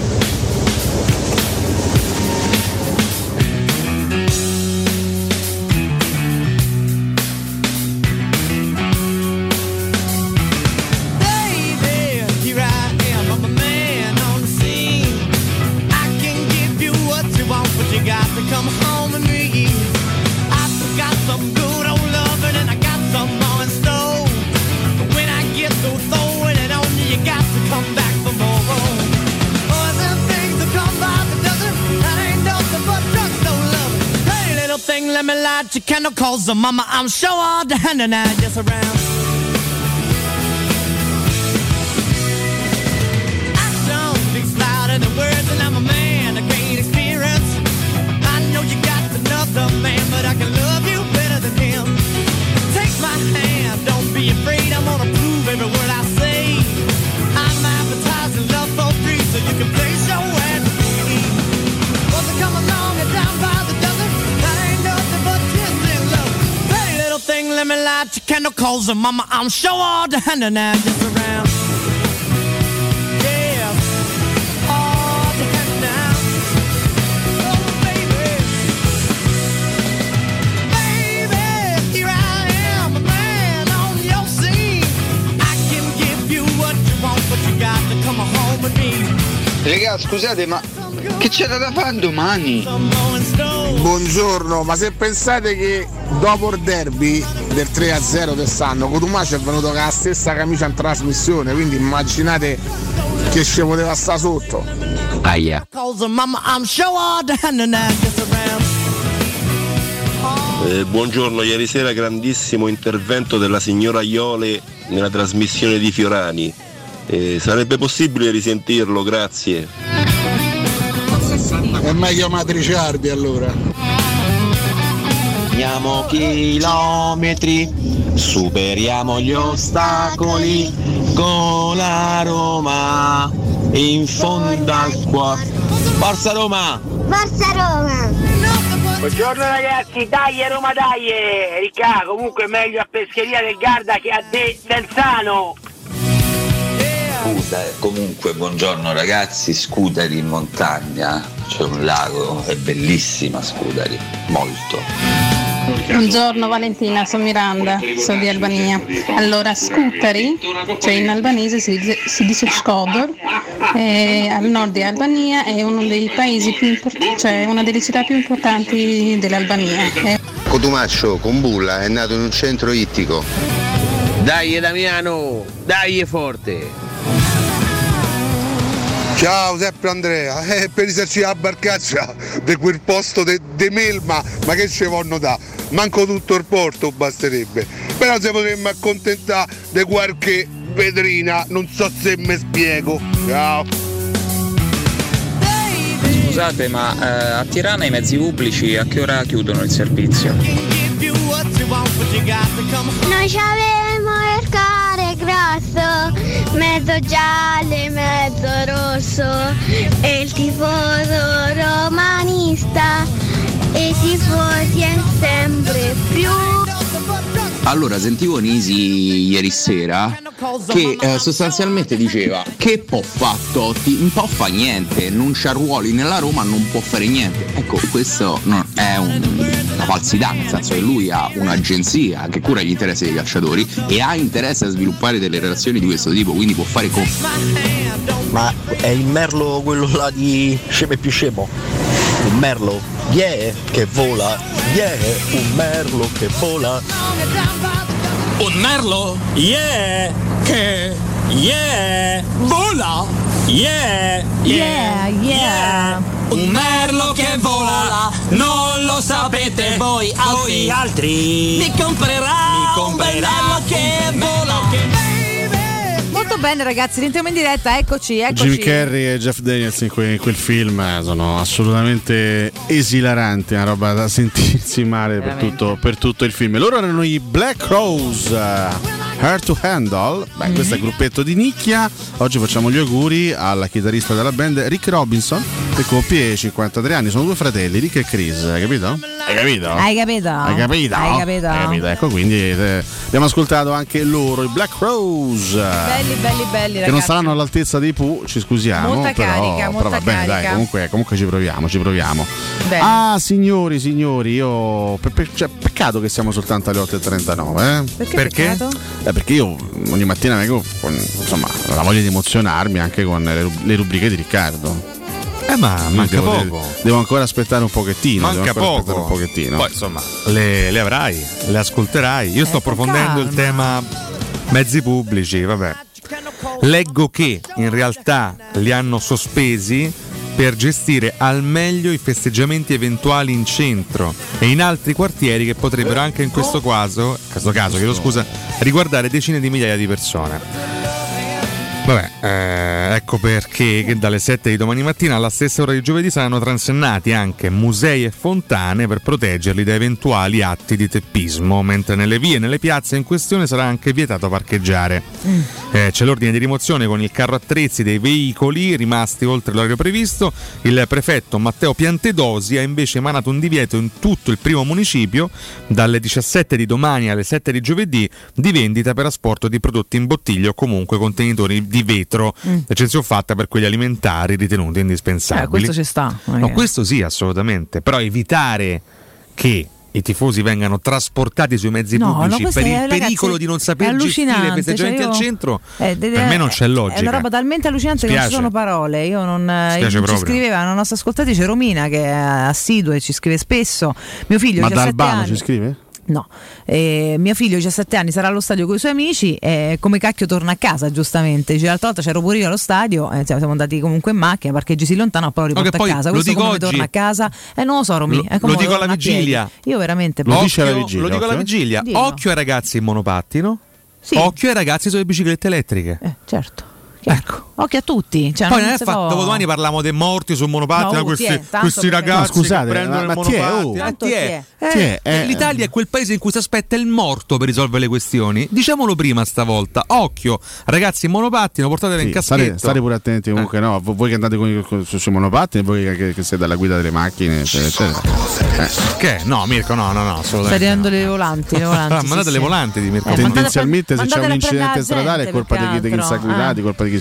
Let me light your candle, cause the mama, I'm sure all the hand and I just around. Action speaks louder than words, and I'm a man of great experience. I know you got another man, but I can love you better than him. Take my hand, don't be afraid, I'm gonna prove every word I say. I'm advertising love for free, so you can place your ad for me. Won't you come along and down by the dozen? Thing, let me light your candle, cause the mama, I'm sure all the hand and I just around. Yeah, all the hand now. Oh, baby. Baby, here I am, a man on your scene. I can give you what you want, but you got to come home with me. Raga, scusate, ma che c'era da fare domani? Buongiorno, ma se pensate che dopo il derby del tre a zero quest'anno Cotumaccio è venuto con la stessa camicia in trasmissione, quindi immaginate che ci poteva sta sotto. Aia. Eh, buongiorno, ieri sera grandissimo intervento della signora Iole nella trasmissione di Fiorani. Eh, sarebbe possibile risentirlo, grazie. È meglio Matriciardi allora. Andiamo chilometri, superiamo gli ostacoli con la Roma in fondo al cuore. Forza Roma! Forza Roma! Buongiorno ragazzi, dai Roma dai! Ricca, comunque meglio a Pescheria del Garda che a De Tenzano! Scusa, comunque buongiorno ragazzi, Scutari in montagna, c'è un lago, è bellissima Scutari, molto. Buongiorno Valentina, sono Miranda, sono di Albania. Allora, scooteri, cioè in albanese si dice, si dice Shkodër, eh, al nord di Albania, è uno dei paesi più importanti, cioè una delle città più importanti dell'Albania. Eh. Cotumascio con Bulla è nato in un centro ittico. Dai Damiano, dai forte! Ciao, sempre Andrea, eh, per risercire la barcaccia di quel posto di Melma, ma che ci vanno da? Manco tutto il porto basterebbe, però se potremmo accontentare di qualche vetrina, non so se mi spiego. Ciao. Scusate, ma eh, a Tirana i mezzi pubblici a che ora chiudono il servizio? Noi c'avevamo il cuore grosso, mezzo giallo e mezzo rosso, e il tifoso romanista, e i tifosi è sempre più. Allora, sentivo Nisi ieri sera che eh, sostanzialmente diceva che può fa Totti, non può fa niente, non c'ha ruoli nella Roma, non può fare niente. Ecco, questo non è un, una falsità, nel senso che lui ha un'agenzia che cura gli interessi dei calciatori e ha interesse a sviluppare delle relazioni di questo tipo, quindi può fare con. Ma è il merlo quello là di Scemo e più scemo? Un merlo, yeah, che vola, yeah, un merlo che vola. Un merlo, yeah, che, yeah, vola, yeah, yeah, yeah. Un merlo che vola, non lo sapete voi altri, voi altri. Mi comprerà, mi comprerà un bel merlo che vola. Molto bene ragazzi, rientriamo in diretta, eccoci, eccoci. Jim Carrey e Jeff Daniels in, que- in quel film sono assolutamente esilaranti, una roba da sentirsi male per tutto, per tutto il film. Loro erano i Black Rose, uh, Hard to Handle. Beh, mm-hmm. Questo è il gruppetto di nicchia. Oggi facciamo gli auguri alla chitarrista della band Rick Robinson, che compie cinquantatré anni. Sono due fratelli, Rick e Chris, hai capito? Hai capito? Hai capito? Hai capito? Hai capito? Hai capito? Ecco, quindi eh, abbiamo ascoltato anche loro, i Black Rose. Belli, belli, belli, ragazzi. Che non saranno all'altezza dei Pooh, ci scusiamo. Molta però, carica, molta però va bene, carica. dai, comunque, comunque ci proviamo, ci proviamo. Bene. Ah, signori, signori, io. Per, per, cioè, peccato che siamo soltanto alle otto e trentanove, eh? Perché? Perché? Eh, perché io ogni mattina vengo con insomma la voglia di emozionarmi anche con le, le rubriche di Riccardo. Eh ma manca devo, poco. Devo ancora aspettare un pochettino. Manca devo ancora poco. Un pochettino. Poi insomma le, le avrai, le ascolterai. Io eh, sto approfondendo il tema mezzi pubblici, vabbè. Leggo che in realtà li hanno sospesi per gestire al meglio i festeggiamenti eventuali in centro e in altri quartieri che potrebbero anche in questo caso, in questo caso, chiedo scusa, riguardare decine di migliaia di persone. Vabbè, eh, ecco perché che dalle sette di domani mattina alla stessa ora di giovedì saranno transennati anche musei e fontane per proteggerli da eventuali atti di teppismo, mentre nelle vie e nelle piazze in questione sarà anche vietato parcheggiare. Mm. Eh, c'è l'ordine di rimozione con il carro attrezzi dei veicoli rimasti oltre l'orario previsto. Il prefetto Matteo Piantedosi ha invece emanato un divieto in tutto il primo municipio dalle diciassette di domani alle sette di giovedì di vendita per asporto di prodotti in bottiglia o comunque contenitori di vetro, mm. eccezione fatta per quelli alimentari ritenuti indispensabili. Eh, questo ci sta. No, questo sì, assolutamente, però evitare che i tifosi vengano trasportati sui mezzi no, pubblici no, per il è, ragazzi, pericolo di non saper gestire i festeggiamenti cioè io, al centro, eh, de, de, per me non c'è logica. È una roba talmente allucinante Spiace. che non ci sono parole. Io non Spiace io, proprio. Ci scriveva una nostra ascoltatrice Romina che è assidua e ci scrive spesso. Mio figlio Ma ha da diciassette Albano anni. ci scrive? No, eh, mio figlio diciassette anni sarà allo stadio con i suoi amici e come cacchio torna a casa giustamente. Dice, l'altra volta c'ero pure io allo stadio, eh, siamo andati comunque in macchina, parcheggi si lontano, poi lo riporta no, a casa. Questo come oggi, torna a casa? Eh non lo so Romy, è lo dico alla vigilia. Io veramente lo, occhio, alla vigilia, lo dico alla vigilia. Dillo. Occhio ai ragazzi in monopattino, sì. Occhio ai ragazzi sulle biciclette elettriche. Eh, certo. Ecco. Occhio a tutti. Cioè, poi non non è si fatto, può... dopodomani parliamo dei morti sul monopattino, no, questi, tiè, questi ragazzi no, scusate, che prendono ma, il ma monopattino. Tiè, oh. Tiè. Eh, Eh, eh, L'Italia è quel paese in cui si aspetta il morto per risolvere le questioni. Diciamolo prima stavolta. Occhio, ragazzi in monopattino, portatele sì, in caschetto. Stare, stare pure attenti comunque, eh. no? Voi che andate con, con, sui monopattini, voi che, che siete alla guida delle macchine, eccetera, eccetera. Eh. Che? No, Mirko, no, no, no, stai ridendo le volanti, le volanti. Ah, mandate le volanti di Mirko. Eh, tendenzialmente se c'è un incidente stradale è colpa di chi, di chi si è guidato, colpa di chi si distrae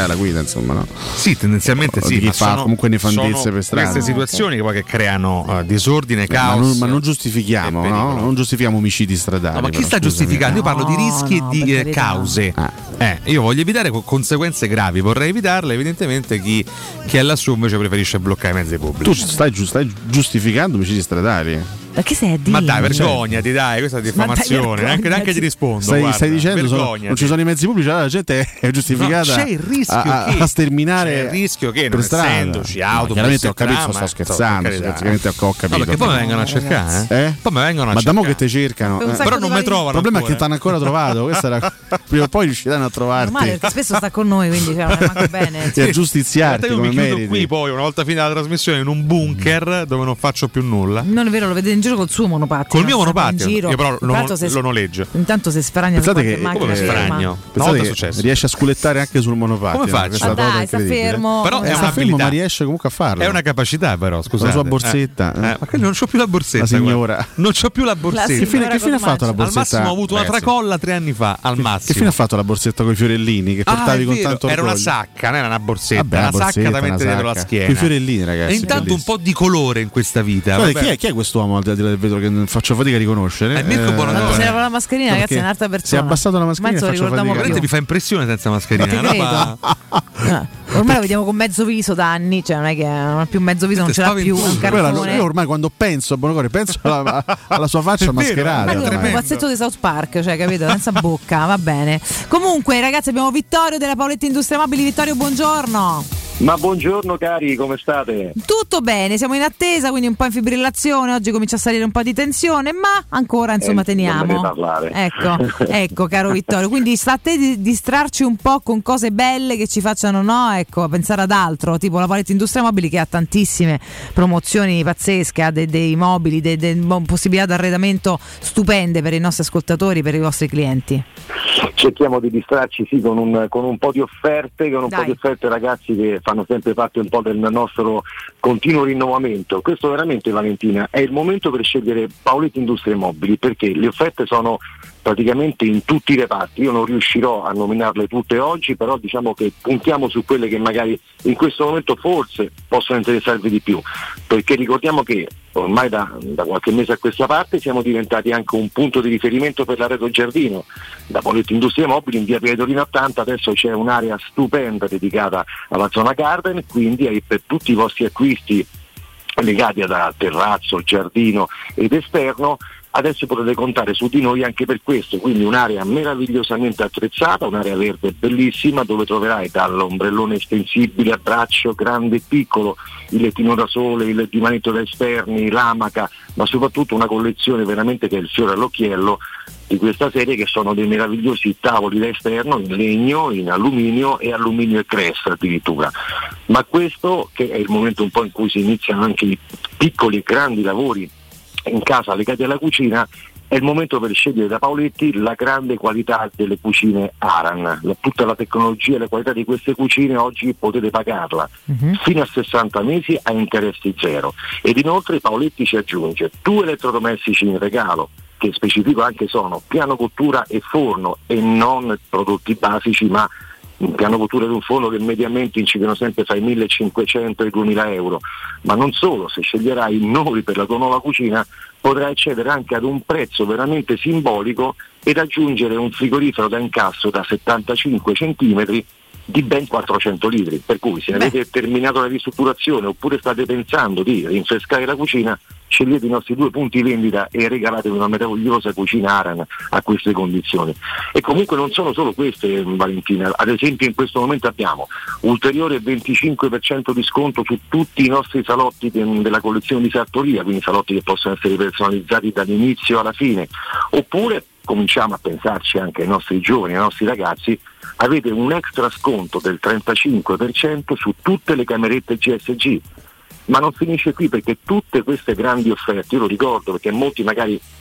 alla guida, insomma, no? Sì, tendenzialmente sì. Di chi ma fa sono, comunque nefandezze sono per strada. queste situazioni che poi che creano uh, disordine, caos. Ma non, ma non giustifichiamo, no? Non giustifichiamo omicidi stradali. No, ma chi però, sta scusami. giustificando? Io parlo di No, rischi no, e di per eh, carità. cause. Eh, io voglio evitare co- conseguenze gravi, vorrei evitarle. Evidentemente chi, chi è lassù invece preferisce bloccare i mezzi pubblici. Tu stai, giu- stai giustificando omicidi stradali? Ma che sei a dire? Ma dai, vergognati, dai, questa è diffamazione. Neanche, neanche ti rispondo. Stai, guarda, stai dicendo sono, non ci sono i mezzi pubblici, allora la gente è giustificata No, c'è il rischio a, a, che- a sterminare c'è il rischio che, per non strada. essendoci No, autobus chiaramente e ho capito, tram, sto insomma, scherzando, per carità. praticamente ho capito. No, perché poi mi vengono a cercare, eh? Eh? Poi mi vengono a Ma da mo cercare. che te cercano, Per un eh. sacco Però di non mi vari- trovano Il problema è ancora. che ti hanno ancora trovato. Questa era... Prima o poi riusciranno a trovarti Normale, perché spesso sta con noi, quindi cioè, non è manco bene. e a giustiziarti Io come mi chiudo meriti. qui poi una volta finita la trasmissione in un bunker dove non faccio più nulla. Non è vero, lo vedete in giro col suo monopattino. Col mio sta monopattino, in giro. io però lo, Intanto se- lo noleggio. Intanto se sfragna Pensate su qualche che- macchina come ferma. sfragno? Una Pensate volta è che successo. riesce a sculettare anche sul monopattino. Come faccio? Questa Ma cosa dai, sta incredibile. fermo. Però è Sta una fermo, ma abilità. riesce comunque a farlo. È una capacità, però, scusate. La sua borsetta, Eh, eh. eh, ma che non c'ho più la borsetta. La signora. guarda. Non c'ho più la borsetta. Che fine, che fine ha fatto la Al borsetta? massimo ho avuto una Ragazzi, tracolla tre anni fa. Al Che massimo. fine ha fatto la borsetta con i fiorellini che Ah, portavi è con vero, tanto era orgoglio? una sacca, non era una borsetta, Vabbè, una una borsetta, sacca da una mettere dietro la sacca. schiena. Coi fiorellini, ragazzi, E intanto un bellissimo. po' di colore in questa vita. Guarda, vabbè. chi, è, chi è quest'uomo al di là del vetro che non faccio fatica a riconoscere? È Mirko Bonadone. Quando si leva la mascherina, No, ragazzi, è perché un'altra si è persona. abbassato la mascherina Mazzo, e lo faccio ricordiamo fatica. Veramente più. mi fa impressione senza mascherina. Ti una roba- Ah, ormai lo vediamo con mezzo viso da anni, cioè non è che non ha più mezzo viso, non ce l'ha più, è un Quella- cartone. io ormai quando penso a Bonocore penso alla, alla sua faccia Ma mascherata. lui è un ormai. pupazzetto di South Park, cioè capito? Senza bocca, va bene. Comunque, ragazzi, abbiamo Vittorio della Paoletti Industria Mobili. Vittorio, buongiorno. Ma buongiorno cari, come state? Tutto bene, siamo in attesa, quindi un po' in fibrillazione. Oggi comincia a salire un po' di tensione, ma ancora insomma Eh, teniamo. non me ne parlare. Ecco, ecco, caro Vittorio. Quindi sta a te di distrarci un po' con cose belle che ci facciano, no? Ecco, a pensare ad altro, tipo la Paoletti Industria Mobili che ha tantissime promozioni pazzesche, ha dei, dei mobili, dei, dei possibilità di arredamento stupende per i nostri ascoltatori, per i vostri clienti. Cerchiamo di distrarci sì con un, con un po' di offerte, con un Dai. po' di offerte ragazzi che fanno sempre parte un po' del nostro continuo rinnovamento. Questo veramente Valentina è il momento per scegliere Paoletti Industrie Mobili, perché le offerte sono praticamente in tutti i reparti. Io non riuscirò a nominarle tutte oggi, però diciamo che puntiamo su quelle che magari in questo momento forse possono interessarvi di più, perché ricordiamo che ormai da, da qualche mese a questa parte siamo diventati anche un punto di riferimento per l'arredo giardino. Da Paoletti Industrie Mobili in via Piedolino ottanta adesso c'è un'area stupenda dedicata alla zona garden, quindi eh, per tutti i vostri acquisti legati a terrazzo, giardino ed esterno adesso potete contare su di noi anche per questo, quindi un'area meravigliosamente attrezzata, un'area verde bellissima dove troverai dall'ombrellone estensibile a braccio grande e piccolo, il lettino da sole, il divanetto da esterni, l'amaca, ma soprattutto una collezione veramente che è il fiore all'occhiello di questa serie, che sono dei meravigliosi tavoli da esterno in legno, in alluminio e alluminio e cresta addirittura. Ma questo, che è il momento un po' in cui si iniziano anche i piccoli e grandi lavori in casa legati alla cucina, è il momento per scegliere da Paoletti la grande qualità delle cucine Aran. La- tutta la tecnologia e la qualità di queste cucine oggi potete pagarla fino a sessanta mesi a interessi zero, ed inoltre Paoletti ci aggiunge due elettrodomestici in regalo che specifico anche sono piano cottura e forno, e non prodotti basici, ma un piano cottura ed un forno che mediamente incidono sempre tra i millecinquecento e i duemila euro. Ma non solo, se sceglierai noi per la tua nuova cucina potrai accedere anche ad un prezzo veramente simbolico ed aggiungere un frigorifero da incasso da settantacinque centimetri di ben quattrocento litri, per cui se avete terminato la ristrutturazione oppure state pensando di rinfrescare la cucina, scegliete i nostri due punti vendita e regalatevi una meravigliosa cucina Aran a queste condizioni. E comunque non sono solo queste, Valentina, ad esempio in questo momento abbiamo ulteriore venticinque per cento di sconto su tutti i nostri salotti de- della collezione di sartoria, quindi salotti che possono essere personalizzati dall'inizio alla fine, oppure cominciamo a pensarci anche ai nostri giovani, ai nostri ragazzi, avete un extra sconto del trentacinque per cento su tutte le camerette G S G. Ma non finisce qui, perché tutte queste grandi offerte, io lo ricordo perché molti magari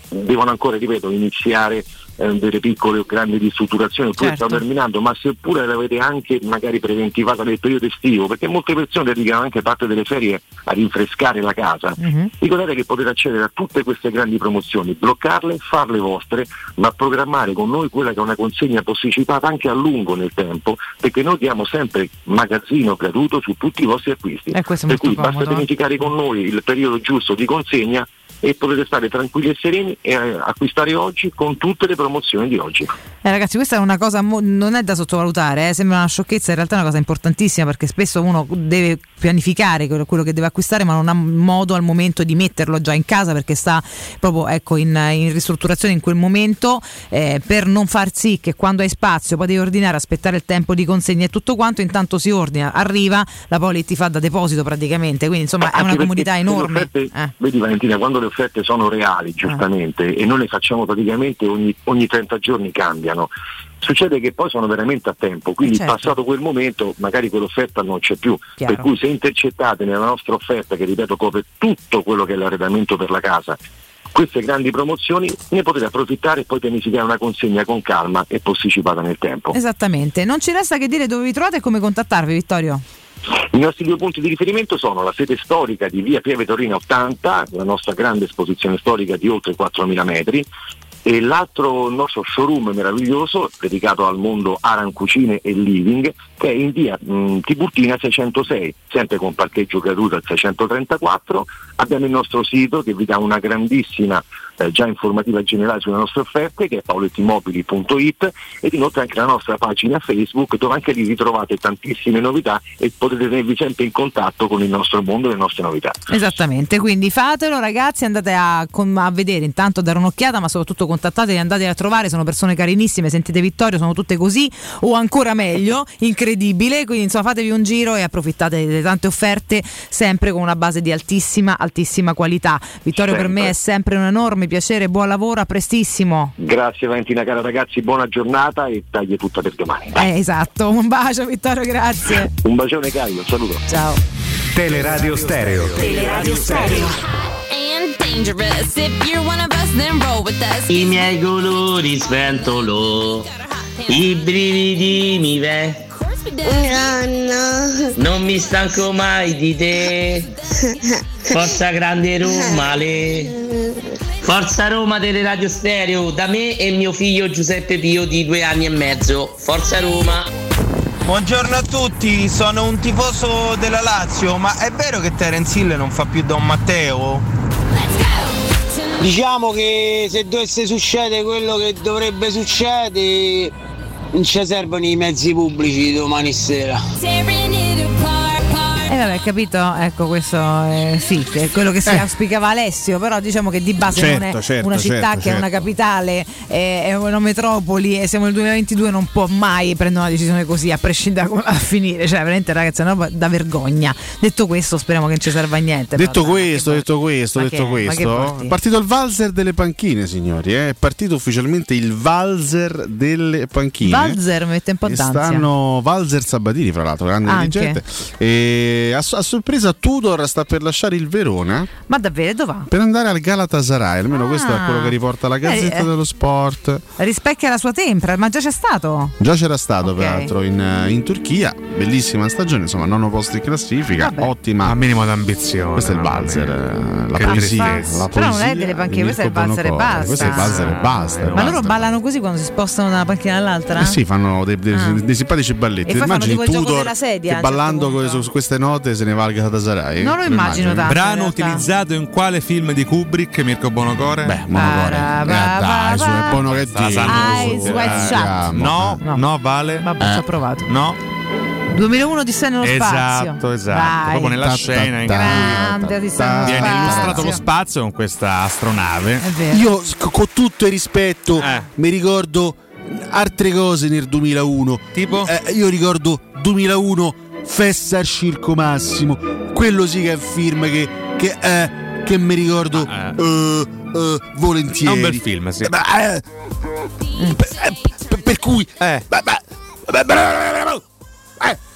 devono ancora, ripeto, iniziare eh, delle piccole o grandi ristrutturazioni, oppure Certo. stanno terminando, ma seppure l'avete anche magari preventivata nel periodo estivo, perché molte persone dedicano anche parte delle ferie a rinfrescare la casa, Mhm. ricordate che potete accedere a tutte queste grandi promozioni, bloccarle, farle vostre, ma programmare con noi quella che è una consegna posticipata anche a lungo nel tempo, perché noi diamo sempre magazzino gratuito su tutti i vostri acquisti, Eh, questo è per molto cui basta comodo. pianificare con noi il periodo giusto di consegna e potete stare tranquilli e sereni e eh, acquistare oggi con tutte le promozioni di oggi. Eh, ragazzi, questa è una cosa, mo- non è da sottovalutare, eh, sembra una sciocchezza, in realtà è una cosa importantissima, perché spesso uno deve pianificare quello, quello che deve acquistare, ma non ha modo al momento di metterlo già in casa perché sta proprio, ecco, in, in ristrutturazione in quel momento, eh, per non far sì che quando hai spazio poi devi ordinare, aspettare il tempo di consegna e tutto quanto, intanto si ordina, arriva, la Poli ti fa da deposito praticamente, quindi insomma è Anche una perché comodità le enorme. offerte- Eh. Vedi Valentina, quando le offerte sono reali, giustamente, e noi le facciamo praticamente ogni, ogni trenta giorni cambiano, succede che poi sono veramente a tempo, quindi Eh, certo. passato quel momento magari quell'offerta non c'è più, Chiaro. per cui se intercettate nella nostra offerta, che ripeto copre tutto quello che è l'arredamento per la casa, queste grandi promozioni, ne potete approfittare e poi pianificare una consegna con calma e posticipata nel tempo. Esattamente, non ci resta che dire dove vi trovate e come contattarvi, Vittorio. I nostri due punti di riferimento sono la sede storica di via Pieve Torina ottanta, la nostra grande esposizione storica di oltre quattromila metri, e l'altro nostro showroom meraviglioso dedicato al mondo Aran Cucine e Living, che è in via mh, Tiburtina seicentosei, sempre con parcheggio gratuito al seicentotrentaquattro. Abbiamo il nostro sito che vi dà una grandissima eh, già informativa generale sulle nostre offerte, che è paolettimobili punto it, ed inoltre anche la nostra pagina Facebook, dove anche lì ritrovate tantissime novità e potete tenervi sempre in contatto con il nostro mondo e le nostre novità. Esattamente, quindi fatelo ragazzi, andate a, con- a vedere, intanto a dare un'occhiata, ma soprattutto contattateli, andate a trovare, sono persone carinissime, sentite Vittorio, sono tutte così o ancora meglio, incredibile, quindi insomma fatevi un giro e approfittate delle tante offerte, sempre con una base di altissima, altissima qualità. Vittorio, per Sempre. me è sempre un enorme piacere, buon lavoro, a prestissimo. Grazie Valentina, cara ragazzi, buona giornata e taglie tutta per domani. Eh, esatto, un bacio Vittorio, grazie. Un bacione Caio, saluto. Ciao. Teleradio Stereo. Teleradio Stereo. And dangerous. If you're one of us, then roll with us. I miei colori sventolo, i brividi mi ve. Nonno. Non mi stanco mai di te. Forza grande Roma, le. Forza Roma delle Radio Stereo, da me e mio figlio Giuseppe Pio di due anni e mezzo. Forza Roma. Buongiorno a tutti, sono un tifoso della Lazio, ma è vero che Terence Hill non fa più Don Matteo? Diciamo che se dovesse succedere quello che dovrebbe succedere, non ci servono i mezzi pubblici domani sera. E eh vabbè, capito? Ecco, questo è, sì, è quello che si Eh. auspicava Alessio, però diciamo che di base non Certo, è certo, una città certo, che certo. è una capitale, è, è una metropoli e siamo nel duemilaventidue, non può mai prendere una decisione così, a prescindere da come va a finire, cioè veramente ragazzi è una roba da vergogna. Detto questo, speriamo che non ci serva a niente. Detto però, dai, questo, detto questo, ma detto che- ma che questo, porti? è partito il valzer delle panchine, signori. eh. È partito ufficialmente il valzer delle panchine. Valzer mi mette un po' E d'ansia. stanno Valzer Sabatini, fra l'altro, grande Anche. dirigente. E a, a sorpresa Tudor sta per lasciare il Verona Ma davvero, dove va? per andare al Galatasaray. Almeno questo è quello che riporta la Gazzetta Eh, eh. dello Sport. Rispecchia la sua tempra, ma già c'è stato? Già c'era stato Ok. peraltro in, in Turchia, bellissima stagione, insomma, nono posto in classifica, Vabbè. ottima. A minimo d'ambizione. Questo è il mamma Valzer, mia. eh, la Che poesia, tristezza. la Però non è poesia delle panchine, di questo è il Mirko valzer e Bonocore. basta. Questo è il valzer e basta. Ma loro ballano così quando si spostano da una panchina all'altra? Eh sì, fanno dei, dei- Ah. dei simpatici balletti. E poi fanno Immagini tipo il gioco Tudor della sedia, a che un certo ballando punto. co- su, su queste note se ne va al Galatasaray. Non lo Te immagino immagini? tanto. Brano in realtà. utilizzato in quale film di Kubrick, Mirko Bonocore? Beh, Bonocore. Ba, Eh, ba, dai, su, ba, è buono che La dici. sanno Eyes tutti. Wide Eh, Shut. andiamo. No, no, vale. Vabbè, ci ho provato. No, duemilauno di sé nello esatto, spazio. esatto. Vai. Proprio nella Ta- scena in ta- cui Grande di sé nello viene spazio. illustrato lo spazio con questa astronave. È vero. Io, c- con tutto il rispetto, Eh. mi ricordo altre cose nel duemilauno. Tipo? Eh, io ricordo duemilauno, Festa al Circo Massimo. Quello sì che è un film che, che, eh, che mi ricordo Ah, eh, eh, volentieri. È un bel film, sì. Eh, beh, eh, per, eh, per- per cui Eh. beh, beh, beh, beh, beh, eh,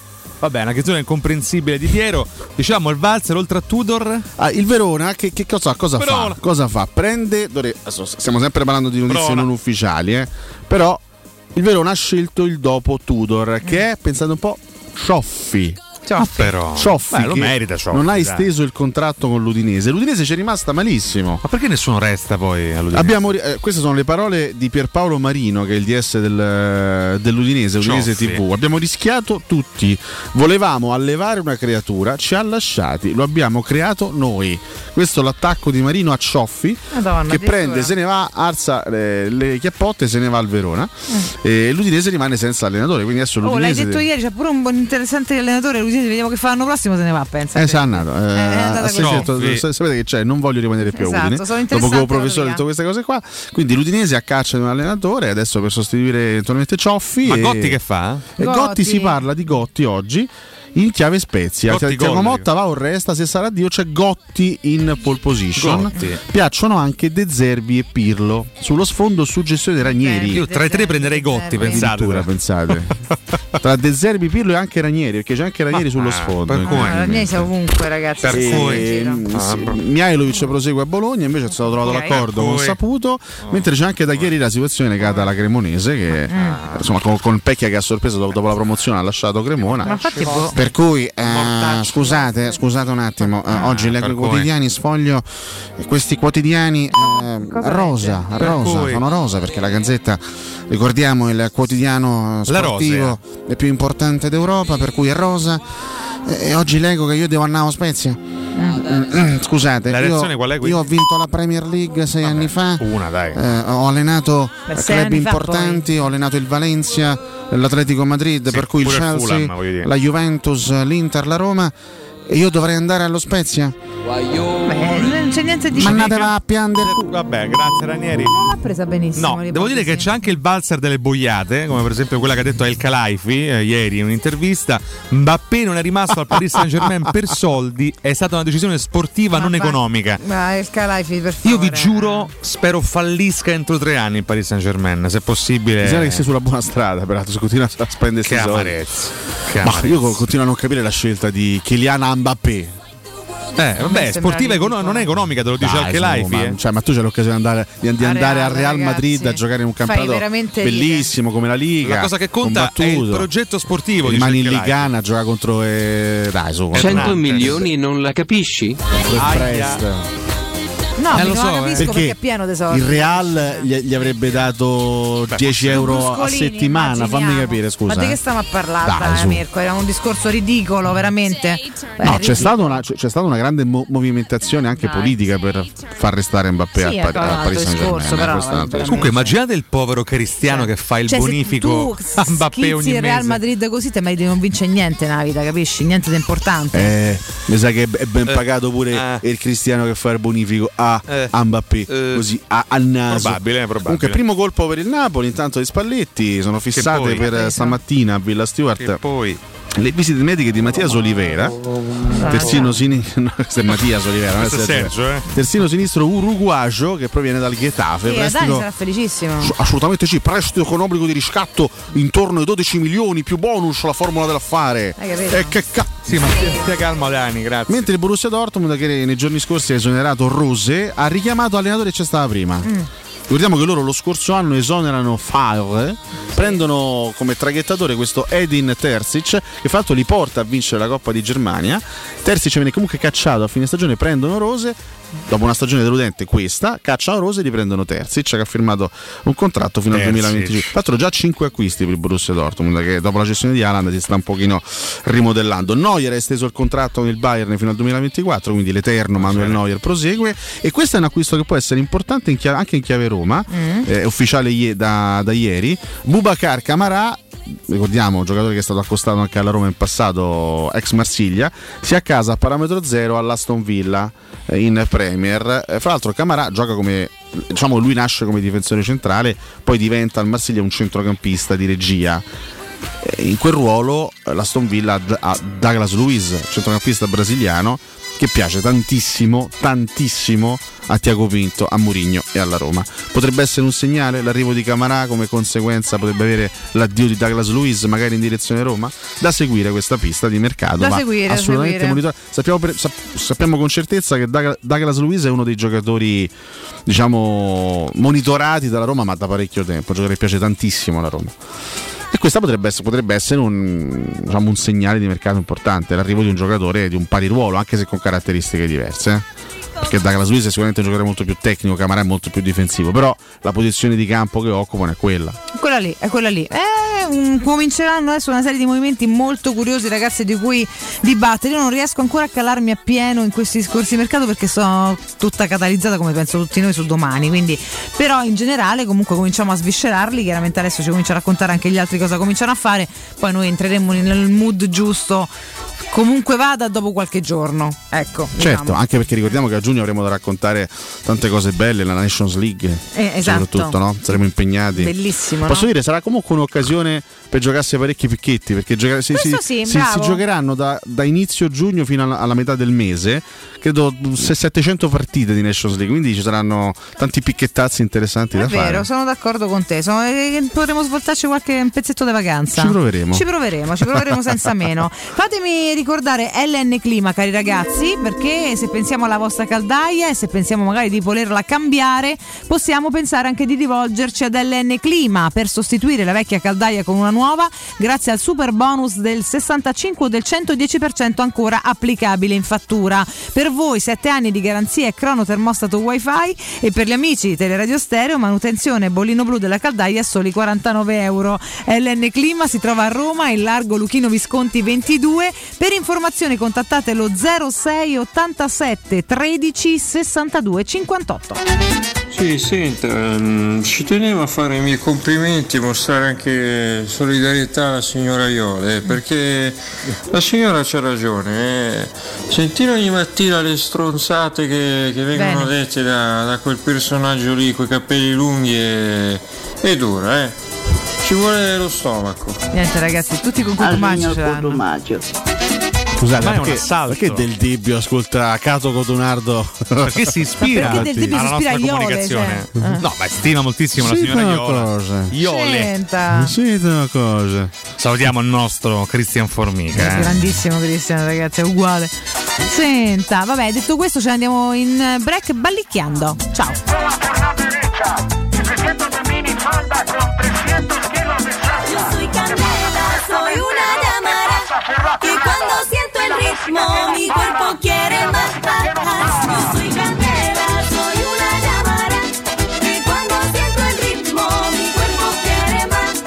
Vabbè, una canzone incomprensibile di Piero. Diciamo il valzer oltre a Tudor. Ah, il Verona che, che cosa, cosa fa? Cosa fa? Prende. Dove, adesso stiamo sempre parlando di notizie Verona. non ufficiali, eh? Però il Verona ha scelto il dopo Tudor, che è, pensate un po', Cioffi. Ah, però Cioffi Beh, lo che merita Cioffi, non ha dai. esteso il contratto con l'Udinese. L'Udinese ci è rimasta malissimo. Ma perché nessuno resta poi all'Udinese? Abbiamo, eh, queste sono le parole di Pierpaolo Marino, che è il D S del, dell'Udinese, Udinese Cioffi. tivù. Abbiamo rischiato tutti. Volevamo allevare una creatura, ci ha lasciati, lo abbiamo creato noi. Questo è l'attacco di Marino a Cioffi, Madonna, che addirittura. prende, se ne va, alza eh, le chiappotte e se ne va al Verona. E l'Udinese rimane senza allenatore. Quindi adesso Oh, l'hai l'Udinese. detto ieri, c'è pure un buon interessante allenatore, l'Udinese, vediamo che fa l'anno prossimo, se ne va, pensa. Eh, sa andato. Eh, andata ha così. detto, sapete che c'è, non voglio rimanere più Esatto, a Udine. sono Dopo interessanti, che il professore vado ha detto queste cose qua. Quindi l'Udinese a caccia di un allenatore adesso per sostituire eventualmente Cioffi. Ma e... Gotti che fa? E Gotti. Gotti. Si parla di Gotti oggi in chiave Spezia. Gotti Tiago gol. Motta va o resta, se sarà Dio c'è Gotti in pole position. Gotti. Piacciono anche De Zerbi e Pirlo. Sullo sfondo suggestione dei Ranieri. Io tra i tre prenderei Gotti, pensate. Addirittura, pensate. Tra De Zerbi, Pirlo e anche Ranieri, perché c'è anche Ranieri sullo sfondo. per cui? Ah, Ranieri sei ovunque, ragazzi. Per sì, cui in giro. sì, Mihailovic prosegue a Bologna, invece è stato trovato Ok. l'accordo Per con cui? Saputo, mentre c'è anche da chiarire la situazione legata alla Cremonese che insomma con, con Pecchia che a sorpresa dopo, dopo la promozione ha lasciato Cremona. Ma infatti, boh. Per cui eh, scusate, scusate un attimo, eh, oggi leggo per i cui? quotidiani, sfoglio questi quotidiani eh, rosa, Per rosa, cui? sono rosa perché la Gazzetta, ricordiamo, il quotidiano La sportivo è più importante d'Europa, per cui è rosa. E oggi leggo che io devo andare a Spezia. Mm, Scusate, La io, reazione qual è, quindi? io ho vinto la Premier League sei anni fa. Una, dai. Eh, ho allenato Beh, sei club anni fa, importanti, ho allenato il Valencia, l'Atletico Madrid, Sì, per cui il pure il Chelsea, Fulham, voglio dire. la Juventus, l'Inter, la Roma. E io dovrei andare allo Spezia? Beh, non c'è niente di Ma andateva a piangere. Vabbè, grazie Ranieri. Non l'ha presa benissimo. No, devo dire che c'è anche il valzer delle boiate, come per esempio quella che ha detto El Khelaifi eh, ieri in un'intervista. Mbappé non è rimasto al Paris Saint-Germain per soldi, è stata una decisione sportiva, non economica. Ma il Calaifi, per favore. Io vi giuro, spero fallisca entro tre anni il Paris Saint-Germain, se possibile. Mi sembra che sei sulla buona strada, peraltro, se continua a spendere Che questi soldi. amarezza. Che Ma amarezza. io continuo a non capire la scelta di Kylian Mbappé. Eh, vabbè, sportiva econo- non è economica, te lo dice Dai, anche insomma, Laifi. ma, Eh. cioè, ma tu c'hai l'occasione di andare, di, di A andare Real, al Real ragazzi. Madrid a giocare in un Fai campionato veramente bellissimo come la Liga. La cosa che conta è il combattuto. progetto sportivo. dice Rimani in anche Laifi. Ligana a giocare contro eh, dai, su, contro cento Nantes. milioni non la capisci? Contro il Aia. Brest. No, Eh, mi lo non so, la eh. capisco perché, è pieno di soldi. il Real gli, gli avrebbe dato dieci euro a Bruscolini, settimana, fammi immaginiamo. capire, scusa. Ma di che eh. stiamo a parlare, Dai, su. Mirko? Era un discorso ridicolo, veramente. Eh, No, c'è ridicolo. stata, una, c'è c'è stata una grande mo- movimentazione anche Dai. politica per far restare Mbappé Sì, al, è Par- un al altro Paris Saint-Germain. discorso, eh, però, questo è un altro veramente. Comunque immaginate il povero cristiano che fa il Cioè, bonifico se a tu Mbappé schizzi ogni il Real mese. Madrid così te meriti di non vincere niente nella vita, capisci? Niente di importante. Eh, mi sa che è ben Eh, pagato pure eh. il cristiano che fa il bonifico a, Eh. a Mbappé, Eh. così a, al naso. Probabile, probabile. Comunque, primo colpo per il Napoli. Intanto di Spalletti sono fissate poi? per stamattina a Villa E Stewart poi le visite mediche di Mattias Olivera, terzino sinistro. No, questo è Mattias Olivera, non è questo è Sergio. Sergio, eh. Terzino sinistro uruguagio che proviene dal Getafe. Sì, Dani prestito- sarà felicissimo. Assolutamente sì, prestito con obbligo di riscatto intorno ai dodici milioni più bonus, la formula dell'affare. Hai capito? E che cazzo. Sì, ma stia, stia calmo Dani, grazie. Mentre il Borussia Dortmund, che nei giorni scorsi ha esonerato Rose, ha richiamato allenatore che c'è stava prima. Mm. Ricordiamo che loro lo scorso anno esonerano Favre, prendono come traghettatore questo Edin Terzic, che fra l'altro li porta a vincere la Coppa di Germania. Terzic viene comunque cacciato a fine stagione, prendono Rose. Dopo una stagione deludente questa, cacciano Rose e riprendono Terzic, che ha firmato un contratto fino al Terzic. duemilaventicinque. Tra l'altro già cinque acquisti per il Borussia Dortmund, che dopo la cessione di Haaland si sta un pochino rimodellando. Neuer ha esteso il contratto con il Bayern fino al duemilaventiquattro, quindi l'eterno Manuel Neuer prosegue, e questo è un acquisto che può essere importante in chiave, anche in chiave Roma, Mm. è ufficiale ie- da, da ieri. Boubacar Kamara, ricordiamo, un giocatore che è stato accostato anche alla Roma in passato, ex Marsiglia, si accasa a parametro zero all'Aston Villa eh, in Premier. Eh, fra l'altro Kamara gioca come, diciamo, lui nasce come difensore centrale, poi diventa al Marsiglia un centrocampista di regia. Eh, in quel ruolo eh, l'Aston Villa ha D- ha Douglas Luiz, centrocampista brasiliano, che piace tantissimo, tantissimo a Tiago Pinto, a Mourinho e alla Roma. Potrebbe essere un segnale l'arrivo di Camarà, come conseguenza potrebbe avere l'addio di Douglas Luiz magari in direzione Roma. Da seguire questa pista di mercato, da ma seguire, assolutamente monitorata. Sappiamo, per, sappiamo con certezza che Douglas Luiz è uno dei giocatori, diciamo, monitorati dalla Roma, ma da parecchio tempo, un giocatore che piace tantissimo alla Roma. E questa potrebbe essere, potrebbe essere un, diciamo, un segnale di mercato importante, l'arrivo di un giocatore di un pari ruolo, anche se con caratteristiche diverse, eh? Perché Douglas Luiz è sicuramente un giocatore molto più tecnico, Camarà è molto più difensivo, però la posizione di campo che occupano è quella. Quella lì, è quella lì. Eh, um, cominceranno adesso una serie di movimenti molto curiosi, ragazzi, di cui dibattere. Io non riesco ancora a calarmi appieno in questi discorsi di mercato perché sono tutta catalizzata, come penso tutti noi, su Domani, quindi, però in generale comunque cominciamo a sviscerarli. Chiaramente adesso ci comincia a raccontare anche gli altri cosa cominciano a fare, poi noi entreremo nel mood giusto comunque vada dopo qualche giorno, ecco, certo, diciamo. Anche perché ricordiamo che a giugno avremo da raccontare tante cose belle, la Nations League, eh, esatto. soprattutto, no? Saremo impegnati. Bellissimo. Posso no? dire, sarà comunque un'occasione per giocarsi parecchi picchetti, perché gioca- si, si, sì, si, si giocheranno da, da inizio giugno fino alla, alla metà del mese, credo settecento partite di Nations League, quindi ci saranno tanti picchettazzi interessanti è da vero, fare. È vero, sono d'accordo con te. Sono, eh, potremmo svoltarci qualche un pezzetto di vacanza. Ci proveremo. Ci proveremo, ci proveremo senza meno. Fatemi ricordare L N Clima, cari ragazzi, perché se pensiamo alla vostra caldaia e se pensiamo magari di volerla cambiare, possiamo pensare anche di rivolgerci ad L N Clima per sostituire la vecchia caldaia con una nuova, grazie al super bonus del sessantacinque o del centodieci per cento ancora applicabile in fattura. Per voi sette anni di garanzia e crono termostato wifi, e per gli amici di Teleradio Stereo manutenzione bollino blu della caldaia a soli quarantanove euro. L N Clima si trova a Roma in largo Luchino Visconti ventidue. Per informazioni contattate lo zero sei ottantasette tredici sessantadue cinquantotto. Sì, senta, um, ci tenevo a fare i miei complimenti e mostrare anche solidarietà alla signora Iole, eh, perché la signora c'ha ragione, eh. Sentire ogni mattina le stronzate che, che vengono Bene. dette da, da quel personaggio lì coi capelli lunghi è, è dura, eh. Ci vuole lo stomaco. Niente ragazzi, tutti con Cotumaccio ce l'hanno. Scusate, ma è perché, un assalto. perché Del Dibbio ascolta Cato Cotunardo? Perché si ispira, perché Del Dibbio alla si ispira nostra Iole, comunicazione. cioè. Eh. No, ma stima moltissimo la Sì, signora una Iola. cosa. Iole. Senta. Sì, una cosa. Salutiamo il nostro Cristian Formica. Eh. Grandissimo Cristian, ragazzi, è uguale. Senta, vabbè, detto questo ce ne andiamo in break ballicchiando. Ciao. Soy una llamada que cuando siento el ritmo mi cuerpo quiere más. Yo soy candela, soy una llamada que cuando siento el ritmo mi cuerpo quiere más.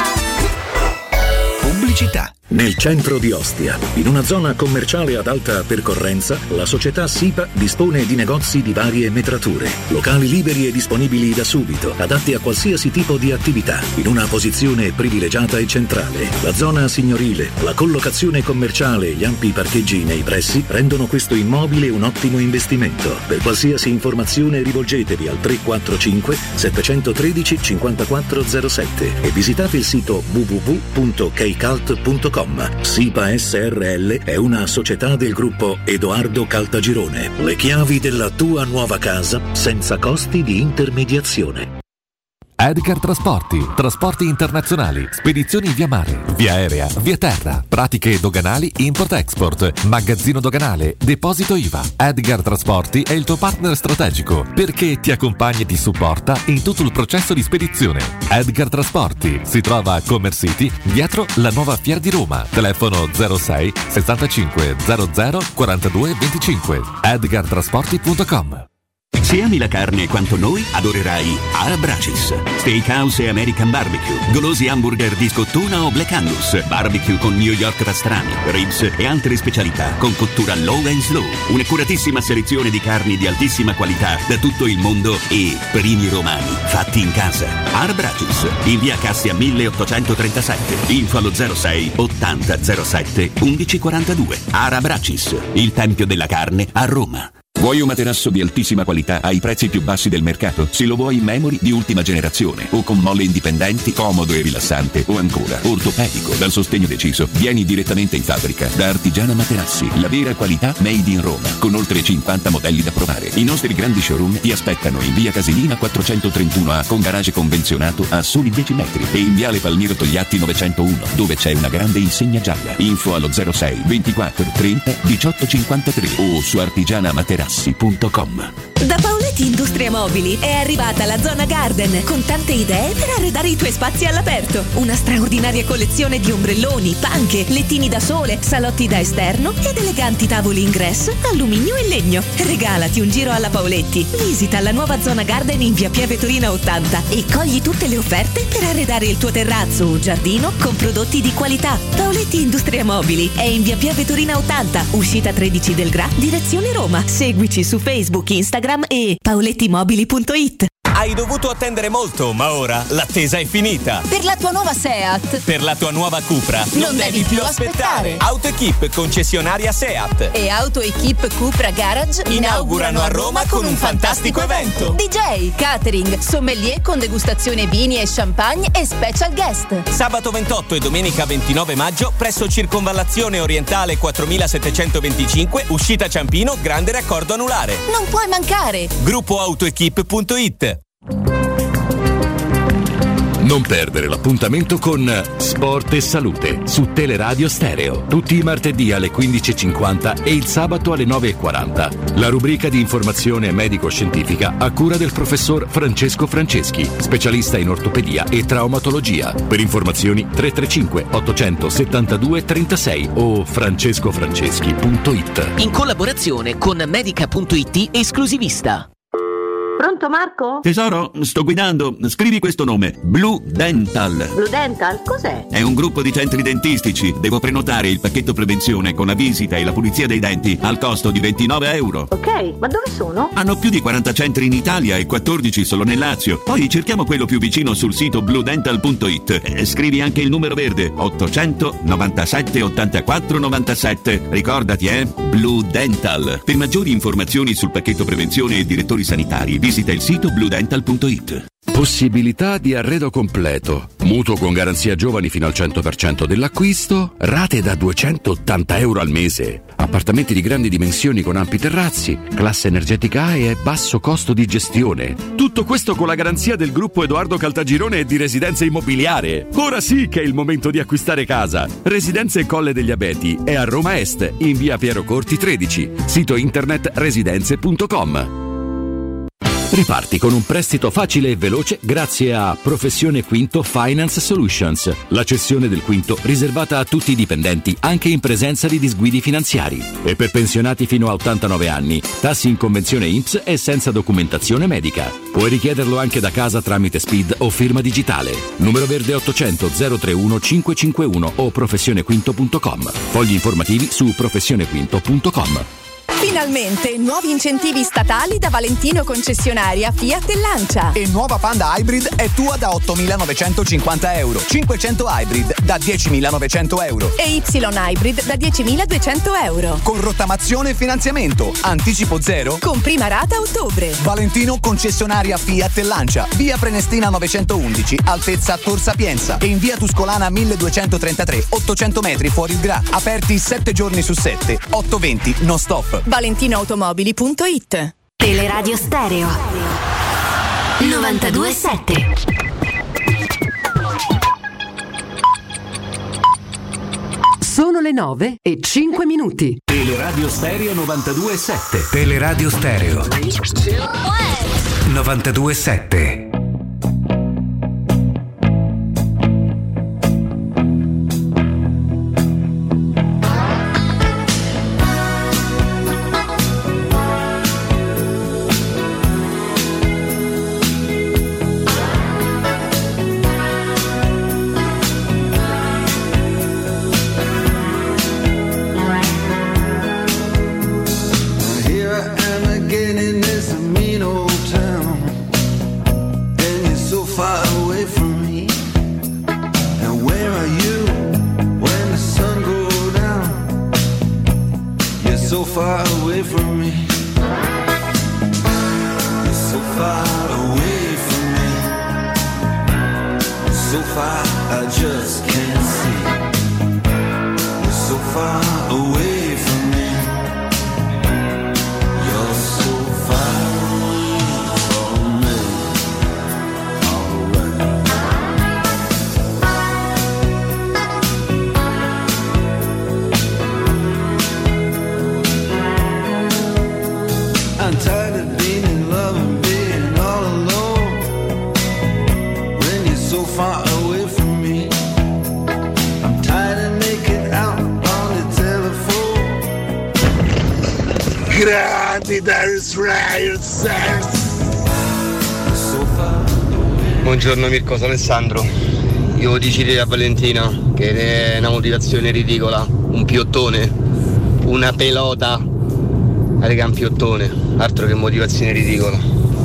Pubblicità. Nel centro di Ostia, in una zona commerciale ad alta percorrenza, la società SIPA dispone di negozi di varie metrature, locali liberi e disponibili da subito, adatti a qualsiasi tipo di attività, in una posizione privilegiata e centrale. La zona signorile, la collocazione commerciale e gli ampi parcheggi nei pressi rendono questo immobile un ottimo investimento. Per qualsiasi informazione rivolgetevi al tre quattro cinque sette uno tre cinque zero sette e visitate il sito w w w punto keycult punto com. SIPA S R L è una società del gruppo Edoardo Caltagirone. Le chiavi della tua nuova casa senza costi di intermediazione. Edgar Trasporti, trasporti internazionali, spedizioni via mare, via aerea, via terra, pratiche doganali import-export, magazzino doganale, deposito I V A. Edgar Trasporti è il tuo partner strategico perché ti accompagna e ti supporta in tutto il processo di spedizione. Edgar Trasporti si trova a Commerce City, dietro la nuova Fiera di Roma. Telefono zero sei sessantacinque zero zero quarantadue venticinque. edgar trasporti punto com. Se ami la carne quanto noi, adorerai Arabracis. Steakhouse e American Barbecue, golosi hamburger di scottuna o Black Angus, barbecue con New York pastrami, ribs e altre specialità con cottura low and slow. Un'accuratissima selezione di carni di altissima qualità da tutto il mondo e primi romani fatti in casa. Arabracis, in via Cassia milleottocentotrentasette, info allo zero sei ottanta zero sette undici quarantadue. Arabracis, il tempio della carne a Roma. Vuoi un materasso di altissima qualità ai prezzi più bassi del mercato? Se lo vuoi in memory di ultima generazione o con molle indipendenti, comodo e rilassante, o ancora ortopedico dal sostegno deciso, vieni direttamente in fabbrica da Artigiana Materassi, la vera qualità made in Roma, con oltre cinquanta modelli da provare. I nostri grandi showroom ti aspettano in via Casilina quattrocentotrentuno A con garage convenzionato a soli dieci metri e in viale Palmiro Togliatti novecentouno, dove c'è una grande insegna gialla. Info allo zero sei ventiquattro trenta diciotto cinquantatré o su artigianamaterassi punto com. Da Paoletti Industria Mobili è arrivata la Zona Garden con tante idee per arredare i tuoi spazi all'aperto. Una straordinaria collezione di ombrelloni, panche, lettini da sole, salotti da esterno ed eleganti tavoli ingresso, alluminio e legno. Regalati un giro alla Paoletti. Visita la nuova Zona Garden in via Pieve Torina ottanta e cogli tutte le offerte per arredare il tuo terrazzo o giardino con prodotti di qualità. Paoletti Industria Mobili è in via Pieve Torina ottanta, uscita tredici del Gra, direzione Roma. Seguici su Facebook, Instagram e paolettimobili punto it. Hai dovuto attendere molto, ma ora l'attesa è finita. Per la tua nuova Seat. Per la tua nuova Cupra. Non, non devi, devi più aspettare. aspettare. AutoEquip, concessionaria Seat. E AutoEquip Cupra Garage inaugurano a Roma con un fantastico evento. D J, catering, sommelier con degustazione vini e champagne e special guest. Sabato ventotto e domenica ventinove maggio presso Circonvallazione Orientale quattromilasettecentoventicinque, uscita Ciampino, grande raccordo anulare. Non puoi mancare. Gruppo autoequip punto it. Non perdere l'appuntamento con Sport e Salute su Teleradio Stereo, tutti i martedì alle quindici e cinquanta e il sabato alle nove e quaranta. La rubrica di informazione medico-scientifica a cura del professor Francesco Franceschi, specialista in ortopedia e traumatologia. Per informazioni tre tre cinque ottocentosettantadue trentasei o francescofranceschi punto it. In collaborazione con medica punto it esclusivista. Pronto Marco? Tesoro, sto guidando. Scrivi questo nome. Blue Dental. Blue Dental? Cos'è? È un gruppo di centri dentistici. Devo prenotare il pacchetto prevenzione con la visita e la pulizia dei denti al costo di ventinove euro. Ok, ma dove sono? Hanno più di quaranta centri in Italia e quattordici solo nel Lazio. Poi cerchiamo quello più vicino sul sito blue dental punto it. Eh, scrivi anche il numero verde ottocento novantasette ottantaquattro novantasette. Ricordati, eh? Blue Dental. Per maggiori informazioni sul pacchetto prevenzione e direttori sanitari, visita il sito blue dental punto it. Possibilità di arredo completo, mutuo con garanzia giovani fino al cento per cento dell'acquisto, rate da duecentottanta euro al mese, appartamenti di grandi dimensioni con ampi terrazzi, classe energetica A e basso costo di gestione. Tutto questo con la garanzia del gruppo Edoardo Caltagirone e di Residenza Immobiliare. Ora sì che è il momento di acquistare casa. Residenze Colle degli Abeti è a Roma Est, in via Piero Corti tredici, sito internet residenze punto com. Riparti con un prestito facile e veloce grazie a Professione Quinto Finance Solutions, la cessione del quinto riservata a tutti i dipendenti anche in presenza di disguidi finanziari. E per pensionati fino a ottantanove anni, tassi in convenzione I N P S e senza documentazione medica. Puoi richiederlo anche da casa tramite S P I D o firma digitale. Numero verde ottocento zero trentuno cinquecentocinquantuno o professionequinto punto com. Fogli informativi su professionequinto punto com. Finalmente nuovi incentivi statali da Valentino concessionaria Fiat e Lancia. E nuova Panda Hybrid è tua da ottomilanovecentocinquanta euro. cinquecento Hybrid da diecimilanovecento euro. E Y Hybrid da diecimiladuecento euro. Con rottamazione e finanziamento. Anticipo zero. Con prima rata a ottobre. Valentino concessionaria Fiat e Lancia. Via Prenestina novecentoundici, altezza Tor Sapienza. E in via Tuscolana milleduecentotrentatré, ottocento metri fuori il Gra. Aperti sette giorni su sette. otto venti non stop. valentinoautomobili punto it. Teleradio Stereo novantadue sette. Sono le nove e cinque minuti. Teleradio Stereo novantadue sette. Teleradio Stereo novantadue sette. So far away from me. far, I just can't see. You're so far away from me. You're so far away from me. I'm tired of being in love and being all alone when you're so far away from me. I'm tired of making out on the telephone. Grandi Darius Reyes. Buongiorno Mirko, sono Alessandro. Io dici a Valentina che è una motivazione ridicola, un piottone, una pelota, raga, un piottone, altro che motivazione ridicola.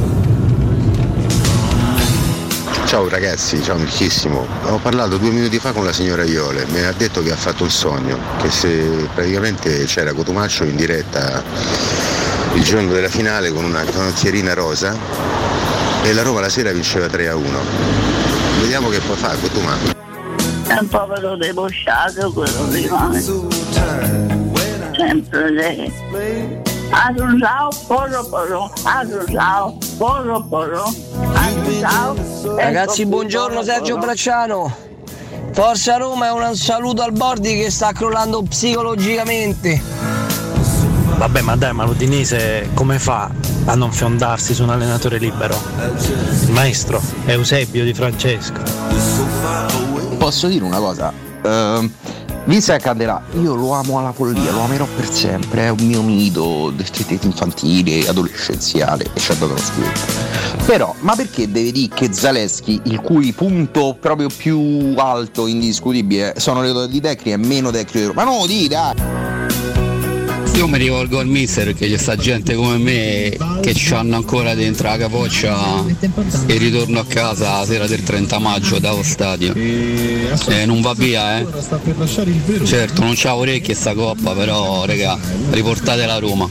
Ciao ragazzi, ciao Mirchissimo. Ho parlato due minuti fa con la signora Iole, mi ha detto che ha fatto il sogno, che se praticamente c'era Cotumaccio in diretta il giorno della finale con una canotierina rosa e la Roma la sera vinceva tre a uno. Vediamo che poi fa Cotumaccio. È un povero debosciato quello di rimane. Sempre lei. Arrusao, porro porro, arrusao, porro porro, arrusao. Ragazzi, buongiorno, Sergio Bracciano. Forza Roma e un saluto al Bordi che sta crollando psicologicamente. Vabbè, ma dai, ma l'Udinese come fa a non fiondarsi su un allenatore libero? Il maestro Eusebio Di Francesco. Posso dire una cosa? Uh, Vincent Candelà, io lo amo alla follia, lo amerò per sempre, è un mio mito infantile, adolescenziale e c'è dato lo squillo. Però, ma perché deve dire che Zaleschi, il cui punto proprio più alto, indiscutibile, sono le doti di tecnica e meno tecnico? Ma no, di dai! Io mi rivolgo al mister perché c'è sta gente come me che c'hanno ancora dentro la capoccia e ritorno a casa la sera del trenta maggio dallo stadio. Eh, non va via, eh. Certo, non c'ha orecchie sta coppa, però raga, riportate la Roma.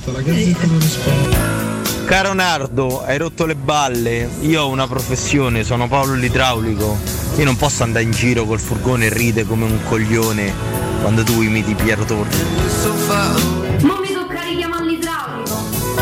Caro Nardo, hai rotto le balle. Io ho una professione, sono Paolo l'idraulico. Io non posso andare in giro col furgone e ride come un coglione quando tu imiti Piero Torri. Non mi tocca richiamare l'idraulico.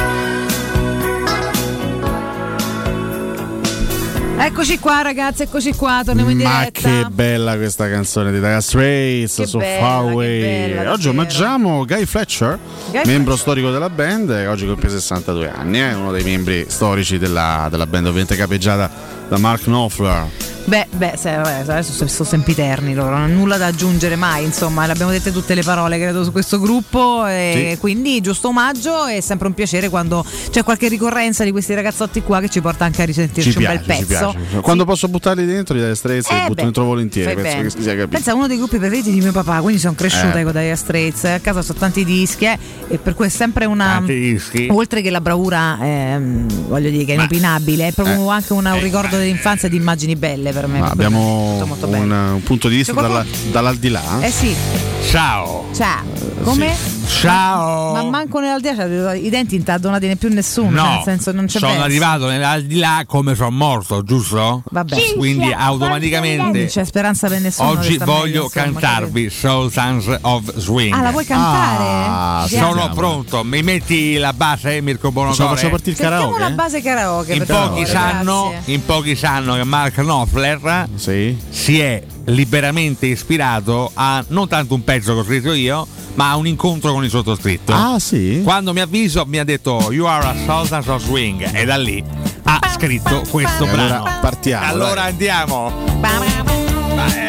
Eccoci qua ragazzi, eccoci qua, torniamo in diretta. Ma che bella questa canzone di Dire Straits, So Far Away. Oggi omaggiamo Guy Fletcher, Guy membro Fletcher. storico della band, che oggi compie sessantadue anni, è eh? uno dei membri storici della, della band, ovviamente capeggiata da Mark Knopfler. Beh, beh, se, vabbè, adesso sono sempiterni loro, non hanno nulla da aggiungere mai, insomma, le abbiamo dette tutte le parole credo su questo gruppo e sì. Quindi giusto omaggio, è sempre un piacere quando c'è qualche ricorrenza di questi ragazzotti qua che ci porta anche a risentirci ci un piace, bel pezzo. Quando sì. posso buttarli dentro, gli Dire Straits li eh butto beh, dentro volentieri, penso bene. che si sia capito. Pensa a uno dei gruppi preferiti di mio papà, quindi sono cresciuta eh. con Dire Straits, a casa sono tanti dischi eh, e per cui è sempre una, oltre che la bravura ehm, voglio dire che è inopinabile, è proprio eh. anche una, un ricordo dell'infanzia di immagini belle per me. Ma abbiamo molto, molto un, un punto di vista dalla, dall'aldilà. Eh sì. Ciao. Ciao. Come? Sì. Ciao. Ma, ma manco nell'aldilà, cioè, i denti non ti ha donati ne più nessuno. No, cioè, nel senso non c'è sono verso. arrivato nell'aldilà come sono morto, giusto? Vabbè. Sì, quindi automaticamente non c'è speranza per nessuno. Oggi voglio meglio, cantarvi Soul Sons of Swing. Ah, la vuoi cantare? Ah, sono pronto. Mi metti la base, Mirko Bonocore? Faccio partire il karaoke. la base karaoke. In pochi, sanno, in pochi sanno che Mark Knopfler sì. si è liberamente ispirato a non tanto un pezzo che ho scritto io, ma a un incontro con il sottoscritto. Ah, sì? Quando mi avviso mi ha detto You are a Sultans of Swing e da lì ha scritto questo e brano. Allora partiamo. Allora dai. andiamo. Beh.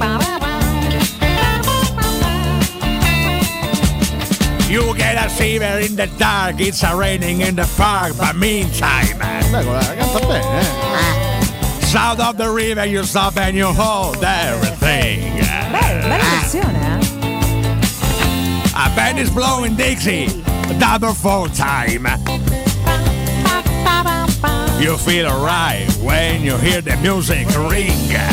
You get a shiver in the dark, it's a raining in the park, but meantime. Beh, canta bene, eh. South of the river you stop and you hold everything. Beh, bella versione, eh. A band is blowing Dixie, double fall time. You feel alright when you hear the music ring.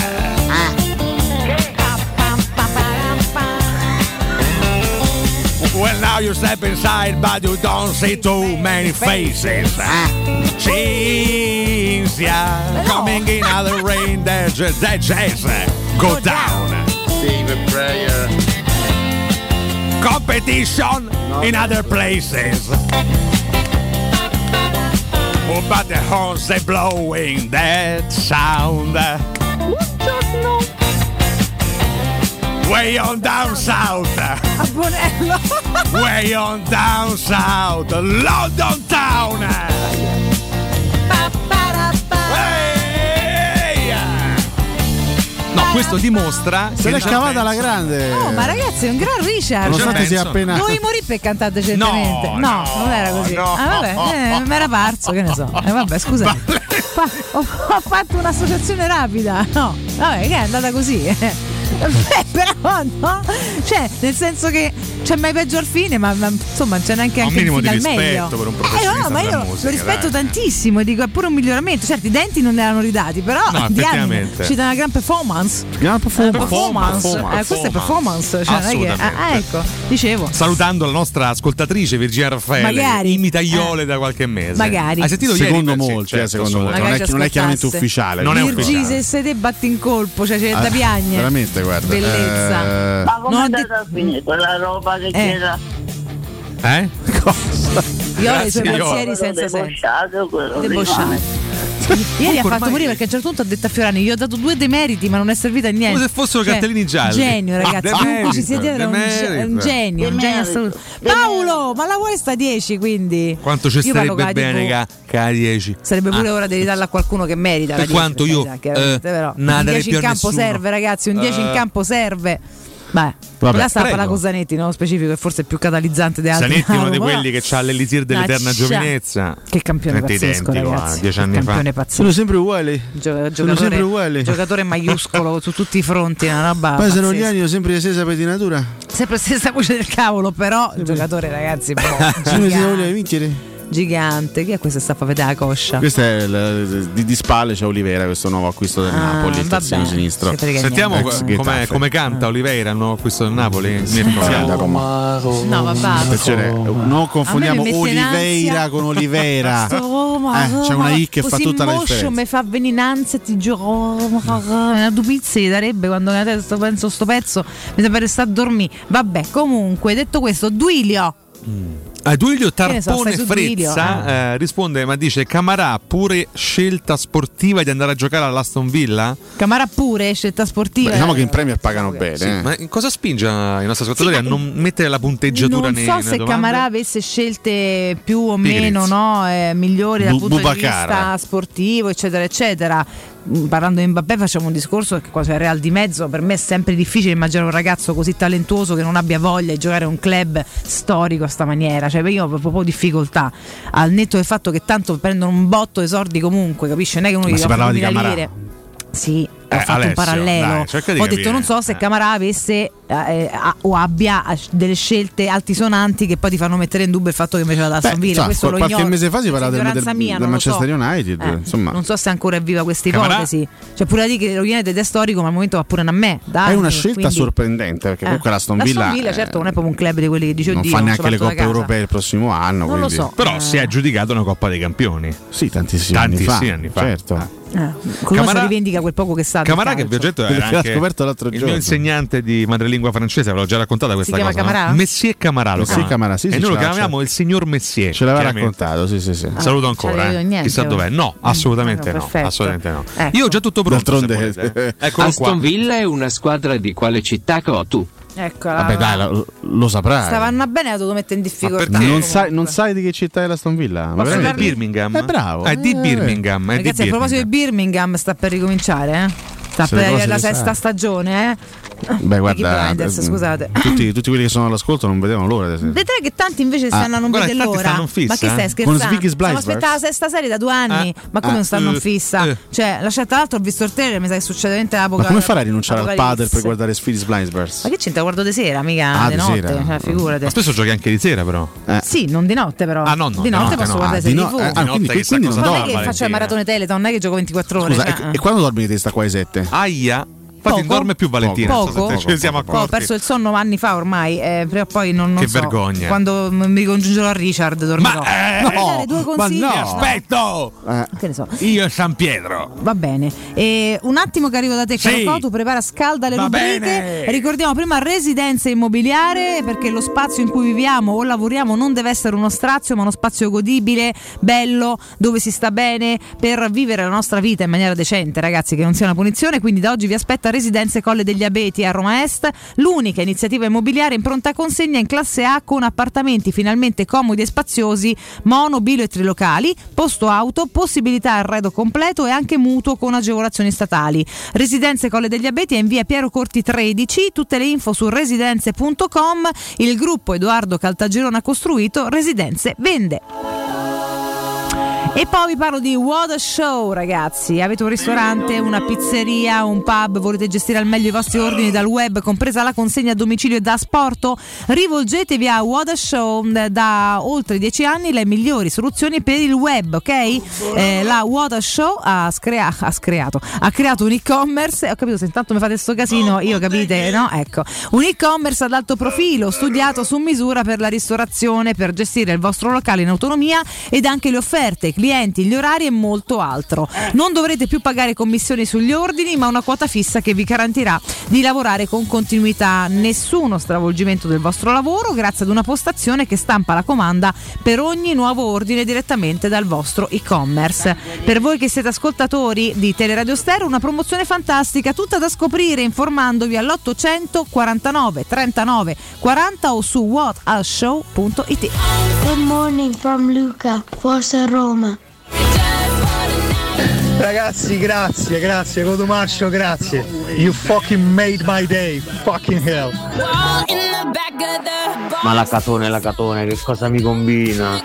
Well, now you step inside, but you don't see too many faces. Cinzia, coming in out of the rain, there's that jazz. Go down. Save a prayer. Competition in other places. Oh, but the horns they blowing that sound. Way on down south. A Bonello. Way on down south. London town. No, questo dimostra se l'è cavata alla grande. No, ma ragazzi, è un gran Richard. Nonostante sia appena. Dovevi morire per cantare decentemente. No, no, non era così. No. Ah, vabbè, eh, mi era parso, che ne so. Eh, vabbè, scusate. Fa, ho, ho fatto un'associazione rapida. No, vabbè, che è andata così. Eh. Beh, però no, cioè nel senso che c'è mai peggio al fine, ma, ma insomma c'è neanche anche il fine al meglio. Per un professionista eh no, ma io della musica, lo rispetto dai. tantissimo e dico è pure un miglioramento. Certo, i denti non li erano ridati, però No, di anni effettivamente. ci dà una gran performance. Gran performance. performance. Performance. Eh, questa è performance, cioè, non è che, Assolutamente. ah, ecco, dicevo. Salutando la nostra ascoltatrice Virginia Raffaele, Magari. imita Iole Eh. da qualche mese. Magari. Hai sentito Secondo ieri? molti, Certo, eh, secondo molti. Magari Non è, ci non è chiaramente ascoltasse. ufficiale. Non è quindi- Virgi, ufficiale. se siete batti in colpo, cioè c'è da Ah, piagne. veramente, guarda. Bellezza. Eh, Ma come No, è de- andata a finire quella roba che c'era? Eh? cosa? Io ho i suoi Grazie, io- pensieri senza senso. Debosciato, quello Debosciato. Ieri ha fatto morire perché a un certo punto ha detto a Fiorani: gli ho dato due demeriti, ma non è servito a niente. Come se fossero Cioè, cartellini gialli. Genio, ragazzi. Ah, Chiunque ci sia demerito, dietro è un, ge- è un demerito. genio, un genio assoluto. Paolo, ma la vuoi sta dieci? Quindi Quanto ci Io parlo starebbe con la bene tivù. che che a dieci. Sarebbe pure Ah. ora di ridarla a qualcuno che merita. Per la dieci, quanto io, carità, chiaramente, eh, però. non la Un darei dieci più in a campo nessuno. serve, ragazzi. Un dieci in Eh. campo serve. Beh, Vabbè, là sta prego. la Cosanetti, nello specifico, che forse è più catalizzante di altri. Zanetti è uno di Ma- quelli che ha l'elisir dell'eterna Accia. giovinezza. Che campione Zanetti pazzesco, identico a ragazzi. dieci Che anni fa. campione pazzesco. Sono sempre uguali. Gio- Sono giocatore, sempre uguali. giocatore maiuscolo su tutti i fronti, una roba Poi sono gli pazzesca. anni, ho sempre la stessa pettinatura. Sempre la stessa voce del cavolo, però giocatore, ragazzi, boh, Come si gigante, vuole vincere? gigante. Chi è questo che sta a vedere la coscia? Questo è il, di, di spalle c'è Olivera, questo nuovo acquisto del Ah, Napoli, il vabbè, terzino sinistro. si frega Sentiamo niente. Ex come, Getafe. come canta Oliveira, il nuovo acquisto del Napoli. Mirko. Da Roma. No, vabbè. Attenzione, non confondiamo A me mi mette in Oliveira ansia. con Olivera. Sto Roma, Eh, c'è Roma, una I che fa così tutta la moscio, differenza. mi fa venire in ansia, ti giuro. Una dupizia gli darebbe quando nella testa penso sto pezzo, mi sembra restare a dormire. Vabbè, comunque, detto questo, Duilio. A Duilio Che ne so, Tarpone stai su Duilio, Frezza eh, risponde, ma dice: Camarà pure scelta sportiva di andare a giocare all'Aston Villa? Camarà pure, scelta sportiva. Beh, diciamo che in Premier pagano bene. Sì, eh. ma cosa spinge i nostri ascoltatori a non mettere la punteggiatura non nei, so nelle se domande? Camarà avesse scelte più o Pigrizia. meno no, eh, migliori dal Bu- punto Boubacar. di vista sportivo, eccetera, eccetera. Mm, Parlando di Mbappé facciamo un discorso che qua c'è il Real di mezzo. Per me è sempre difficile immaginare un ragazzo così talentuoso che non abbia voglia di giocare a un club storico a sta maniera. Cioè io ho proprio difficoltà, al netto del fatto che tanto prendono un botto di soldi comunque, capisci? Non è che uno Ma gli si offre parlava di duemila Camarà. lire. Sì, ho Eh, fatto Alessio, un parallelo. dai, cerca di ho detto capire. non so se Eh. Camarà avesse eh, a- o abbia eh, delle scelte altisonanti che poi ti fanno mettere in dubbio il fatto che invece vada da Aston Beh, Villa. insomma, Questo lo qualche ignoro. mese fa si parlava del, Ignoranza del- mia, del non lo Manchester so. United. Eh, insomma, non so se ancora è viva questa Camarà- ipotesi. Cioè pure a dire che lo United è storico, ma al momento va pure a me. da è anni, una scelta quindi- sorprendente perché Eh. comunque l'Aston L'Aston Villa, Villa, eh, certo, non è proprio un club di quelli che dice non oddio, fa non neanche ci le parto da coppe casa. europee il prossimo anno. Non lo quindi- so. Però Eh. si è aggiudicato una Coppa dei Campioni. Sì, tantissimi, anni fa. Tantissimi anni fa. Certo. Eh, come Camarà- si rivendica quel poco che sa del Camarà, che vi ho calcio. detto, Quello era che l'ha anche scoperto l'altro il giorno. mio insegnante di madrelingua francese, ve l'ho già raccontata questa Si chiama cosa. Camarà? No? Messier Camarà lo Messier chiama. Camarà, sì, sì, e noi ce lo l'ha- chiamiamo il signor Messier. Ce l'aveva chiaramente. raccontato, sì, sì, sì. Saluto Ah, ancora. non eh. c'avevo niente, Chissà oh. dov'è. No, assolutamente Ah, no, no. perfetto. Assolutamente no. Ecco. Io ho già tutto pronto. D'altronde- se volete. Eccolo qua. Aston Villa è una squadra di quale città Cotu? Ecco, Vabbè, dai, lo, lo saprai. stavano bene, la dovevo mettere in difficoltà. perché? Non sai, non sai di che città è l'Aston Villa? Ma Ma è di veramente? Birmingham. È bravo. È di Eh. Birmingham. È di Ragazzi, a proposito di Birmingham. Birmingham, sta per ricominciare, eh? Sta Se le per cose la le sesta sai. stagione, eh? Beh, Peaky guarda, Blinders, eh, scusate. Tutti, tutti quelli che sono all'ascolto non vedevano l'ora. di- Vedrai che tanti invece Ah, stanno a non guarda, vedere tanti l'ora. stanno in fissa, Ma che stai eh? scherzando? Con Ziggy Stiamo Spliceverse? aspettando la sesta serie da due anni. Eh. Ma come Ah. non stanno in Eh. fissa? Eh. Cioè, lascia, tra l'altro ho visto il trailer, mi sa che succede veramente la Ma come farai a rinunciare al padre per guardare Sfidis Blinders? Ma che c'entra? Guardo di sera, mica Ah, di di notte. sera. Cioè, figurati. Ma spesso giochi anche di sera, però. Eh. Sì, non di notte però. Ah, no, no, di di notte notte posso no. guardare Ah, serie di no- tivù. eh, ah, Di notte quindi, chissà quindi cosa non Ma non dormi. è che faccio le maratone Teleton, non è che gioco ventiquattro ore. Scusa, cioè, e, eh. e quando dormi di testa qua alle sette? Ah, Aia. Infatti non dorme più Valentina, Poco? non so se ce ne siamo Poco. Ho accorti. perso il sonno anni fa ormai, eh, prima o poi non, non Che so. vergogna. Quando mi ricongiungerò a Richard dormirò. Ma, eh, no, dare due ma consigli. no, aspetto! Eh. Che ne so. Io e San Pietro. Va bene. E un attimo che arrivo da te, Sì. caro Tu prepara scalda le Va rubriche. bene. Ricordiamo prima residenza immobiliare, perché lo spazio in cui viviamo o lavoriamo non deve essere uno strazio, ma uno spazio godibile, bello, dove si sta bene per vivere la nostra vita in maniera decente, ragazzi, che non sia una punizione. Quindi da oggi vi aspetta Residenze Colle degli Abeti a Roma Est, l'unica iniziativa immobiliare in pronta consegna in classe A con appartamenti finalmente comodi e spaziosi, mono, bilo e trilocali, posto auto, possibilità arredo completo e anche mutuo con agevolazioni statali. Residenze Colle degli Abeti è in via Piero Corti tredici, tutte le info su residenze punto com. Il gruppo Edoardo Caltagirone ha costruito, Residenze vende. E poi vi parlo di What a Show, ragazzi. Avete un ristorante, una pizzeria, un pub, volete gestire al meglio i vostri ordini dal web, compresa la consegna a domicilio e da asporto? Rivolgetevi a What a Show. Da oltre dieci anni le migliori soluzioni per il web, ok? Eh, la What a Show ha, screa- ha creato ha creato un e-commerce. Ho capito, se intanto mi fate sto casino, io capite, no? Ecco, un e-commerce ad alto profilo, studiato su misura per la ristorazione, per gestire il vostro locale in autonomia ed anche le offerte, i clienti, gli orari e molto altro. Non dovrete più pagare commissioni sugli ordini, ma una quota fissa che vi garantirà di lavorare con continuità. Nessuno stravolgimento del vostro lavoro, grazie ad una postazione che stampa la comanda per ogni nuovo ordine direttamente dal vostro e-commerce. Per voi che siete ascoltatori di Teleradio Stereo, una promozione fantastica, tutta da scoprire informandovi all'ottocento quarantanove trentanove quaranta o su what a show punto it. Good morning from Luca, Forza Roma. Ragazzi, grazie, grazie, Cotumaccio, grazie. You fucking made my day, fucking hell. Ma la Catone, la Catone, che cosa mi combina?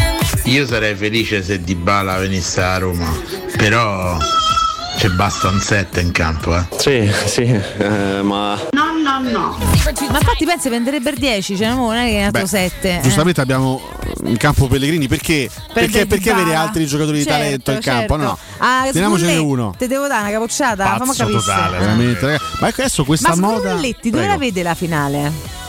Io sarei felice se Dybala venisse a Roma, però c'è basta un set in campo, eh. Sì, sì, eh, ma... No, no, no. Ma infatti pensi venderebbe il dieci, cioè non è che è nato sette. Giustamente abbiamo in campo Pellegrini, perché Per perché, perché Dybala. avere altri giocatori di Certo, talento in campo? certo. No, Ah, teniamocene Sgulletti, uno. Te devo dare una capocciata, fammi Pazzo capire. totale, veramente, ragazzi. Ma ecco adesso questa Ma moda Sgulletti, dove Prego. la vede la finale?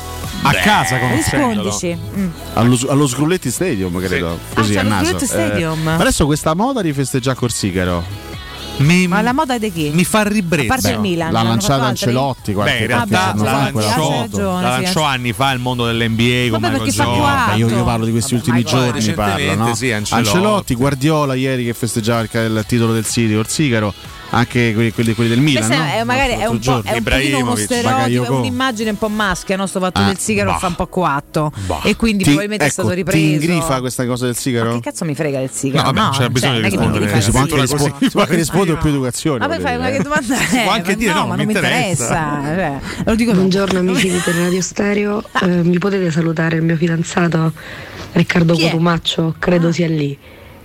a casa con Rispondici. Mm. allo, allo Sgrulletti Stadium, credo, così Ah, a c'è lo naso. Sgrulletti Stadium. Ma adesso questa moda di festeggiare Corsicaro Mi, Ma la moda di chi? mi fa ribrezzo. A parte il Milan, l'ha l'hanno lanciata fatto altri? Ancelotti qualche, Beh, in qualche realtà giorno la fa, quella lanciò, foto. ragione, la sì, lanciò anni fa il mondo dell'N B A con Vabbè, Michael perché fa più Jordan. alto. Io, io parlo di questi Vabbè, ultimi Michael giorni, recentemente parlo, no? sì, Ancelotti. Ancelotti, Guardiola ieri che festeggiava il, il titolo del City, Orsicaro, anche quelli, quelli, quelli del Milan, Questo no? è, magari è un, po', è un pochino uno stereotipo, è Bakayoko. un'immagine un po' maschia, no? Sto fatto Ah, del sigaro bah. fa un po' coatto Bah. e quindi Ti- probabilmente è ecco, stato ripreso. Ti ingrifa questa cosa del sigaro? Che cazzo mi frega del sigaro? No, vabbè, No, c'era bisogno cioè, di non è che mi rispondere. ingrifa Si può il anche, sigaro. rispo- si può anche rispondere più educazione. Ma poi voglio fai dire, una eh. che domanda Si può è? anche dire, no, no, ma mi non mi interessa. interessa. Cioè, lo dico Buongiorno amici di Teleradio Stereo, eh, mi potete salutare il mio fidanzato Riccardo Chi è? Cotumaccio, credo sia lì.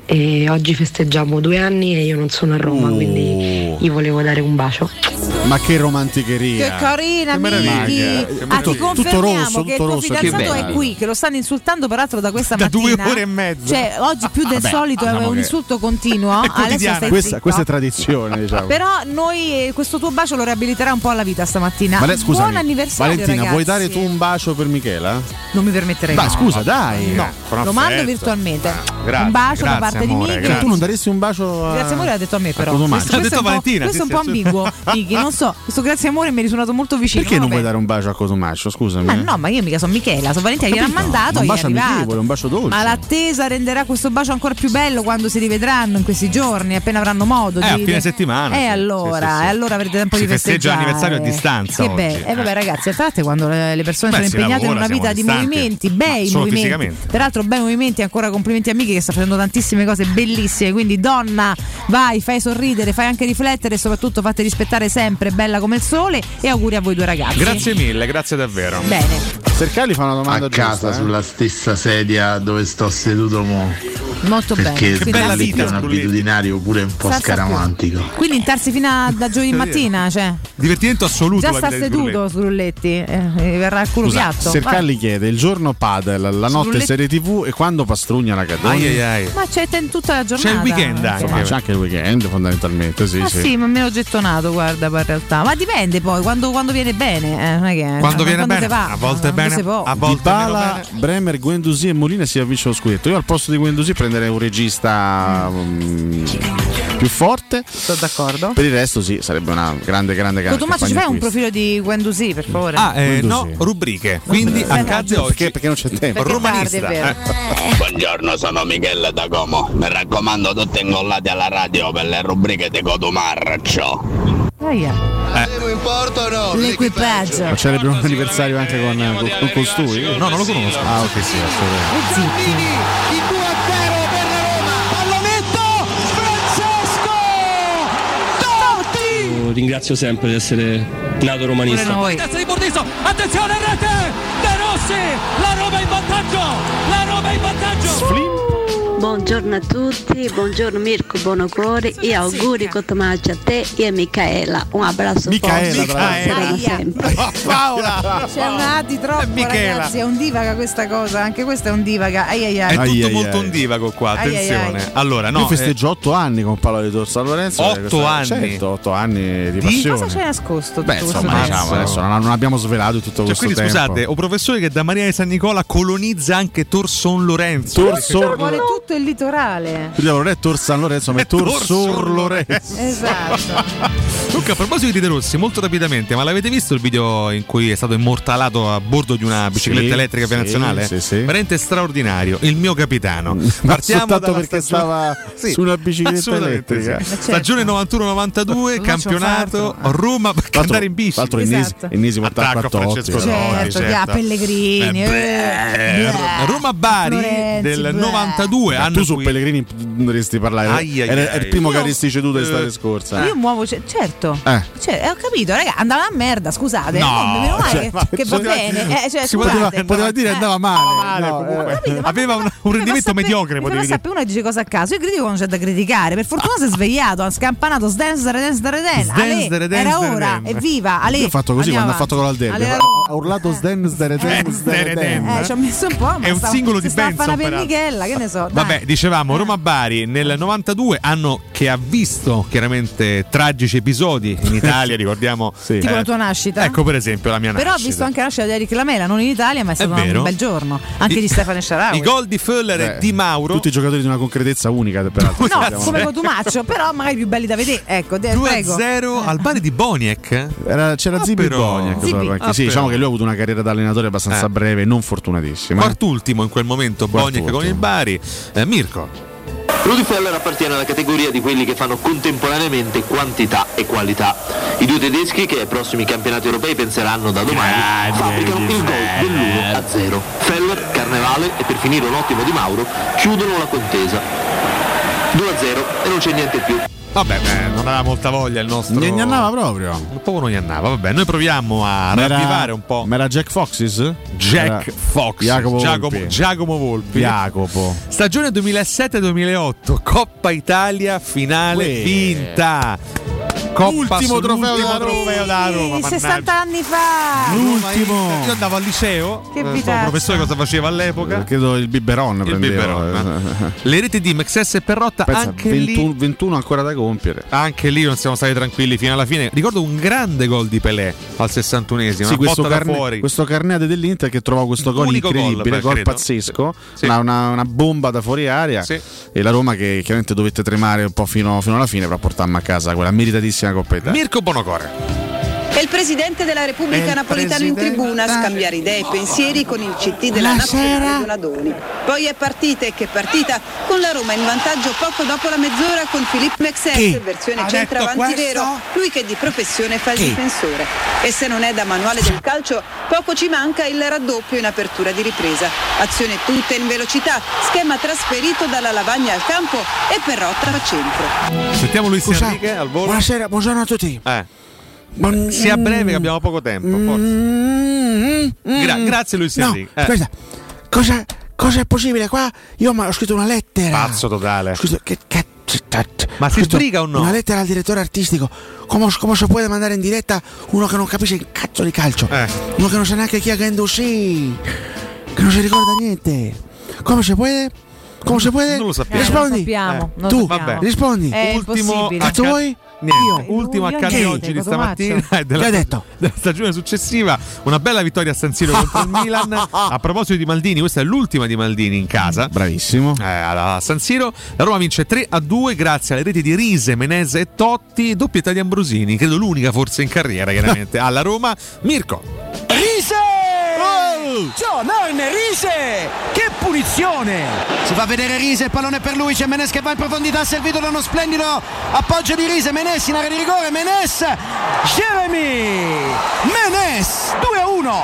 E oggi festeggiamo due anni e io non sono a Roma, Oh. quindi gli volevo dare un bacio. Ma che romanticheria! Che carina, Che meraviglia. Miki. Che Ah, tutto- ti tutto confermiamo rosso, che il tutto tuo rosso, che fidanzato è bello. qui, che lo stanno insultando peraltro da questa Da mattina. due ore e mezza. Cioè, oggi più del Vabbè, solito è diciamo un che- insulto continuo. Adesso quotidiana. stai Questa, zitto. questa è tradizione, diciamo. Però noi eh, questo tuo bacio lo riabiliterà un po' alla vita stamattina. Ma lei, scusami, Buon anniversario, Valentina, ragazzi. vuoi dare tu un bacio per Michela? Non mi permetterei. Dai, no. scusa, dai. No, con lo mando affetto. virtualmente. Grazie, un bacio da grazie, parte di amore, Miki. grazie. Tu non daresti un bacio a... Grazie amore l'ha detto a me però. Cotumaccio. Questo, L'ha questo detto è un po', Valentina, questo è sì, un po' sì, ambiguo, Miki, non so. Questo grazie amore mi è risuonato molto vicino. Perché non vabbè. vuoi dare un bacio a Cotumaccio? Scusami. Ma no, ma io mica sono Michela, sono Valentina, gliel'ha capito, mandato, un gli è bacio arrivato. amichevole, un bacio dolce. Ma l'attesa renderà questo bacio ancora più bello quando si rivedranno in questi giorni, appena avranno modo Eh, di a fine settimana, E sì, allora, sì, sì, sì. e allora avrete tempo Si di festeggiare. festeggia l'anniversario a distanza Che oggi. bello. E vabbè Eh. ragazzi, a tratti quando le le persone Beh, sono si impegnate lavora, in una vita siamo di distanti. movimenti, Ma bei solo movimenti. fisicamente. Peraltro bei movimenti, ancora complimenti a Miki che sta facendo tantissime cose bellissime, quindi donna, vai, fai sorridere, fai anche riflettere e soprattutto fate rispettare sempre, bella come il sole, e auguri a voi due ragazzi. Grazie mille, grazie davvero. Bene. Sercali fa una domanda A casa giusta, eh? sulla stessa sedia dove sto seduto mo. Molto bene. Perché Quindi bella tarsi vita è più. un abitudinario pure un po' Salsa più. scaramantico. Quindi intarsi fino a da giovedì mattina, cioè. Divertimento assoluto. Già la sta vita di seduto su Rulletti, eh, eh, verrà il culo Scusa, piatto. Sercalli chiede il giorno padel, la notte Rulletti- serie tivù e quando pastrugna la Cadoni. Ai ai ai. Ma c'è in tutta la giornata. C'è il weekend anche. Insomma, c'è anche il weekend fondamentalmente, sì, Ah sì. sì, ma meno gettonato, guarda, poi in realtà. Ma dipende poi, quando, quando viene bene, eh, non è che Quando viene quando bene, si va, a volte quando bene, si può. a volte Dybala, Bremer, Guendouzi e Molina si avvicinano allo scudetto. Io al posto di Guendouzi prenderei un regista mm, più forte. Sono d'accordo. Per il resto sì, sarebbe una grande grande grande Tommaso, ci campagna fai un acquisti. profilo di Guendouzi, per favore? Ah, eh, no, Guendouzi. rubriche. Quindi Eh, accade no, oggi. Perché, perché non c'è tempo. Perché è tardi, Romanista. è vero. eh. Buongiorno, sono Michele da Como. Mi raccomando, tutti incollati alla radio per le rubriche di Codomarcio. Aia. L'equipaggio. Ma c'era il primo anniversario anche con, con, con costui? No, non lo conosco. Ah, ok, sì, assolutamente. Zitti. Ringrazio sempre di essere nato romanista. Pure noi. Testa di Bordiso, attenzione rete! De Rossi, la Roma in vantaggio! La Roma in vantaggio! Buongiorno a tutti, buongiorno Mirko Bonocore e auguri Cotomaggia a te e a Micaela. Un abbraccio Micaela, forte, brava. saranno Micaela. sempre. Paola! C'è una A di troppo, Michela. ragazzi, è un divaga questa cosa, anche questo è un divaga. Ai ai ai. È tutto Ai, ai, molto ai. un divago qua, Ai, ai, attenzione. ai. Allora, no, Io festeggio otto anni con Paolo di Tor San Lorenzo. Otto eh, questa- anni? Certo, otto anni di Di- passione. Cosa c'è nascosto? Beh, tutto questo insomma, tempo? diciamo, adesso non, non abbiamo svelato tutto cioè, questo quindi tempo. scusate, un professore che da Maria di San Nicola colonizza anche Tor Son Lorenzo. Tor Sor Vuole tutto il litorale. non è Tor San Lorenzo, ma è Tor Tor Sor Sor Lorenzo. Esatto. Comunque, a proposito di De Rossi, molto rapidamente, ma l'avete visto il video in cui è stato immortalato a bordo di una bicicletta Sì, elettrica via sì, nazionale? sì, sì. Veramente straordinario, il mio capitano. Ma Partiamo soltanto dalla perché stagione- stava Sì, su una bicicletta assolutamente elettrica. sì. Stagione novantuno novantadue, Lo faccio campionato farlo. Roma per Tra l'altro- andare in bici. Tra l'altro Esatto. Innesi- ennesimo Attacco attacco a Francesco Totti. Totti. Certo, certo. che ha Pellegrini. Eh, beh, eh, Roma-Bari Florenzi, del beh. novantadue, Ma anno tu su cui- Pellegrini dovresti parlare. Ai, ai, Era- ai. È il primo che Io- avresti ceduto Eh. l'estate scorsa. Io muovo, ce- certo, Eh. Cioè, ho capito, raga, andava a merda, scusate. No, No, meno male cioè, che, ma- che va poteva bene. dire- Eh, cioè, si poteva, scusate. poteva dire andava male. No, eh. Capito, ma- aveva un, un mi fa rendimento sapere- mediocre, mi fa potevi dire. sapere uno che dice cosa a caso. Io critico quando c'è da criticare. Per fortuna si è svegliato, ha scampanato sdance dare dance dare dance. Sdance, Ale, dare dance, era dare ora, dance. evviva. Ale, Io ho fatto così andiamo quando ha fatto avanti. con l'Aldelli. Ale, Ha urlato Sdens dare Dens dare Eh, ci ho messo un po', ma È un stavo- singolo si di stava a Benson, fare una peraltro. pennichella, che ne so. dai. Vabbè, dicevamo Roma-Bari nel novantadue, anno che ha visto chiaramente tragici episodi in Italia, ricordiamo. Sì. Tipo eh, la tua nascita. Ecco per esempio la mia Però ho nascita. visto anche la nascita di Eric Lamela, non in Italia, ma è stato vero. un bel giorno. Anche I- di Stefano Sciarawi. I gol di Föller e Eh, Di Mauro. Tutti i giocatori di una concretezza unica, peraltro. No, Siamo- come Cotumaccio, però magari più belli da vedere. Ecco, de- due a prego. zero al Bari di Boniek. Era- c'era Ah, Zibi però. Boniek, Zibi. proprio, anche. Ah, sì, diciamo però. che lui ha avuto una carriera da allenatore abbastanza Eh. breve, non fortunatissima. Quartultimo in quel momento Boniek con il Bari. Eh, Mirko. Rudy Feller appartiene alla categoria di quelli che fanno contemporaneamente quantità e qualità. I due tedeschi che ai prossimi campionati europei penseranno da domani fabbricano il gol dell'uno a zero. Feller, Carnevale e per finire un ottimo Di Mauro chiudono la contesa. due a zero e non c'è niente più. Vabbè, beh, non aveva molta voglia il nostro. Non gli andava proprio. Un po' non gli andava. Vabbè, noi proviamo a Ma era- ravvivare un po'. Ma era Jack Foxes? Jack Era Fox, Jacopo Giacomo, Volpi. Giacomo Volpi. Jacopo. Stagione duemilasette duemilaotto, Coppa Italia finale Uè. vinta. Coppa Ultimo trofeo sull'ultimo da Roma. trofeo da Roma. Sì, mannaggia. sessanta anni fa. L'ultimo. Io andavo al liceo. Che eh, vitaccia. il professore cosa faceva all'epoca? Credo il biberon Il prendeva. biberon. Le reti di Mexes e Perrotta Pensa, anche ventuno, lì. ventuno ancora da compiere. Anche lì non siamo stati tranquilli fino alla fine. Ricordo un grande gol di Pelé al sessantunesimo. Sì, una questo, botta da carne, fuori. questo carneade dell'Inter che trova questo gol Unico gol, incredibile, beh, gol credo. pazzesco, Sì. una, una- una bomba da fuori aria. Sì. E la Roma che chiaramente dovette tremare un po' fino, fino alla fine per portarmi a casa quella meritatissima Coppa Italia. Mirko Bonocore. E il Presidente della Repubblica il Napolitano in presidente- tribuna a scambiare idee e pensieri con il C T della Nazionale Donadoni. Poi è partita e che partita con la Roma in vantaggio poco dopo la mezz'ora con Philippe Mexes, Chi? versione Ha centravanti detto questo? vero, lui che di professione fa il Chi? difensore. E se non è da manuale del calcio, poco ci manca il raddoppio in apertura di ripresa. Azione tutta in velocità, schema trasferito dalla lavagna al campo e Perrotta fa centro. Sentiamo Luis Scusa, Enrique al volo. Buonasera, buongiorno a tutti. Eh. Sia breve che abbiamo poco tempo, forse. Gra- grazie Luis No, Enrique. Eh. aspetta. Cosa, Cosa è possibile qua? Io ho scritto una lettera. Pazzo totale. Scusa, che cazzo. Ma si sbriga o no? Una lettera al direttore artistico. Come, come si può mandare in diretta uno che non capisce il cazzo di calcio? Eh. Uno che non sa neanche chi è Gendouzi, che non si ricorda niente. Come si può? Come si può? Non lo sappiamo. Rispondi. Eh, non sappiamo, non tu sappiamo. Vabbè. Rispondi. È Ultimo impossibile. Cazzo vuoi? Niente. Io? Ultimo Io accade niente, oggi di Cotomaccio. stamattina e della, Che hai detto? della stagione successiva, una bella vittoria a San Siro contro il Milan. A proposito di Maldini, questa è l'ultima di Maldini in casa. Bravissimo. Eh, a San Siro la Roma vince tre a due grazie alle reti di Rise, Menez e Totti, doppietta di Ambrosini, credo l'unica forse in carriera chiaramente alla Roma. Mirko. Rise! John Arne Rise! Che punizione! Si fa vedere Rise, il pallone per lui, c'è Menez che va in profondità, servito da uno splendido appoggio di Rise. Menez in area di rigore, Menez, Jeremy Menez, due a uno.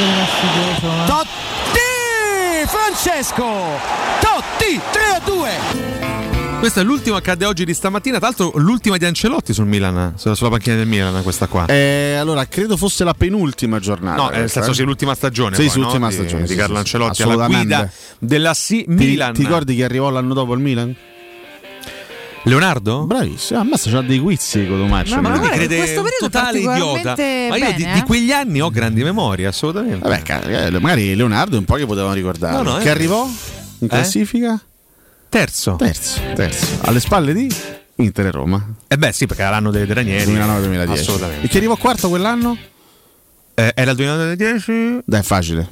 Totti, Francesco Totti, tre a due. Questa è l'ultima accade oggi di stamattina, tra l'altro l'ultima di Ancelotti sul Milan, sulla panchina del Milan questa qua. Eh, allora credo fosse la penultima giornata. No, nel senso eh? sia l'ultima stagione. Sì, poi, sì, no? l'ultima di, stagione. di sì, Carlo sì, Ancelotti alla guida della C Milan. Ti, ti ricordi chi arrivò l'anno dopo al Milan? Leonardo? Bravissimo, ammazza, c'ha dei guizzi Cotomaccio. No, ma Mi guarda, crede questo periodo totale idiota. Ma io bene, di, eh? di quegli anni ho grandi memorie, assolutamente. Vabbè, magari Leonardo un po' che potevano ricordare. No, no, che eh. arrivò in classifica? Eh? Terzo. Terzo, terzo. Alle spalle di Inter e Roma. Eh beh sì, perché era l'anno dei Ranieri. duemilanove duemiladieci. Assolutamente. E chi arrivò quarto quell'anno? Eh, era il duemiladieci? Dai, è facile.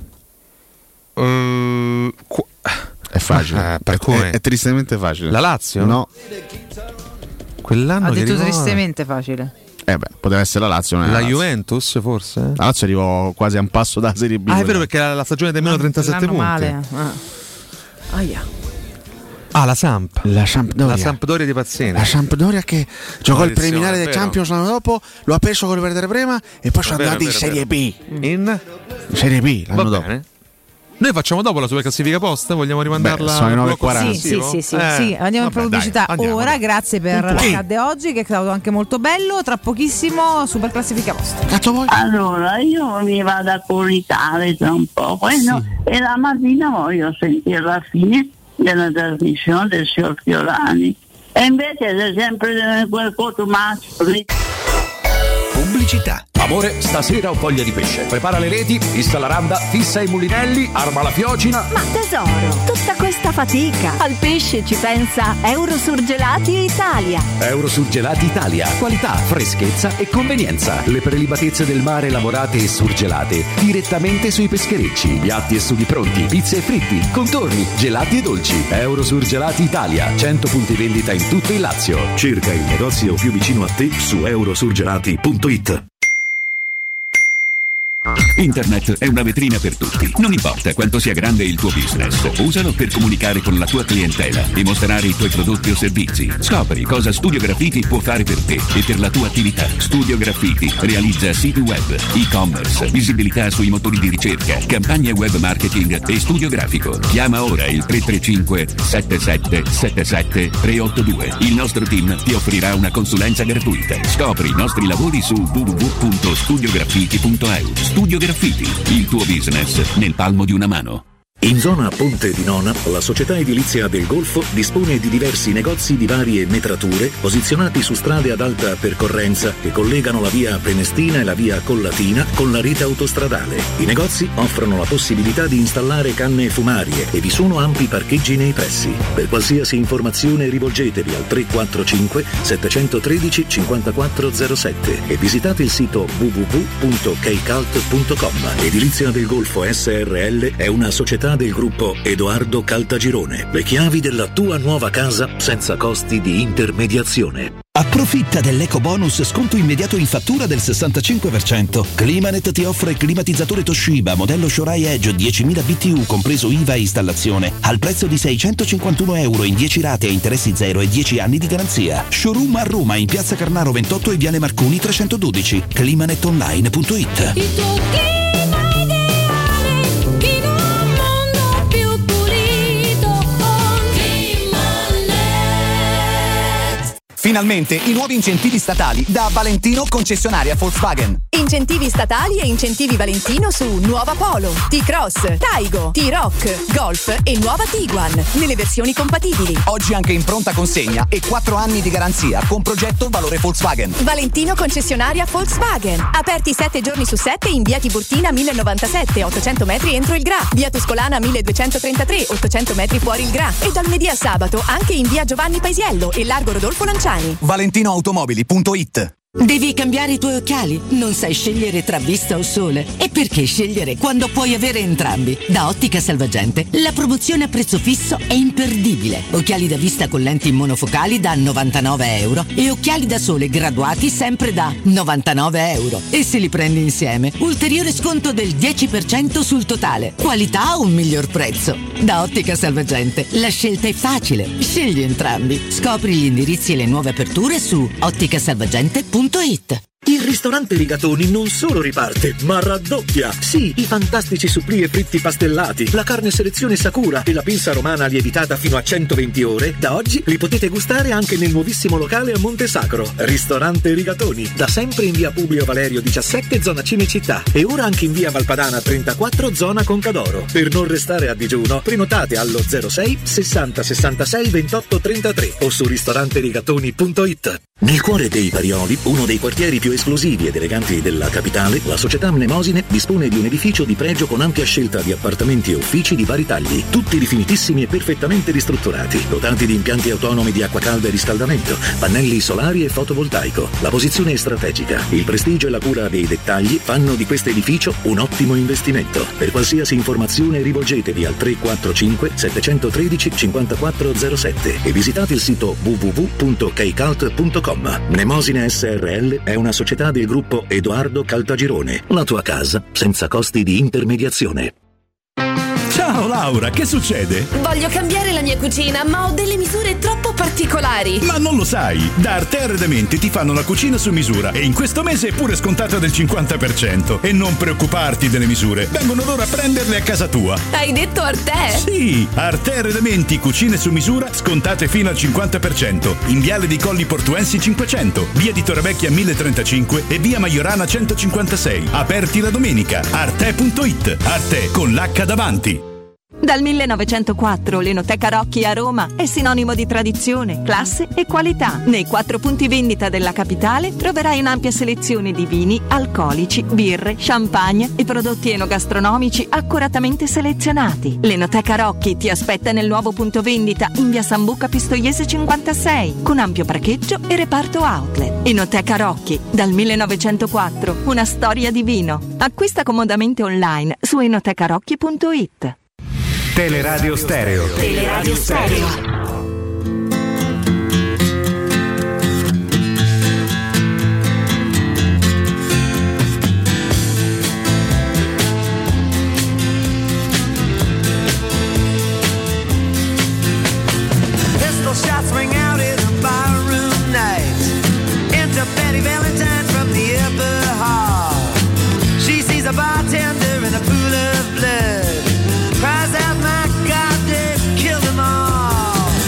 Uh, qu- è facile. Eh, per come? È, è tristemente facile. La Lazio? No. Quell'anno Ha che detto arrivò... tristemente facile. Eh beh, poteva essere la Lazio. Non è La, la Lazio. Juventus forse? La Lazio arrivò quasi a un passo dalla Serie B. Ah, è vero, perché era la stagione del meno trentasette punti. Male. Ah. Aia. Ah, la Samp. La Sampdoria. La Sampdoria di Pazzini. La Sampdoria che giocò il Maledizione, preliminare del vero. Champions l'anno dopo, lo ha perso con il Werder Brema e poi sono Vero, andati in vero, Serie vero. B. In? In Serie B l'anno Va dopo. bene. Noi facciamo dopo la super classifica post? Vogliamo rimandarla? Beh, sono le nove e al blocco quaranta. Sì, sì, successivo? sì, sì, Eh, sì. Andiamo in vabbè, pubblicità dai, andiamo, ora, dai. grazie per Puntuali. l'accadde oggi che è stato anche molto bello. Tra pochissimo super classifica post. Cazzo vuoi? Allora, io mi vado a coricare tra un po', poi no, e la mattina voglio sentire la fine della trasmissione del signor Fiorani. E invece è sempre quel Cotomaccio lì. Pubblicità. Amore, stasera ho voglia di pesce. Prepara le reti, fissa la randa, fissa i mulinelli, arma la fiocina. Ma tesoro, tutta questa fatica. Al pesce ci pensa Eurosurgelati Italia. Eurosurgelati Italia. Qualità, freschezza e convenienza. Le prelibatezze del mare lavorate e surgelate direttamente sui pescherecci. Piatti e sughi pronti, pizze e fritti, contorni, gelati e dolci. Eurosurgelati Italia. cento punti vendita in tutto il Lazio. Cerca il negozio più vicino a te su eurosurgelati punto it. Internet è una vetrina per tutti. Non importa quanto sia grande il tuo business, usalo per comunicare con la tua clientela e mostrare i tuoi prodotti o servizi. Scopri cosa Studio Graffiti può fare per te e per la tua attività. Studio Graffiti realizza siti web, e-commerce, visibilità sui motori di ricerca, campagne web marketing e studio grafico. Chiama ora il tre tre cinque sette sette sette sette tre otto due. Il nostro team ti offrirà una consulenza gratuita. Scopri i nostri lavori su w w w punto studio graffiti punto e u. Studio Graffiti, il tuo business nel palmo di una mano. In zona Ponte di Nona, la società edilizia del Golfo dispone di diversi negozi di varie metrature posizionati su strade ad alta percorrenza che collegano la via Prenestina e la via Collatina con la rete autostradale. I negozi offrono la possibilità di installare canne fumarie e vi sono ampi parcheggi nei pressi. Per qualsiasi informazione rivolgetevi al tre quattro cinque sette uno tre cinque zero sette e visitate il sito w w w punto keicalt punto com. Edilizia del Golfo S R L è una società del gruppo Edoardo Caltagirone. Le chiavi della tua nuova casa senza costi di intermediazione. Approfitta dell'eco bonus sconto immediato in fattura del sessantacinque per cento. Climanet ti offre il climatizzatore Toshiba modello Shorai Edge diecimila B T U compreso I V A e installazione al prezzo di seicentocinquantuno euro in dieci rate a interessi zero e dieci anni di garanzia. Showroom a Roma in Piazza Carnaro ventotto e Viale Marconi trecentododici. climanet online punto it. Il tuo clima ideale in un mondo più pulito con Climanet. Finalmente i nuovi incentivi statali da Valentino concessionaria Volkswagen. Incentivi statali e incentivi Valentino su nuova Polo, T-Cross, Taigo, T-Rock, Golf e nuova Tiguan nelle versioni compatibili. Oggi anche in pronta consegna e quattro anni di garanzia con progetto valore Volkswagen. Valentino concessionaria Volkswagen. Aperti sette giorni su sette in via Tiburtina mille novantasette, ottocento metri entro il Gra. Via Tuscolana milleduecentotrentatré, ottocento metri fuori il Gra. E dal lunedì a sabato anche in via Giovanni Paisiello e largo Rodolfo Lanciani. valentinoautomobili punto it. Devi cambiare i tuoi occhiali? Non sai scegliere tra vista o sole? E perché scegliere quando puoi avere entrambi? Da Ottica Salvagente la promozione a prezzo fisso è imperdibile. Occhiali da vista con lenti monofocali da novantanove euro e occhiali da sole graduati sempre da novantanove euro. E se li prendi insieme, ulteriore sconto del dieci per cento sul totale. Qualità o un miglior prezzo? Da Ottica Salvagente la scelta è facile. Scegli entrambi. Scopri gli indirizzi e le nuove aperture su otticasalvagente punto it. Il ristorante Rigatoni non solo riparte, ma raddoppia. Sì, i fantastici supplì e fritti pastellati, la carne selezione Sakura e la pinza romana lievitata fino a centoventi ore, da oggi li potete gustare anche nel nuovissimo locale a Monte Sacro. Ristorante Rigatoni, da sempre in via Publio Valerio diciassette, zona Cinecittà, e ora anche in via Valpadana trentaquattro, zona Concadoro. Per non restare a digiuno, prenotate allo zero sei sessanta sessantasei ventotto trentatré o su ristoranterigatoni punto it. Nel cuore dei Parioli, uno dei quartieri più esclusivi ed eleganti della capitale, la società Mnemosine dispone di un edificio di pregio con ampia scelta di appartamenti e uffici di vari tagli, tutti rifinitissimi e perfettamente ristrutturati, dotati di impianti autonomi di acqua calda e riscaldamento, pannelli solari e fotovoltaico. La posizione è strategica, il prestigio e la cura dei dettagli fanno di questo edificio un ottimo investimento. Per qualsiasi informazione rivolgetevi al tre quattro cinque sette uno tre cinque quattro zero sette e visitate il sito w w w punto keycult punto com. Mnemosine S R L è una società del gruppo Edoardo Caltagirone. La tua casa senza costi di intermediazione. Ciao Laura, che succede? Voglio cambiare la mia cucina, ma ho delle misure troppo particolari. Ma non lo sai, da Arte Arredamenti ti fanno la cucina su misura e in questo mese è pure scontata del cinquanta per cento. E non preoccuparti delle misure, vengono loro a prenderle a casa tua. Hai detto Arte? Sì, Arte Arredamenti, cucine su misura, scontate fino al cinquanta per cento. In Viale dei Colli Portuensi cinquecento, via di Torrevecchia mille trentacinque e via Maiorana centocinquantasei. Aperti la domenica. Arte punto it. Arte con l'H davanti. Dal millenovecentoquattro l'Enoteca Rocchi a Roma è sinonimo di tradizione, classe e qualità. Nei quattro punti vendita della capitale troverai un'ampia selezione di vini, alcolici, birre, champagne e prodotti enogastronomici accuratamente selezionati. L'Enoteca Rocchi ti aspetta nel nuovo punto vendita in via Sambuca Pistoiese cinquantasei con ampio parcheggio e reparto outlet. Enoteca Rocchi, dal millenovecentoquattro, una storia di vino. Acquista comodamente online su enotecarocchi punto it. Teleradio Stereo. Teleradio Stereo. Pistol shots ring out in a barroom night. Enter Betty Valentine from the upper hall. She sees a bartender in a pool of blood. Cries out, my God, they've killed them all.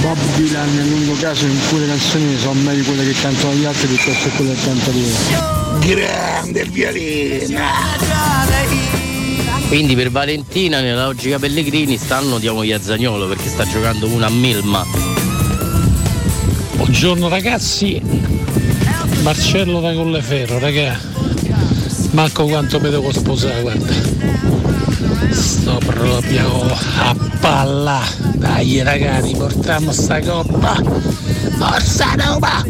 Bob Dylan nel lungo caso in cui le canzoni sono meglio quelle che cantano gli altri piuttosto che quelle che canta lui. Grande il violino! Quindi per Valentina nella logica Pellegrini stanno diamogli a Zaniolo perché sta giocando una a Milma. Buongiorno ragazzi, Marcello da Colleferro, raga. Manco quanto mi devo sposare, guarda. Sto proprio a palla. Dai ragazzi, portiamo sta coppa. Forza Roma!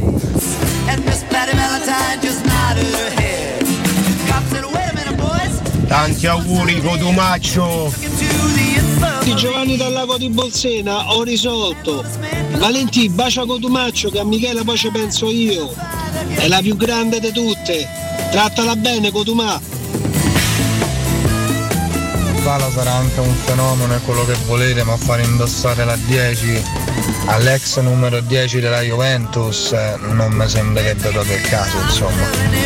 Tanti auguri Cotumaccio. Di Giovanni dal lago di Bolsena, ho risolto. Valentì, bacia Cotumaccio che a Michela poi ci penso io. È la più grande di tutte. Trattala bene Cotumà. Fala sarà anche un fenomeno, è quello che volete, ma fare indossare la dieci all'ex numero dieci della Juventus eh, non mi sembrerebbe proprio il caso, insomma.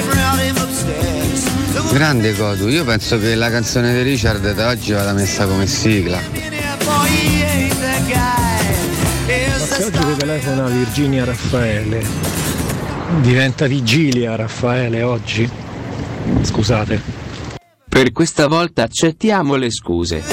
Grande Cotu, io penso che la canzone di Richard da oggi vada messa come sigla. Ma se oggi che telefona Virginia Raffaele diventa Vigilia Raffaele oggi? Scusate. Per questa volta accettiamo le scuse.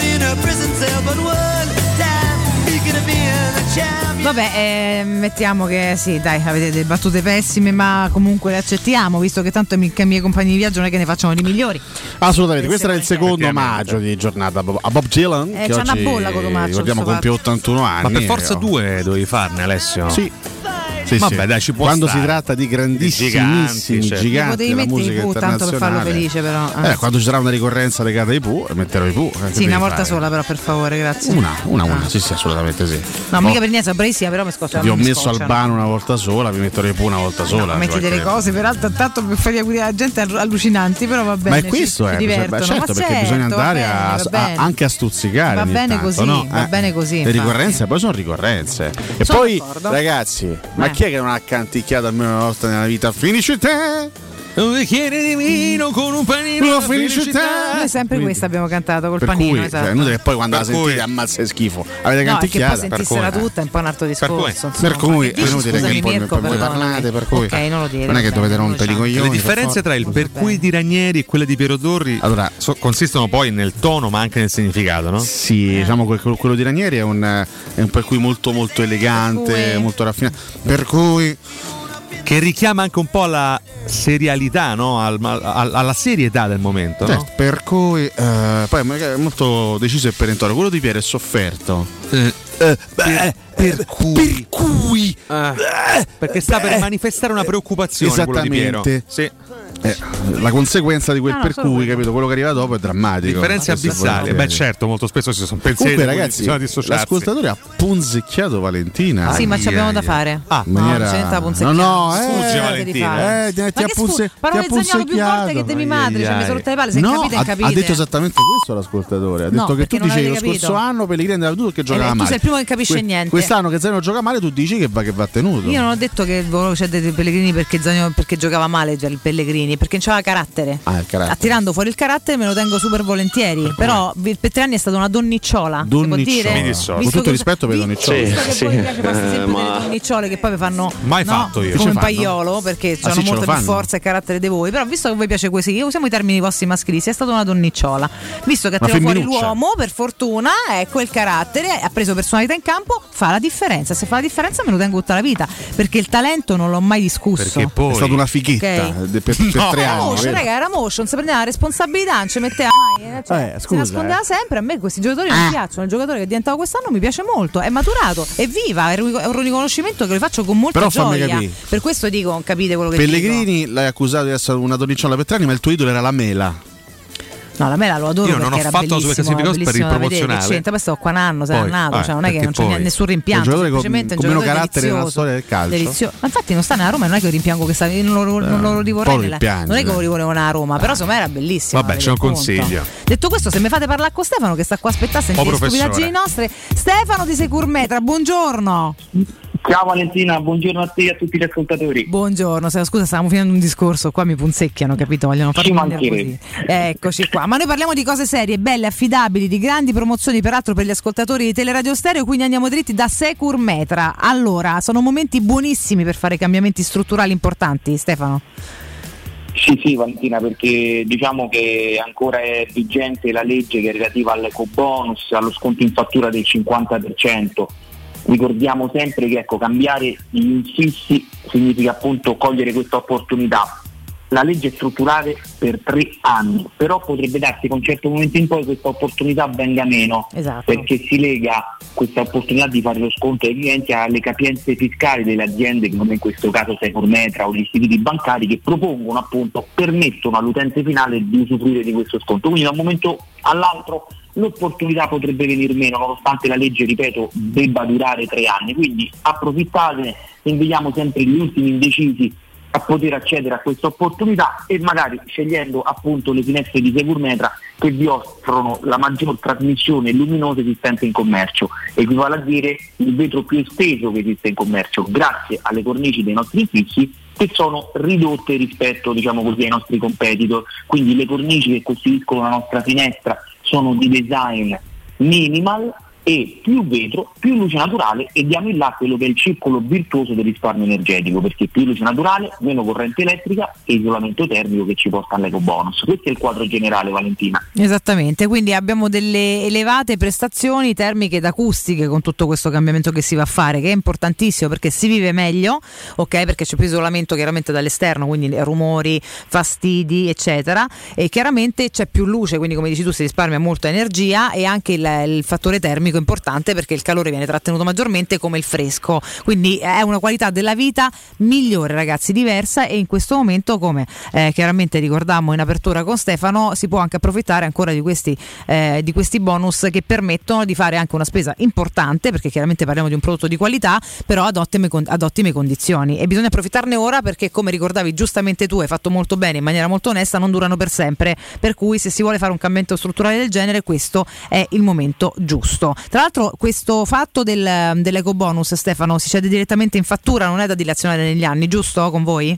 Vabbè, eh, mettiamo che sì, dai, avete delle battute pessime, ma comunque le accettiamo, visto che tanto i miei compagni di viaggio non è che ne facciano di migliori. Assolutamente, questo era il secondo omaggio di giornata a Bob Dylan. Eh, che c'ha oggi, una bolla con Tomaccio, ricordiamo, compie ottantuno anni. Ma per forza eh, due dovevi farne, Alessio? Sì. Sì, Vabbè, sì. dai, ci può Quando stare. si tratta di grandissimi Giganti, giganti, certo. Potevi della mettere musica i Pooh tanto per farlo internazionale. felice, però. Eh, Ah. quando ci sarà una ricorrenza legata ai Pooh, metterò i Pooh. Sì, una volta sola, però, per favore, grazie. Una, una, una, Ah. sì, sì, assolutamente sì. No, Oh, mica per niente, sono bravissima, però mi scoccia. vi ho mi messo scocciano. Albano una volta sola, vi metterò i Pooh una volta sola. Metti ci delle mancherebbe. cose, peraltro, tanto per fare auguri alla gente allucinanti, però va bene. Ma è questo, ci, eh, ci beh, divertono. certo, Ma perché certo, bisogna va andare bene, a, va a- bene. anche a stuzzicare. Va ogni bene tanto, così, no? va Eh, bene così, Le infatti. ricorrenze poi sono ricorrenze. E Sono poi, d'accordo. ragazzi, ma Eh. chi è che non ha canticchiato almeno una volta nella vita? Finisci te! Un bicchiere di vino con un panino La la felicità. felicità. Noi sempre Quindi- questa abbiamo cantato col Per panino, cui, esatto. cioè, è inutile che poi quando Per la sentite cui- ammazza e schifo. Avete No, è che poi canticchiata? sentissela tutta è un po' un altro discorso. cui- insomma. Per cui Che è dici, inutile scusami, che poi, Mirko, poi perdonami. parlate, per cui Ok, non lo dire, non è che va dovete bene, rompere i non lo coglioni. Le differenze tra il per cui di Ranieri e quelle di Piero Torri Allora- so- consistono poi nel tono ma anche nel significato, no? Sì, diciamo que- quello di Ranieri è un, è un per cui molto molto elegante, Per cui- molto raffinato. Per cui Che richiama anche un po' la serialità, no? Al- al- alla serietà del momento, no? certo, per cui eh, poi magari è molto deciso e perentorio. Quello di Piero è sofferto. Eh, Eh, per, per cui, per cui Ah, perché sta per manifestare una preoccupazione quello di Piero. Esattamente. Sì. eh, la conseguenza di quel Ah, no, per solo cui, quello. capito? Quello che arriva dopo è drammatico. Differenze Questo abissali. volentieri. Beh, certo, molto spesso ci sono pensieri Comunque, di cui ragazzi, bisogna dissociarsi. l'ascoltatore ha punzecchiato Valentina. Sì, ma ci abbiamo da fare. Ah, in no, maniera- non c'è niente da no, punzecchiare. no, Sfugge eh, Valentina. eh, ti, Ma ti ha che punze- scu- parole ti ha di Zaniolo più volte che punzecchiato. di mia madre, cioè mi sono rotte le palle, se No, capite, ha, capite. ha detto esattamente questo l'ascoltatore. Ha No, detto che perché tu non dicevi lo avete capito. scorso anno Pellegrini andava tutto che giocava Eh, tu male. sei il primo che capisce Que- niente. Quest'anno che Zaniolo gioca male, tu dici che va, che va tenuto. Io non ho detto che volevo cedere il Pellegrini perché, Zaniolo, perché giocava male già il Pellegrini, perché non c'aveva carattere. Ah, il carattere. Attirando fuori il carattere me lo tengo super volentieri. Però vi- per tre anni è stata una donnicciola. si può Donnicciola. dire? Mi Visto Con tutto che- rispetto per vi- Donnicciola. Visto che Sì, poi sì. mi piace farsi sempre Eh, delle ma- donnicciole che poi vi fanno Mai no, fatto io. come un Che ci fanno? paiolo perché Ah, hanno sì, ce lo molta più fanno? forza e carattere di voi. Però visto che vi piace così, usiamo i termini vostri maschili, è stata una donnicciola. Visto che Una attira fuori femminuccia. l'uomo, per fortuna, ecco il carattere, ha preso personalità in campo, fa la differenza. Se fa la differenza me lo tengo tutta la vita, perché il talento non l'ho mai discusso. Perché poi È stata una fighetta Ok. de- per, per No. tre Era anni. motion, vero? raga, era motion, si prendeva la responsabilità, non ci metteva mai. eh, Cioè, Eh, si scusa, nascondeva eh. sempre. A me questi giocatori non mi piacciono. Il giocatore che è diventato quest'anno mi piace molto, è maturato, è viva, è un è un riconoscimento che lo faccio con molta Però fammi gioia. capire. Per questo dico, capite quello che dico. Pellegrini l'hai accusato di essere una donnicciola per tre anni, ma il tuo idolo era la mela. No, la mela lo adoro Io non perché ho era fatto la bellissimo, Super Classifica per il bellissimo da vedere, promozionale. che c'entra? Poi stavo qua un anno, sarà Poi, nato, ah, cioè non è che perché non c'è poi- nessun Un rimpianto, giocatore con, semplicemente con un meno giocatore carattere nella delizioso. storia del calcio. Delizio- Ma infatti non sta nella Roma, non è che io rimpiango questa, non lo, non lo rivorrei poi lo nella- rimpiangi, non è che lo dai. rivolevo nella Roma, però insomma era bellissimo. Vabbè, c'è un consiglio. Detto questo, se mi fate parlare con Stefano che sta qua a aspettare a sentire Oh, le professore. stupidaggini nostre, Stefano di Securmetra, buongiorno. Ciao Valentina, buongiorno a te e a tutti gli ascoltatori. Buongiorno, scusa, stavamo finendo un discorso, qua mi punzecchiano, capito? Vogliono farmi così. Eccoci qua, ma noi parliamo di cose serie, belle, affidabili, di grandi promozioni peraltro per gli ascoltatori di Teleradio Stereo, quindi andiamo dritti da Securmetra. Allora, sono momenti buonissimi per fare cambiamenti strutturali importanti, Stefano? Sì, sì Valentina, perché diciamo che ancora è vigente la legge che è relativa all'ecobonus, allo sconto in fattura del cinquanta per cento. Ricordiamo sempre che ecco, cambiare gli infissi significa appunto cogliere questa opportunità. La legge è strutturale per tre anni, però potrebbe darsi che a un certo momento in poi questa opportunità venga meno, esatto. Perché si lega questa opportunità di fare lo sconto ai clienti alle capienze fiscali delle aziende, come in questo caso Securmetra o gli istituti bancari, che propongono appunto, permettono all'utente finale di usufruire di questo sconto. Quindi da un momento all'altro l'opportunità potrebbe venir meno, nonostante la legge, ripeto, debba durare tre anni. Quindi approfittatene, invitiamo sempre gli ultimi indecisi a poter accedere a questa opportunità e magari scegliendo appunto le finestre di Securmetra che vi offrono la maggior trasmissione luminosa esistente in commercio, equivale a dire il vetro più esteso che esiste in commercio, grazie alle cornici dei nostri infissi che sono ridotte rispetto, diciamo così, ai nostri competitor. Quindi le cornici che costituiscono la nostra finestra sono di design minimal e più vetro, più luce naturale, e diamo in là quello che è il circolo virtuoso del risparmio energetico, perché più luce naturale, meno corrente elettrica e isolamento termico che ci porta all'ecobonus. Questo è il quadro generale, Valentina. Esattamente, quindi abbiamo delle elevate prestazioni termiche ed acustiche con tutto questo cambiamento che si va a fare, che è importantissimo perché si vive meglio, ok, perché c'è più isolamento chiaramente dall'esterno, quindi rumori, fastidi eccetera, e chiaramente c'è più luce, quindi come dici tu si risparmia molta energia, e anche il, il fattore termico è importante perché il calore viene trattenuto maggiormente come il fresco, quindi è una qualità della vita migliore, ragazzi, diversa, e in questo momento, come eh, chiaramente ricordammo in apertura con Stefano, si può anche approfittare ancora di questi, eh, di questi bonus che permettono di fare anche una spesa importante, perché chiaramente parliamo di un prodotto di qualità, però ad ottime, ad ottime condizioni, e bisogna approfittarne ora perché, come ricordavi giustamente tu, hai fatto molto bene, in maniera molto onesta, non durano per sempre, per cui se si vuole fare un cambiamento strutturale del genere questo è il momento giusto. Tra l'altro questo fatto del, dell'ecobonus, Stefano, si cede direttamente in fattura, non è da dilazionare negli anni, giusto, con voi?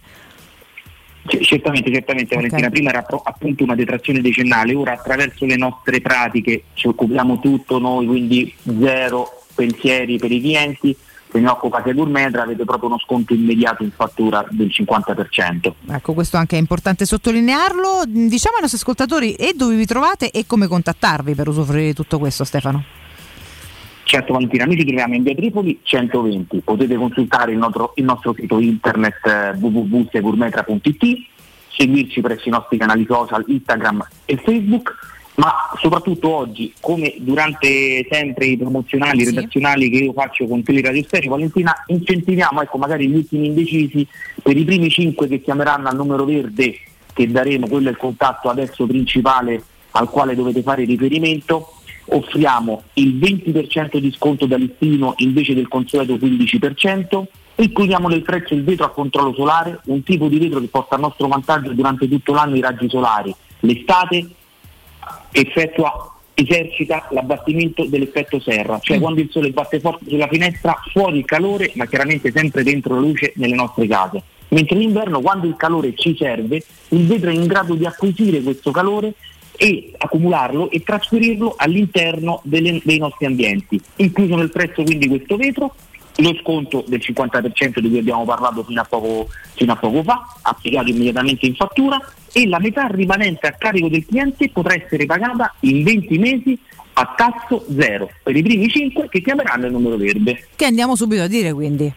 C- certamente, certamente okay. Valentina, prima era pro- appunto una detrazione decennale, ora attraverso le nostre pratiche ci occupiamo tutto noi, quindi zero pensieri per i clienti. Se ne occupa Securmetra avete proprio uno sconto immediato in fattura del cinquanta per cento. Ecco, questo anche è importante sottolinearlo. Diciamo ai nostri ascoltatori e dove vi trovate e come contattarvi per usufruire di tutto questo, Stefano. Certo Valentina, noi ci troviamo in via Tripoli centoventi, potete consultare il nostro, il nostro sito internet eh, w w w punto securmetra punto i t, seguirci presso i nostri canali social Instagram e Facebook, ma soprattutto oggi, come durante sempre i promozionali, sì. redazionali che io faccio con Teleradio Stereo, Valentina, incentiviamo ecco magari gli ultimi indecisi, per i primi cinque che chiameranno al numero verde che daremo, quello è il contatto adesso principale al quale dovete fare riferimento. Offriamo il venti per cento di sconto da listino invece del consueto quindici per cento, includiamo nel prezzo il vetro a controllo solare, un tipo di vetro che porta a nostro vantaggio durante tutto l'anno i raggi solari. L'estate effettua, esercita l'abbattimento dell'effetto serra, cioè mm. quando il sole batte forte sulla finestra, fuori il calore, ma chiaramente sempre dentro la luce nelle nostre case. Mentre l'inverno, quando il calore ci serve, il vetro è in grado di acquisire questo calore e accumularlo e trasferirlo all'interno delle, dei nostri ambienti. Incluso nel prezzo quindi questo vetro, lo sconto del cinquanta per cento di cui abbiamo parlato fino a poco, fino a poco fa, applicato immediatamente in fattura, e la metà rimanente a carico del cliente potrà essere pagata in venti mesi a tasso zero per i primi cinque che chiameranno il numero verde. Che andiamo subito a dire quindi.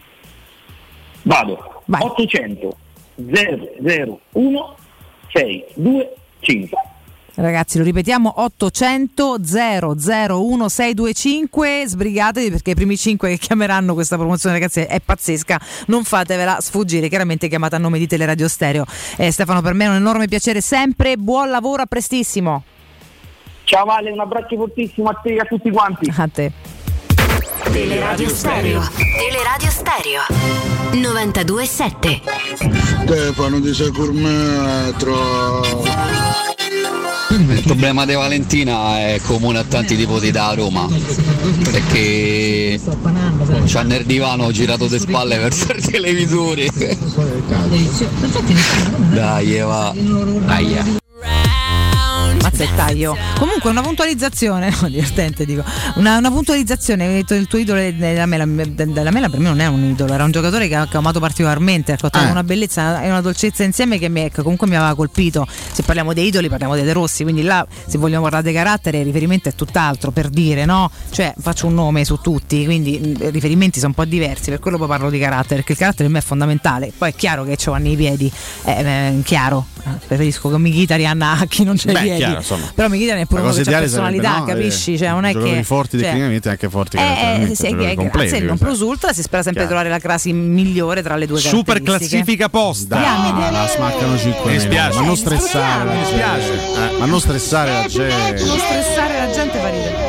Vado. Vai. ottocento zero zero uno sei due cinque. Ragazzi, lo ripetiamo, ottocento zero zero uno sei due cinque, sbrigatevi perché i primi cinque che chiameranno questa promozione, ragazzi, è pazzesca, non fatevela sfuggire, chiaramente chiamate a nome di Teleradio Stereo. Eh, Stefano, per me è un enorme piacere sempre, buon lavoro, a prestissimo. Ciao Vale, un abbraccio fortissimo a te e a tutti quanti. A te. Teleradio Stereo. Teleradio Stereo novantadue sette. Stefano di Securmetra. problema di Valentina è comune a tanti tifosi da Roma, perché c'ha nel divano girato di spalle verso il televisore. Dai, va. Dai. Mazzettaio. Comunque una puntualizzazione, no, divertente dico. Una, una puntualizzazione, hai detto il tuo idolo della Mela, della Mela per me non è un idolo, era un giocatore che ha amato particolarmente, ha fatto eh. una bellezza e una dolcezza insieme che mi, comunque mi aveva colpito. Se parliamo dei idoli parliamo dei De Rossi, quindi là se vogliamo parlare di carattere il riferimento è tutt'altro, per dire, no? Cioè faccio un nome su tutti, quindi i riferimenti sono un po' diversi, per quello poi parlo di carattere, perché il carattere per me è fondamentale. Poi è chiaro che c'ho nei piedi, è, è chiaro, preferisco che Mkhitaryan a chi non c'è i piedi. Chiaro, però Mkhitaryan è pure uno che c'ha personalità, sarebbe, no? Capisci? Cioè, non è che forti cioè, tecnicamente e anche forti eh, sì, è completi, se non prosulta si spera sempre di trovare la crasi migliore tra le due super classifica posta. No, no, no, smaccano cinque. Mi dispiace, ma non stressare, mi dispiace. Eh, ma non stressare la gente. Non stressare la gente fa ridere.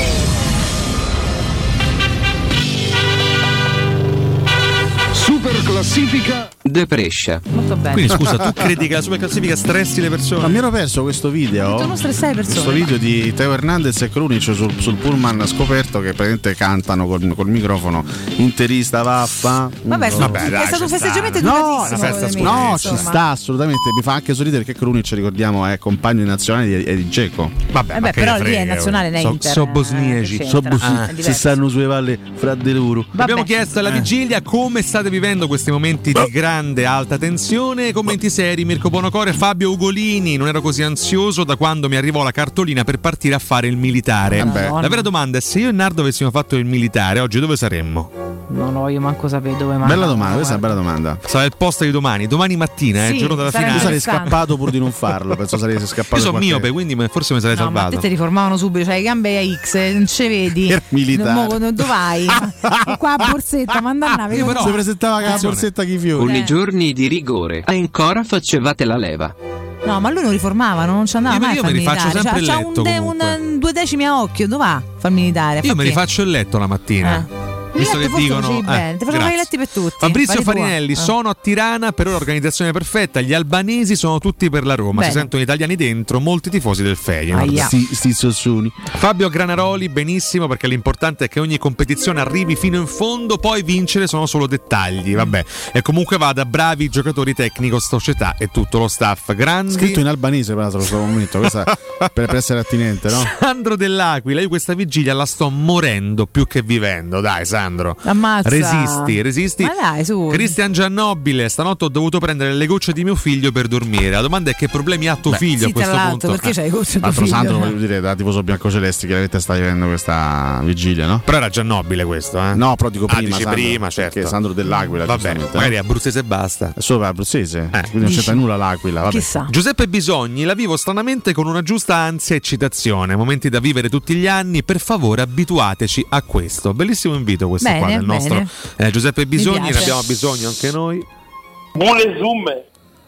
Super classifica De Brescia. Molto bene. Quindi scusa, tu credi che la super classifica stressi le persone? Ma mi ero perso questo video. Non stressare le persone. Questo video di Teo Hernandez e Krunic sul, sul pullman scoperto che praticamente cantano col, col microfono interista vaffa. Vabbè, Vabbè dai, è stato un festeggiamento educatissimo. No, no, ci sta assolutamente. Mi fa anche sorridere che Krunic, ricordiamo, è compagno nazionale di, di Dzeko. Vabbè, Vabbè però lì è nazionale, non è Inter. So bosniaci. So bosniaci. Si stanno sulle valle fra di loro. Abbiamo chiesto alla vigilia come state vivendo questi momenti di grande alta tensione. Commenti seri: Mirko Bonocore, Fabio Ugolini. Non ero così ansioso da quando mi arrivò la cartolina per partire a fare il militare. La vera domanda è: se io e Nardo avessimo fatto il militare, oggi dove saremmo? Non lo voglio manco sapere dove mai. Bella domanda, questa è una bella domanda. Sarà il posto di domani, domani mattina, sì, il giorno della finale. Tu sarei scappato pur di non farlo. Penso sarei scappato. Io sono qualche... miope, quindi forse mi sarei no, salvato. Ma te ti riformavano subito, cioè le gambe a X, non ci vedi. Per militare. No, dove vai? Qua a borsetta, manda a nave. Però si presentava con la borsetta chi fiori. Con i giorni di rigore ancora facevate la leva. No, ma lui non riformava, non ci andava io, mai io a far mi militare. rifaccio sempre C'ha, il letto, c'ha un, de, un due decimi a occhio, dove va a far militare? Io Fa mi che? rifaccio il letto la mattina. Eh. Visto che dicono eh, bene. Ti facciamo i letti per tutti. Fabrizio Fari Farinelli, tua. sono a Tirana, per ora organizzazione perfetta. Gli albanesi sono tutti per la Roma. Bene. Si sentono italiani dentro, molti tifosi del Feyenoord. Sti, sti sossuni. Fabio Granaroli, benissimo, perché l'importante è che ogni competizione arrivi fino in fondo, poi vincere sono solo dettagli. Vabbè, e comunque vada, bravi giocatori, tecnico, società e tutto lo staff. Grandi. Scritto in albanese, però, questo momento, questa per, per essere attinente, no? Sandro Dell'Aquila, io questa vigilia la sto morendo più che vivendo. Dai, Sandro. Ammazza. Resisti, resisti. Ma dai, su. Cristian Giannobile, stanotte ho dovuto prendere le gocce di mio figlio per dormire. La domanda è: che problemi ha tuo Beh, figlio sì, a questo punto? Perché c'hai le gocce di tuo Altro figlio? Sandro, voglio dire, da tifoso biancocelesti, chiaramente sta vivendo questa vigilia, no? Però era Giannobile questo, eh? No, però dico ah, prima. Dici Sandro, prima, certo. Perché Sandro dell'Aquila. Vabbè, magari no? Abruzzese e basta. È solo abruzzese, eh, quindi non c'entra nulla l'Aquila. Vabbè. Chissà. Giuseppe Bisogni, la vivo stranamente con una giusta ansia e eccitazione. Momenti da vivere tutti gli anni. Per favore, abituateci a questo. Bellissimo invito questo bene, qua del bene. nostro eh, Giuseppe Bisogni, ne abbiamo bisogno anche noi. Buone zoom.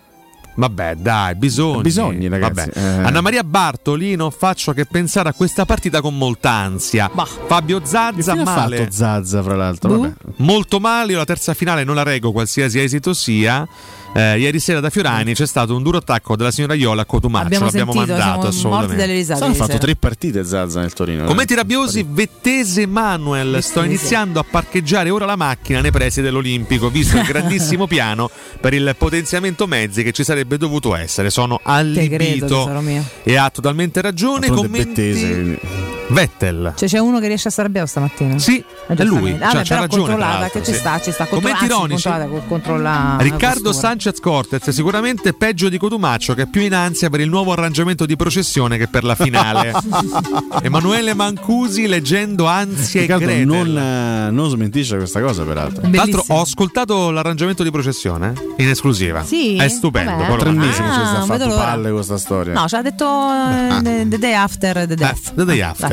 Vabbè, dai, bisogni. Bisogni, ragazzi. Eh. Eh. Anna Maria Bartoli, non faccio che pensare a questa partita con molta ansia. Bah. Fabio Zazza, che male. ha fatto Zazza, fra l'altro. Vabbè. Molto male, io la terza finale non la reggo, qualsiasi esito sia. Eh, ieri sera da Fiorani c'è stato un duro attacco della signora Iola a Cotumaccio. Abbiamo L'abbiamo sentito, mandato assolutamente. Hanno fatto tre partite Zazza nel Torino. Commenti rabbiosi: Vettese Manuel. Vettese. Sto iniziando a parcheggiare ora la macchina nei pressi dell'Olimpico, visto il grandissimo piano per il potenziamento mezzi che ci sarebbe dovuto essere. Sono allibito e ha totalmente ragione. Commenti... Vettese, Vettel. Cioè c'è uno che riesce a stare arrabbiato stamattina? Sì, è lui. Ah, cioè, beh, c'ha ragione. Controllata, che ci sì. sta, ci sta. Commenti ironici. Controlla Riccardo Sanchez Cortez, sicuramente peggio di Cotumaccio, che è più in ansia per il nuovo arrangiamento di processione che per la finale. Emanuele Mancusi, leggendo Ansia Riccardo, e Gretel. Non, non smentisce questa cosa, peraltro. Tra l'altro, ho ascoltato l'arrangiamento di processione in esclusiva. Sì, è stupendo. Com'è? Tre mesi che ah, ci sta fatto l'ora. palle questa storia. No, ci ha detto uh, the, the day after the death. Eh, the day after.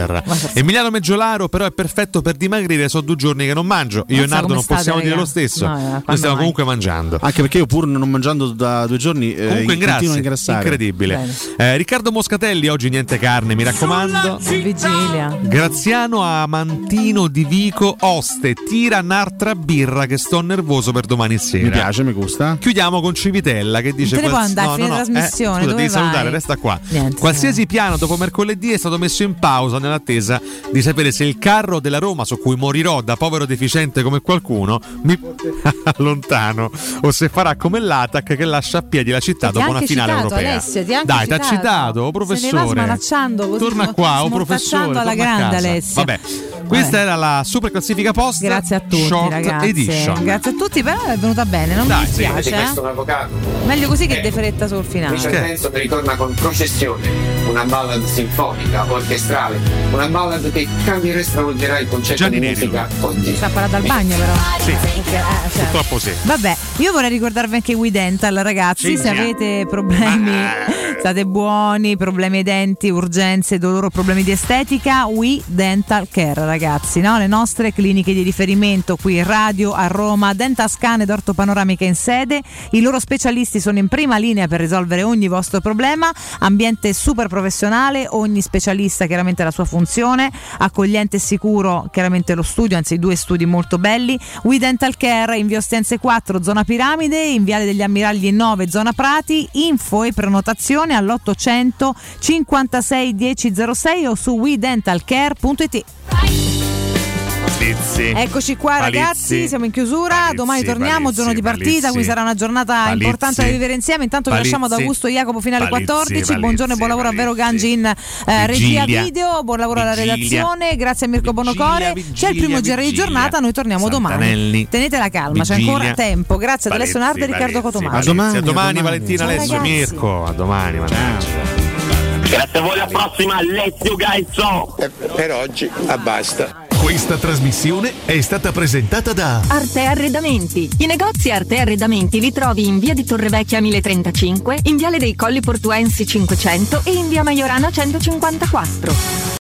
Kerr. Emiliano Meggiolaro però è perfetto per dimagrire, so due giorni che non mangio. Io Non e so Nardo come non state, possiamo dire raga. lo stesso. No, eh, Noi quando stiamo mai? comunque mangiando. Anche perché io pur non mangiando da due giorni eh, Comunque in- continuo a ingrassi, ingrassare. incredibile. Eh, Riccardo Moscatelli, oggi niente carne, mi raccomando. Vigilia. Graziano Amantino di Vico, oste, tira un'altra birra che sto nervoso per domani sera. Mi piace, mi gusta. Chiudiamo con Civitella che dice te ne puoi quals- andare a no, fine no, no, trasmissione, eh, scusa, dove devi vai? salutare, resta qua. Niente, Qualsiasi piano dopo mercoledì è stato messo in pausa nell'attesa di sapere se il carro della Roma su cui morirò da povero deficiente come qualcuno mi porterà lontano o se farà come l'Atac che lascia a piedi la città Ti ha dopo una anche finale citato, europea. Alessio, ti ha anche Dai, ti ha citato. citato, oh Se ne va professore. smanacciando così, Torna smo- qua, oh smortacciando professore. alla torna a grande, casa. Alessio. Vabbè, questa era la super classifica post. Grazie a tutti, Short ragazzi. Edition. Grazie a tutti, però è venuta bene, non Dai, mi sì. dispiace. Questo è eh. un avvocato. Meglio così che deferetta sul finale. Richard Branson ritorna con Processione, una ballad sinfonica, orchestrale, una ballad che cambierà e stravolgerà il concetto Gianni di Neri. musica oggi. Sta parlando dal bagno però. Sì. Perché, eh, cioè. Purtroppo sì. Vabbè, io vorrei ricordarvi anche We Dental, ragazzi. Sì, se sì. avete problemi, state buoni, problemi ai denti, urgenze, dolore, problemi di estetica, We Dental Care, ragazzi, no? Le nostre cliniche di riferimento qui in radio a Roma, Dental Scan ed ortopanoramica in sede. I loro specialisti sono in prima linea per risolvere ogni vostro problema. Ambiente super professionale, ogni specialista chiaramente ha la sua funzione, accogliente e sicuro chiaramente lo studio, anzi due studi molto belli. We Dental Care in via Ostense quattro, zona Piramide, in viale degli Ammiragli nove, zona Prati. Info e prenotazione all'ottocento cinquantasei dieci zero sei o su we dental care punto it. Palizzi. Eccoci qua, Palizzi. ragazzi, siamo in chiusura. Palizzi, Domani torniamo, Palizzi, giorno di partita, Palizzi. quindi sarà una giornata Palizzi. importante da vivere insieme. Intanto vi Palizzi. lasciamo ad Augusto Jacopo fino alle Palizzi, quattordici. Palizzi, Buongiorno e buon lavoro a Vero Gangi in eh, regia Vigilia. video. Buon lavoro alla Vigilia. redazione. Grazie a Mirko Bonocore. C'è il primo giro di Vigilia. giornata. Noi torniamo Santanelli. domani. Tenete la calma, c'è Vigilia. ancora tempo. Grazie ad Palizzi, Alessio Nardo e Riccardo Palizzi, Cotomaggi. Palizzi. A domani, Valentina, Ciao, Alessio, ragazzi. Mirko. A domani, mannaggia. Grazie a voi, alla prossima, Alessio Gaizzo. Per oggi, ah, basta. Questa trasmissione è stata presentata da Arte Arredamenti. I negozi Arte Arredamenti li trovi in via di Torrevecchia mille trentacinque, in viale dei Colli Portuensi cinquecento e in via Maiorana centocinquantaquattro.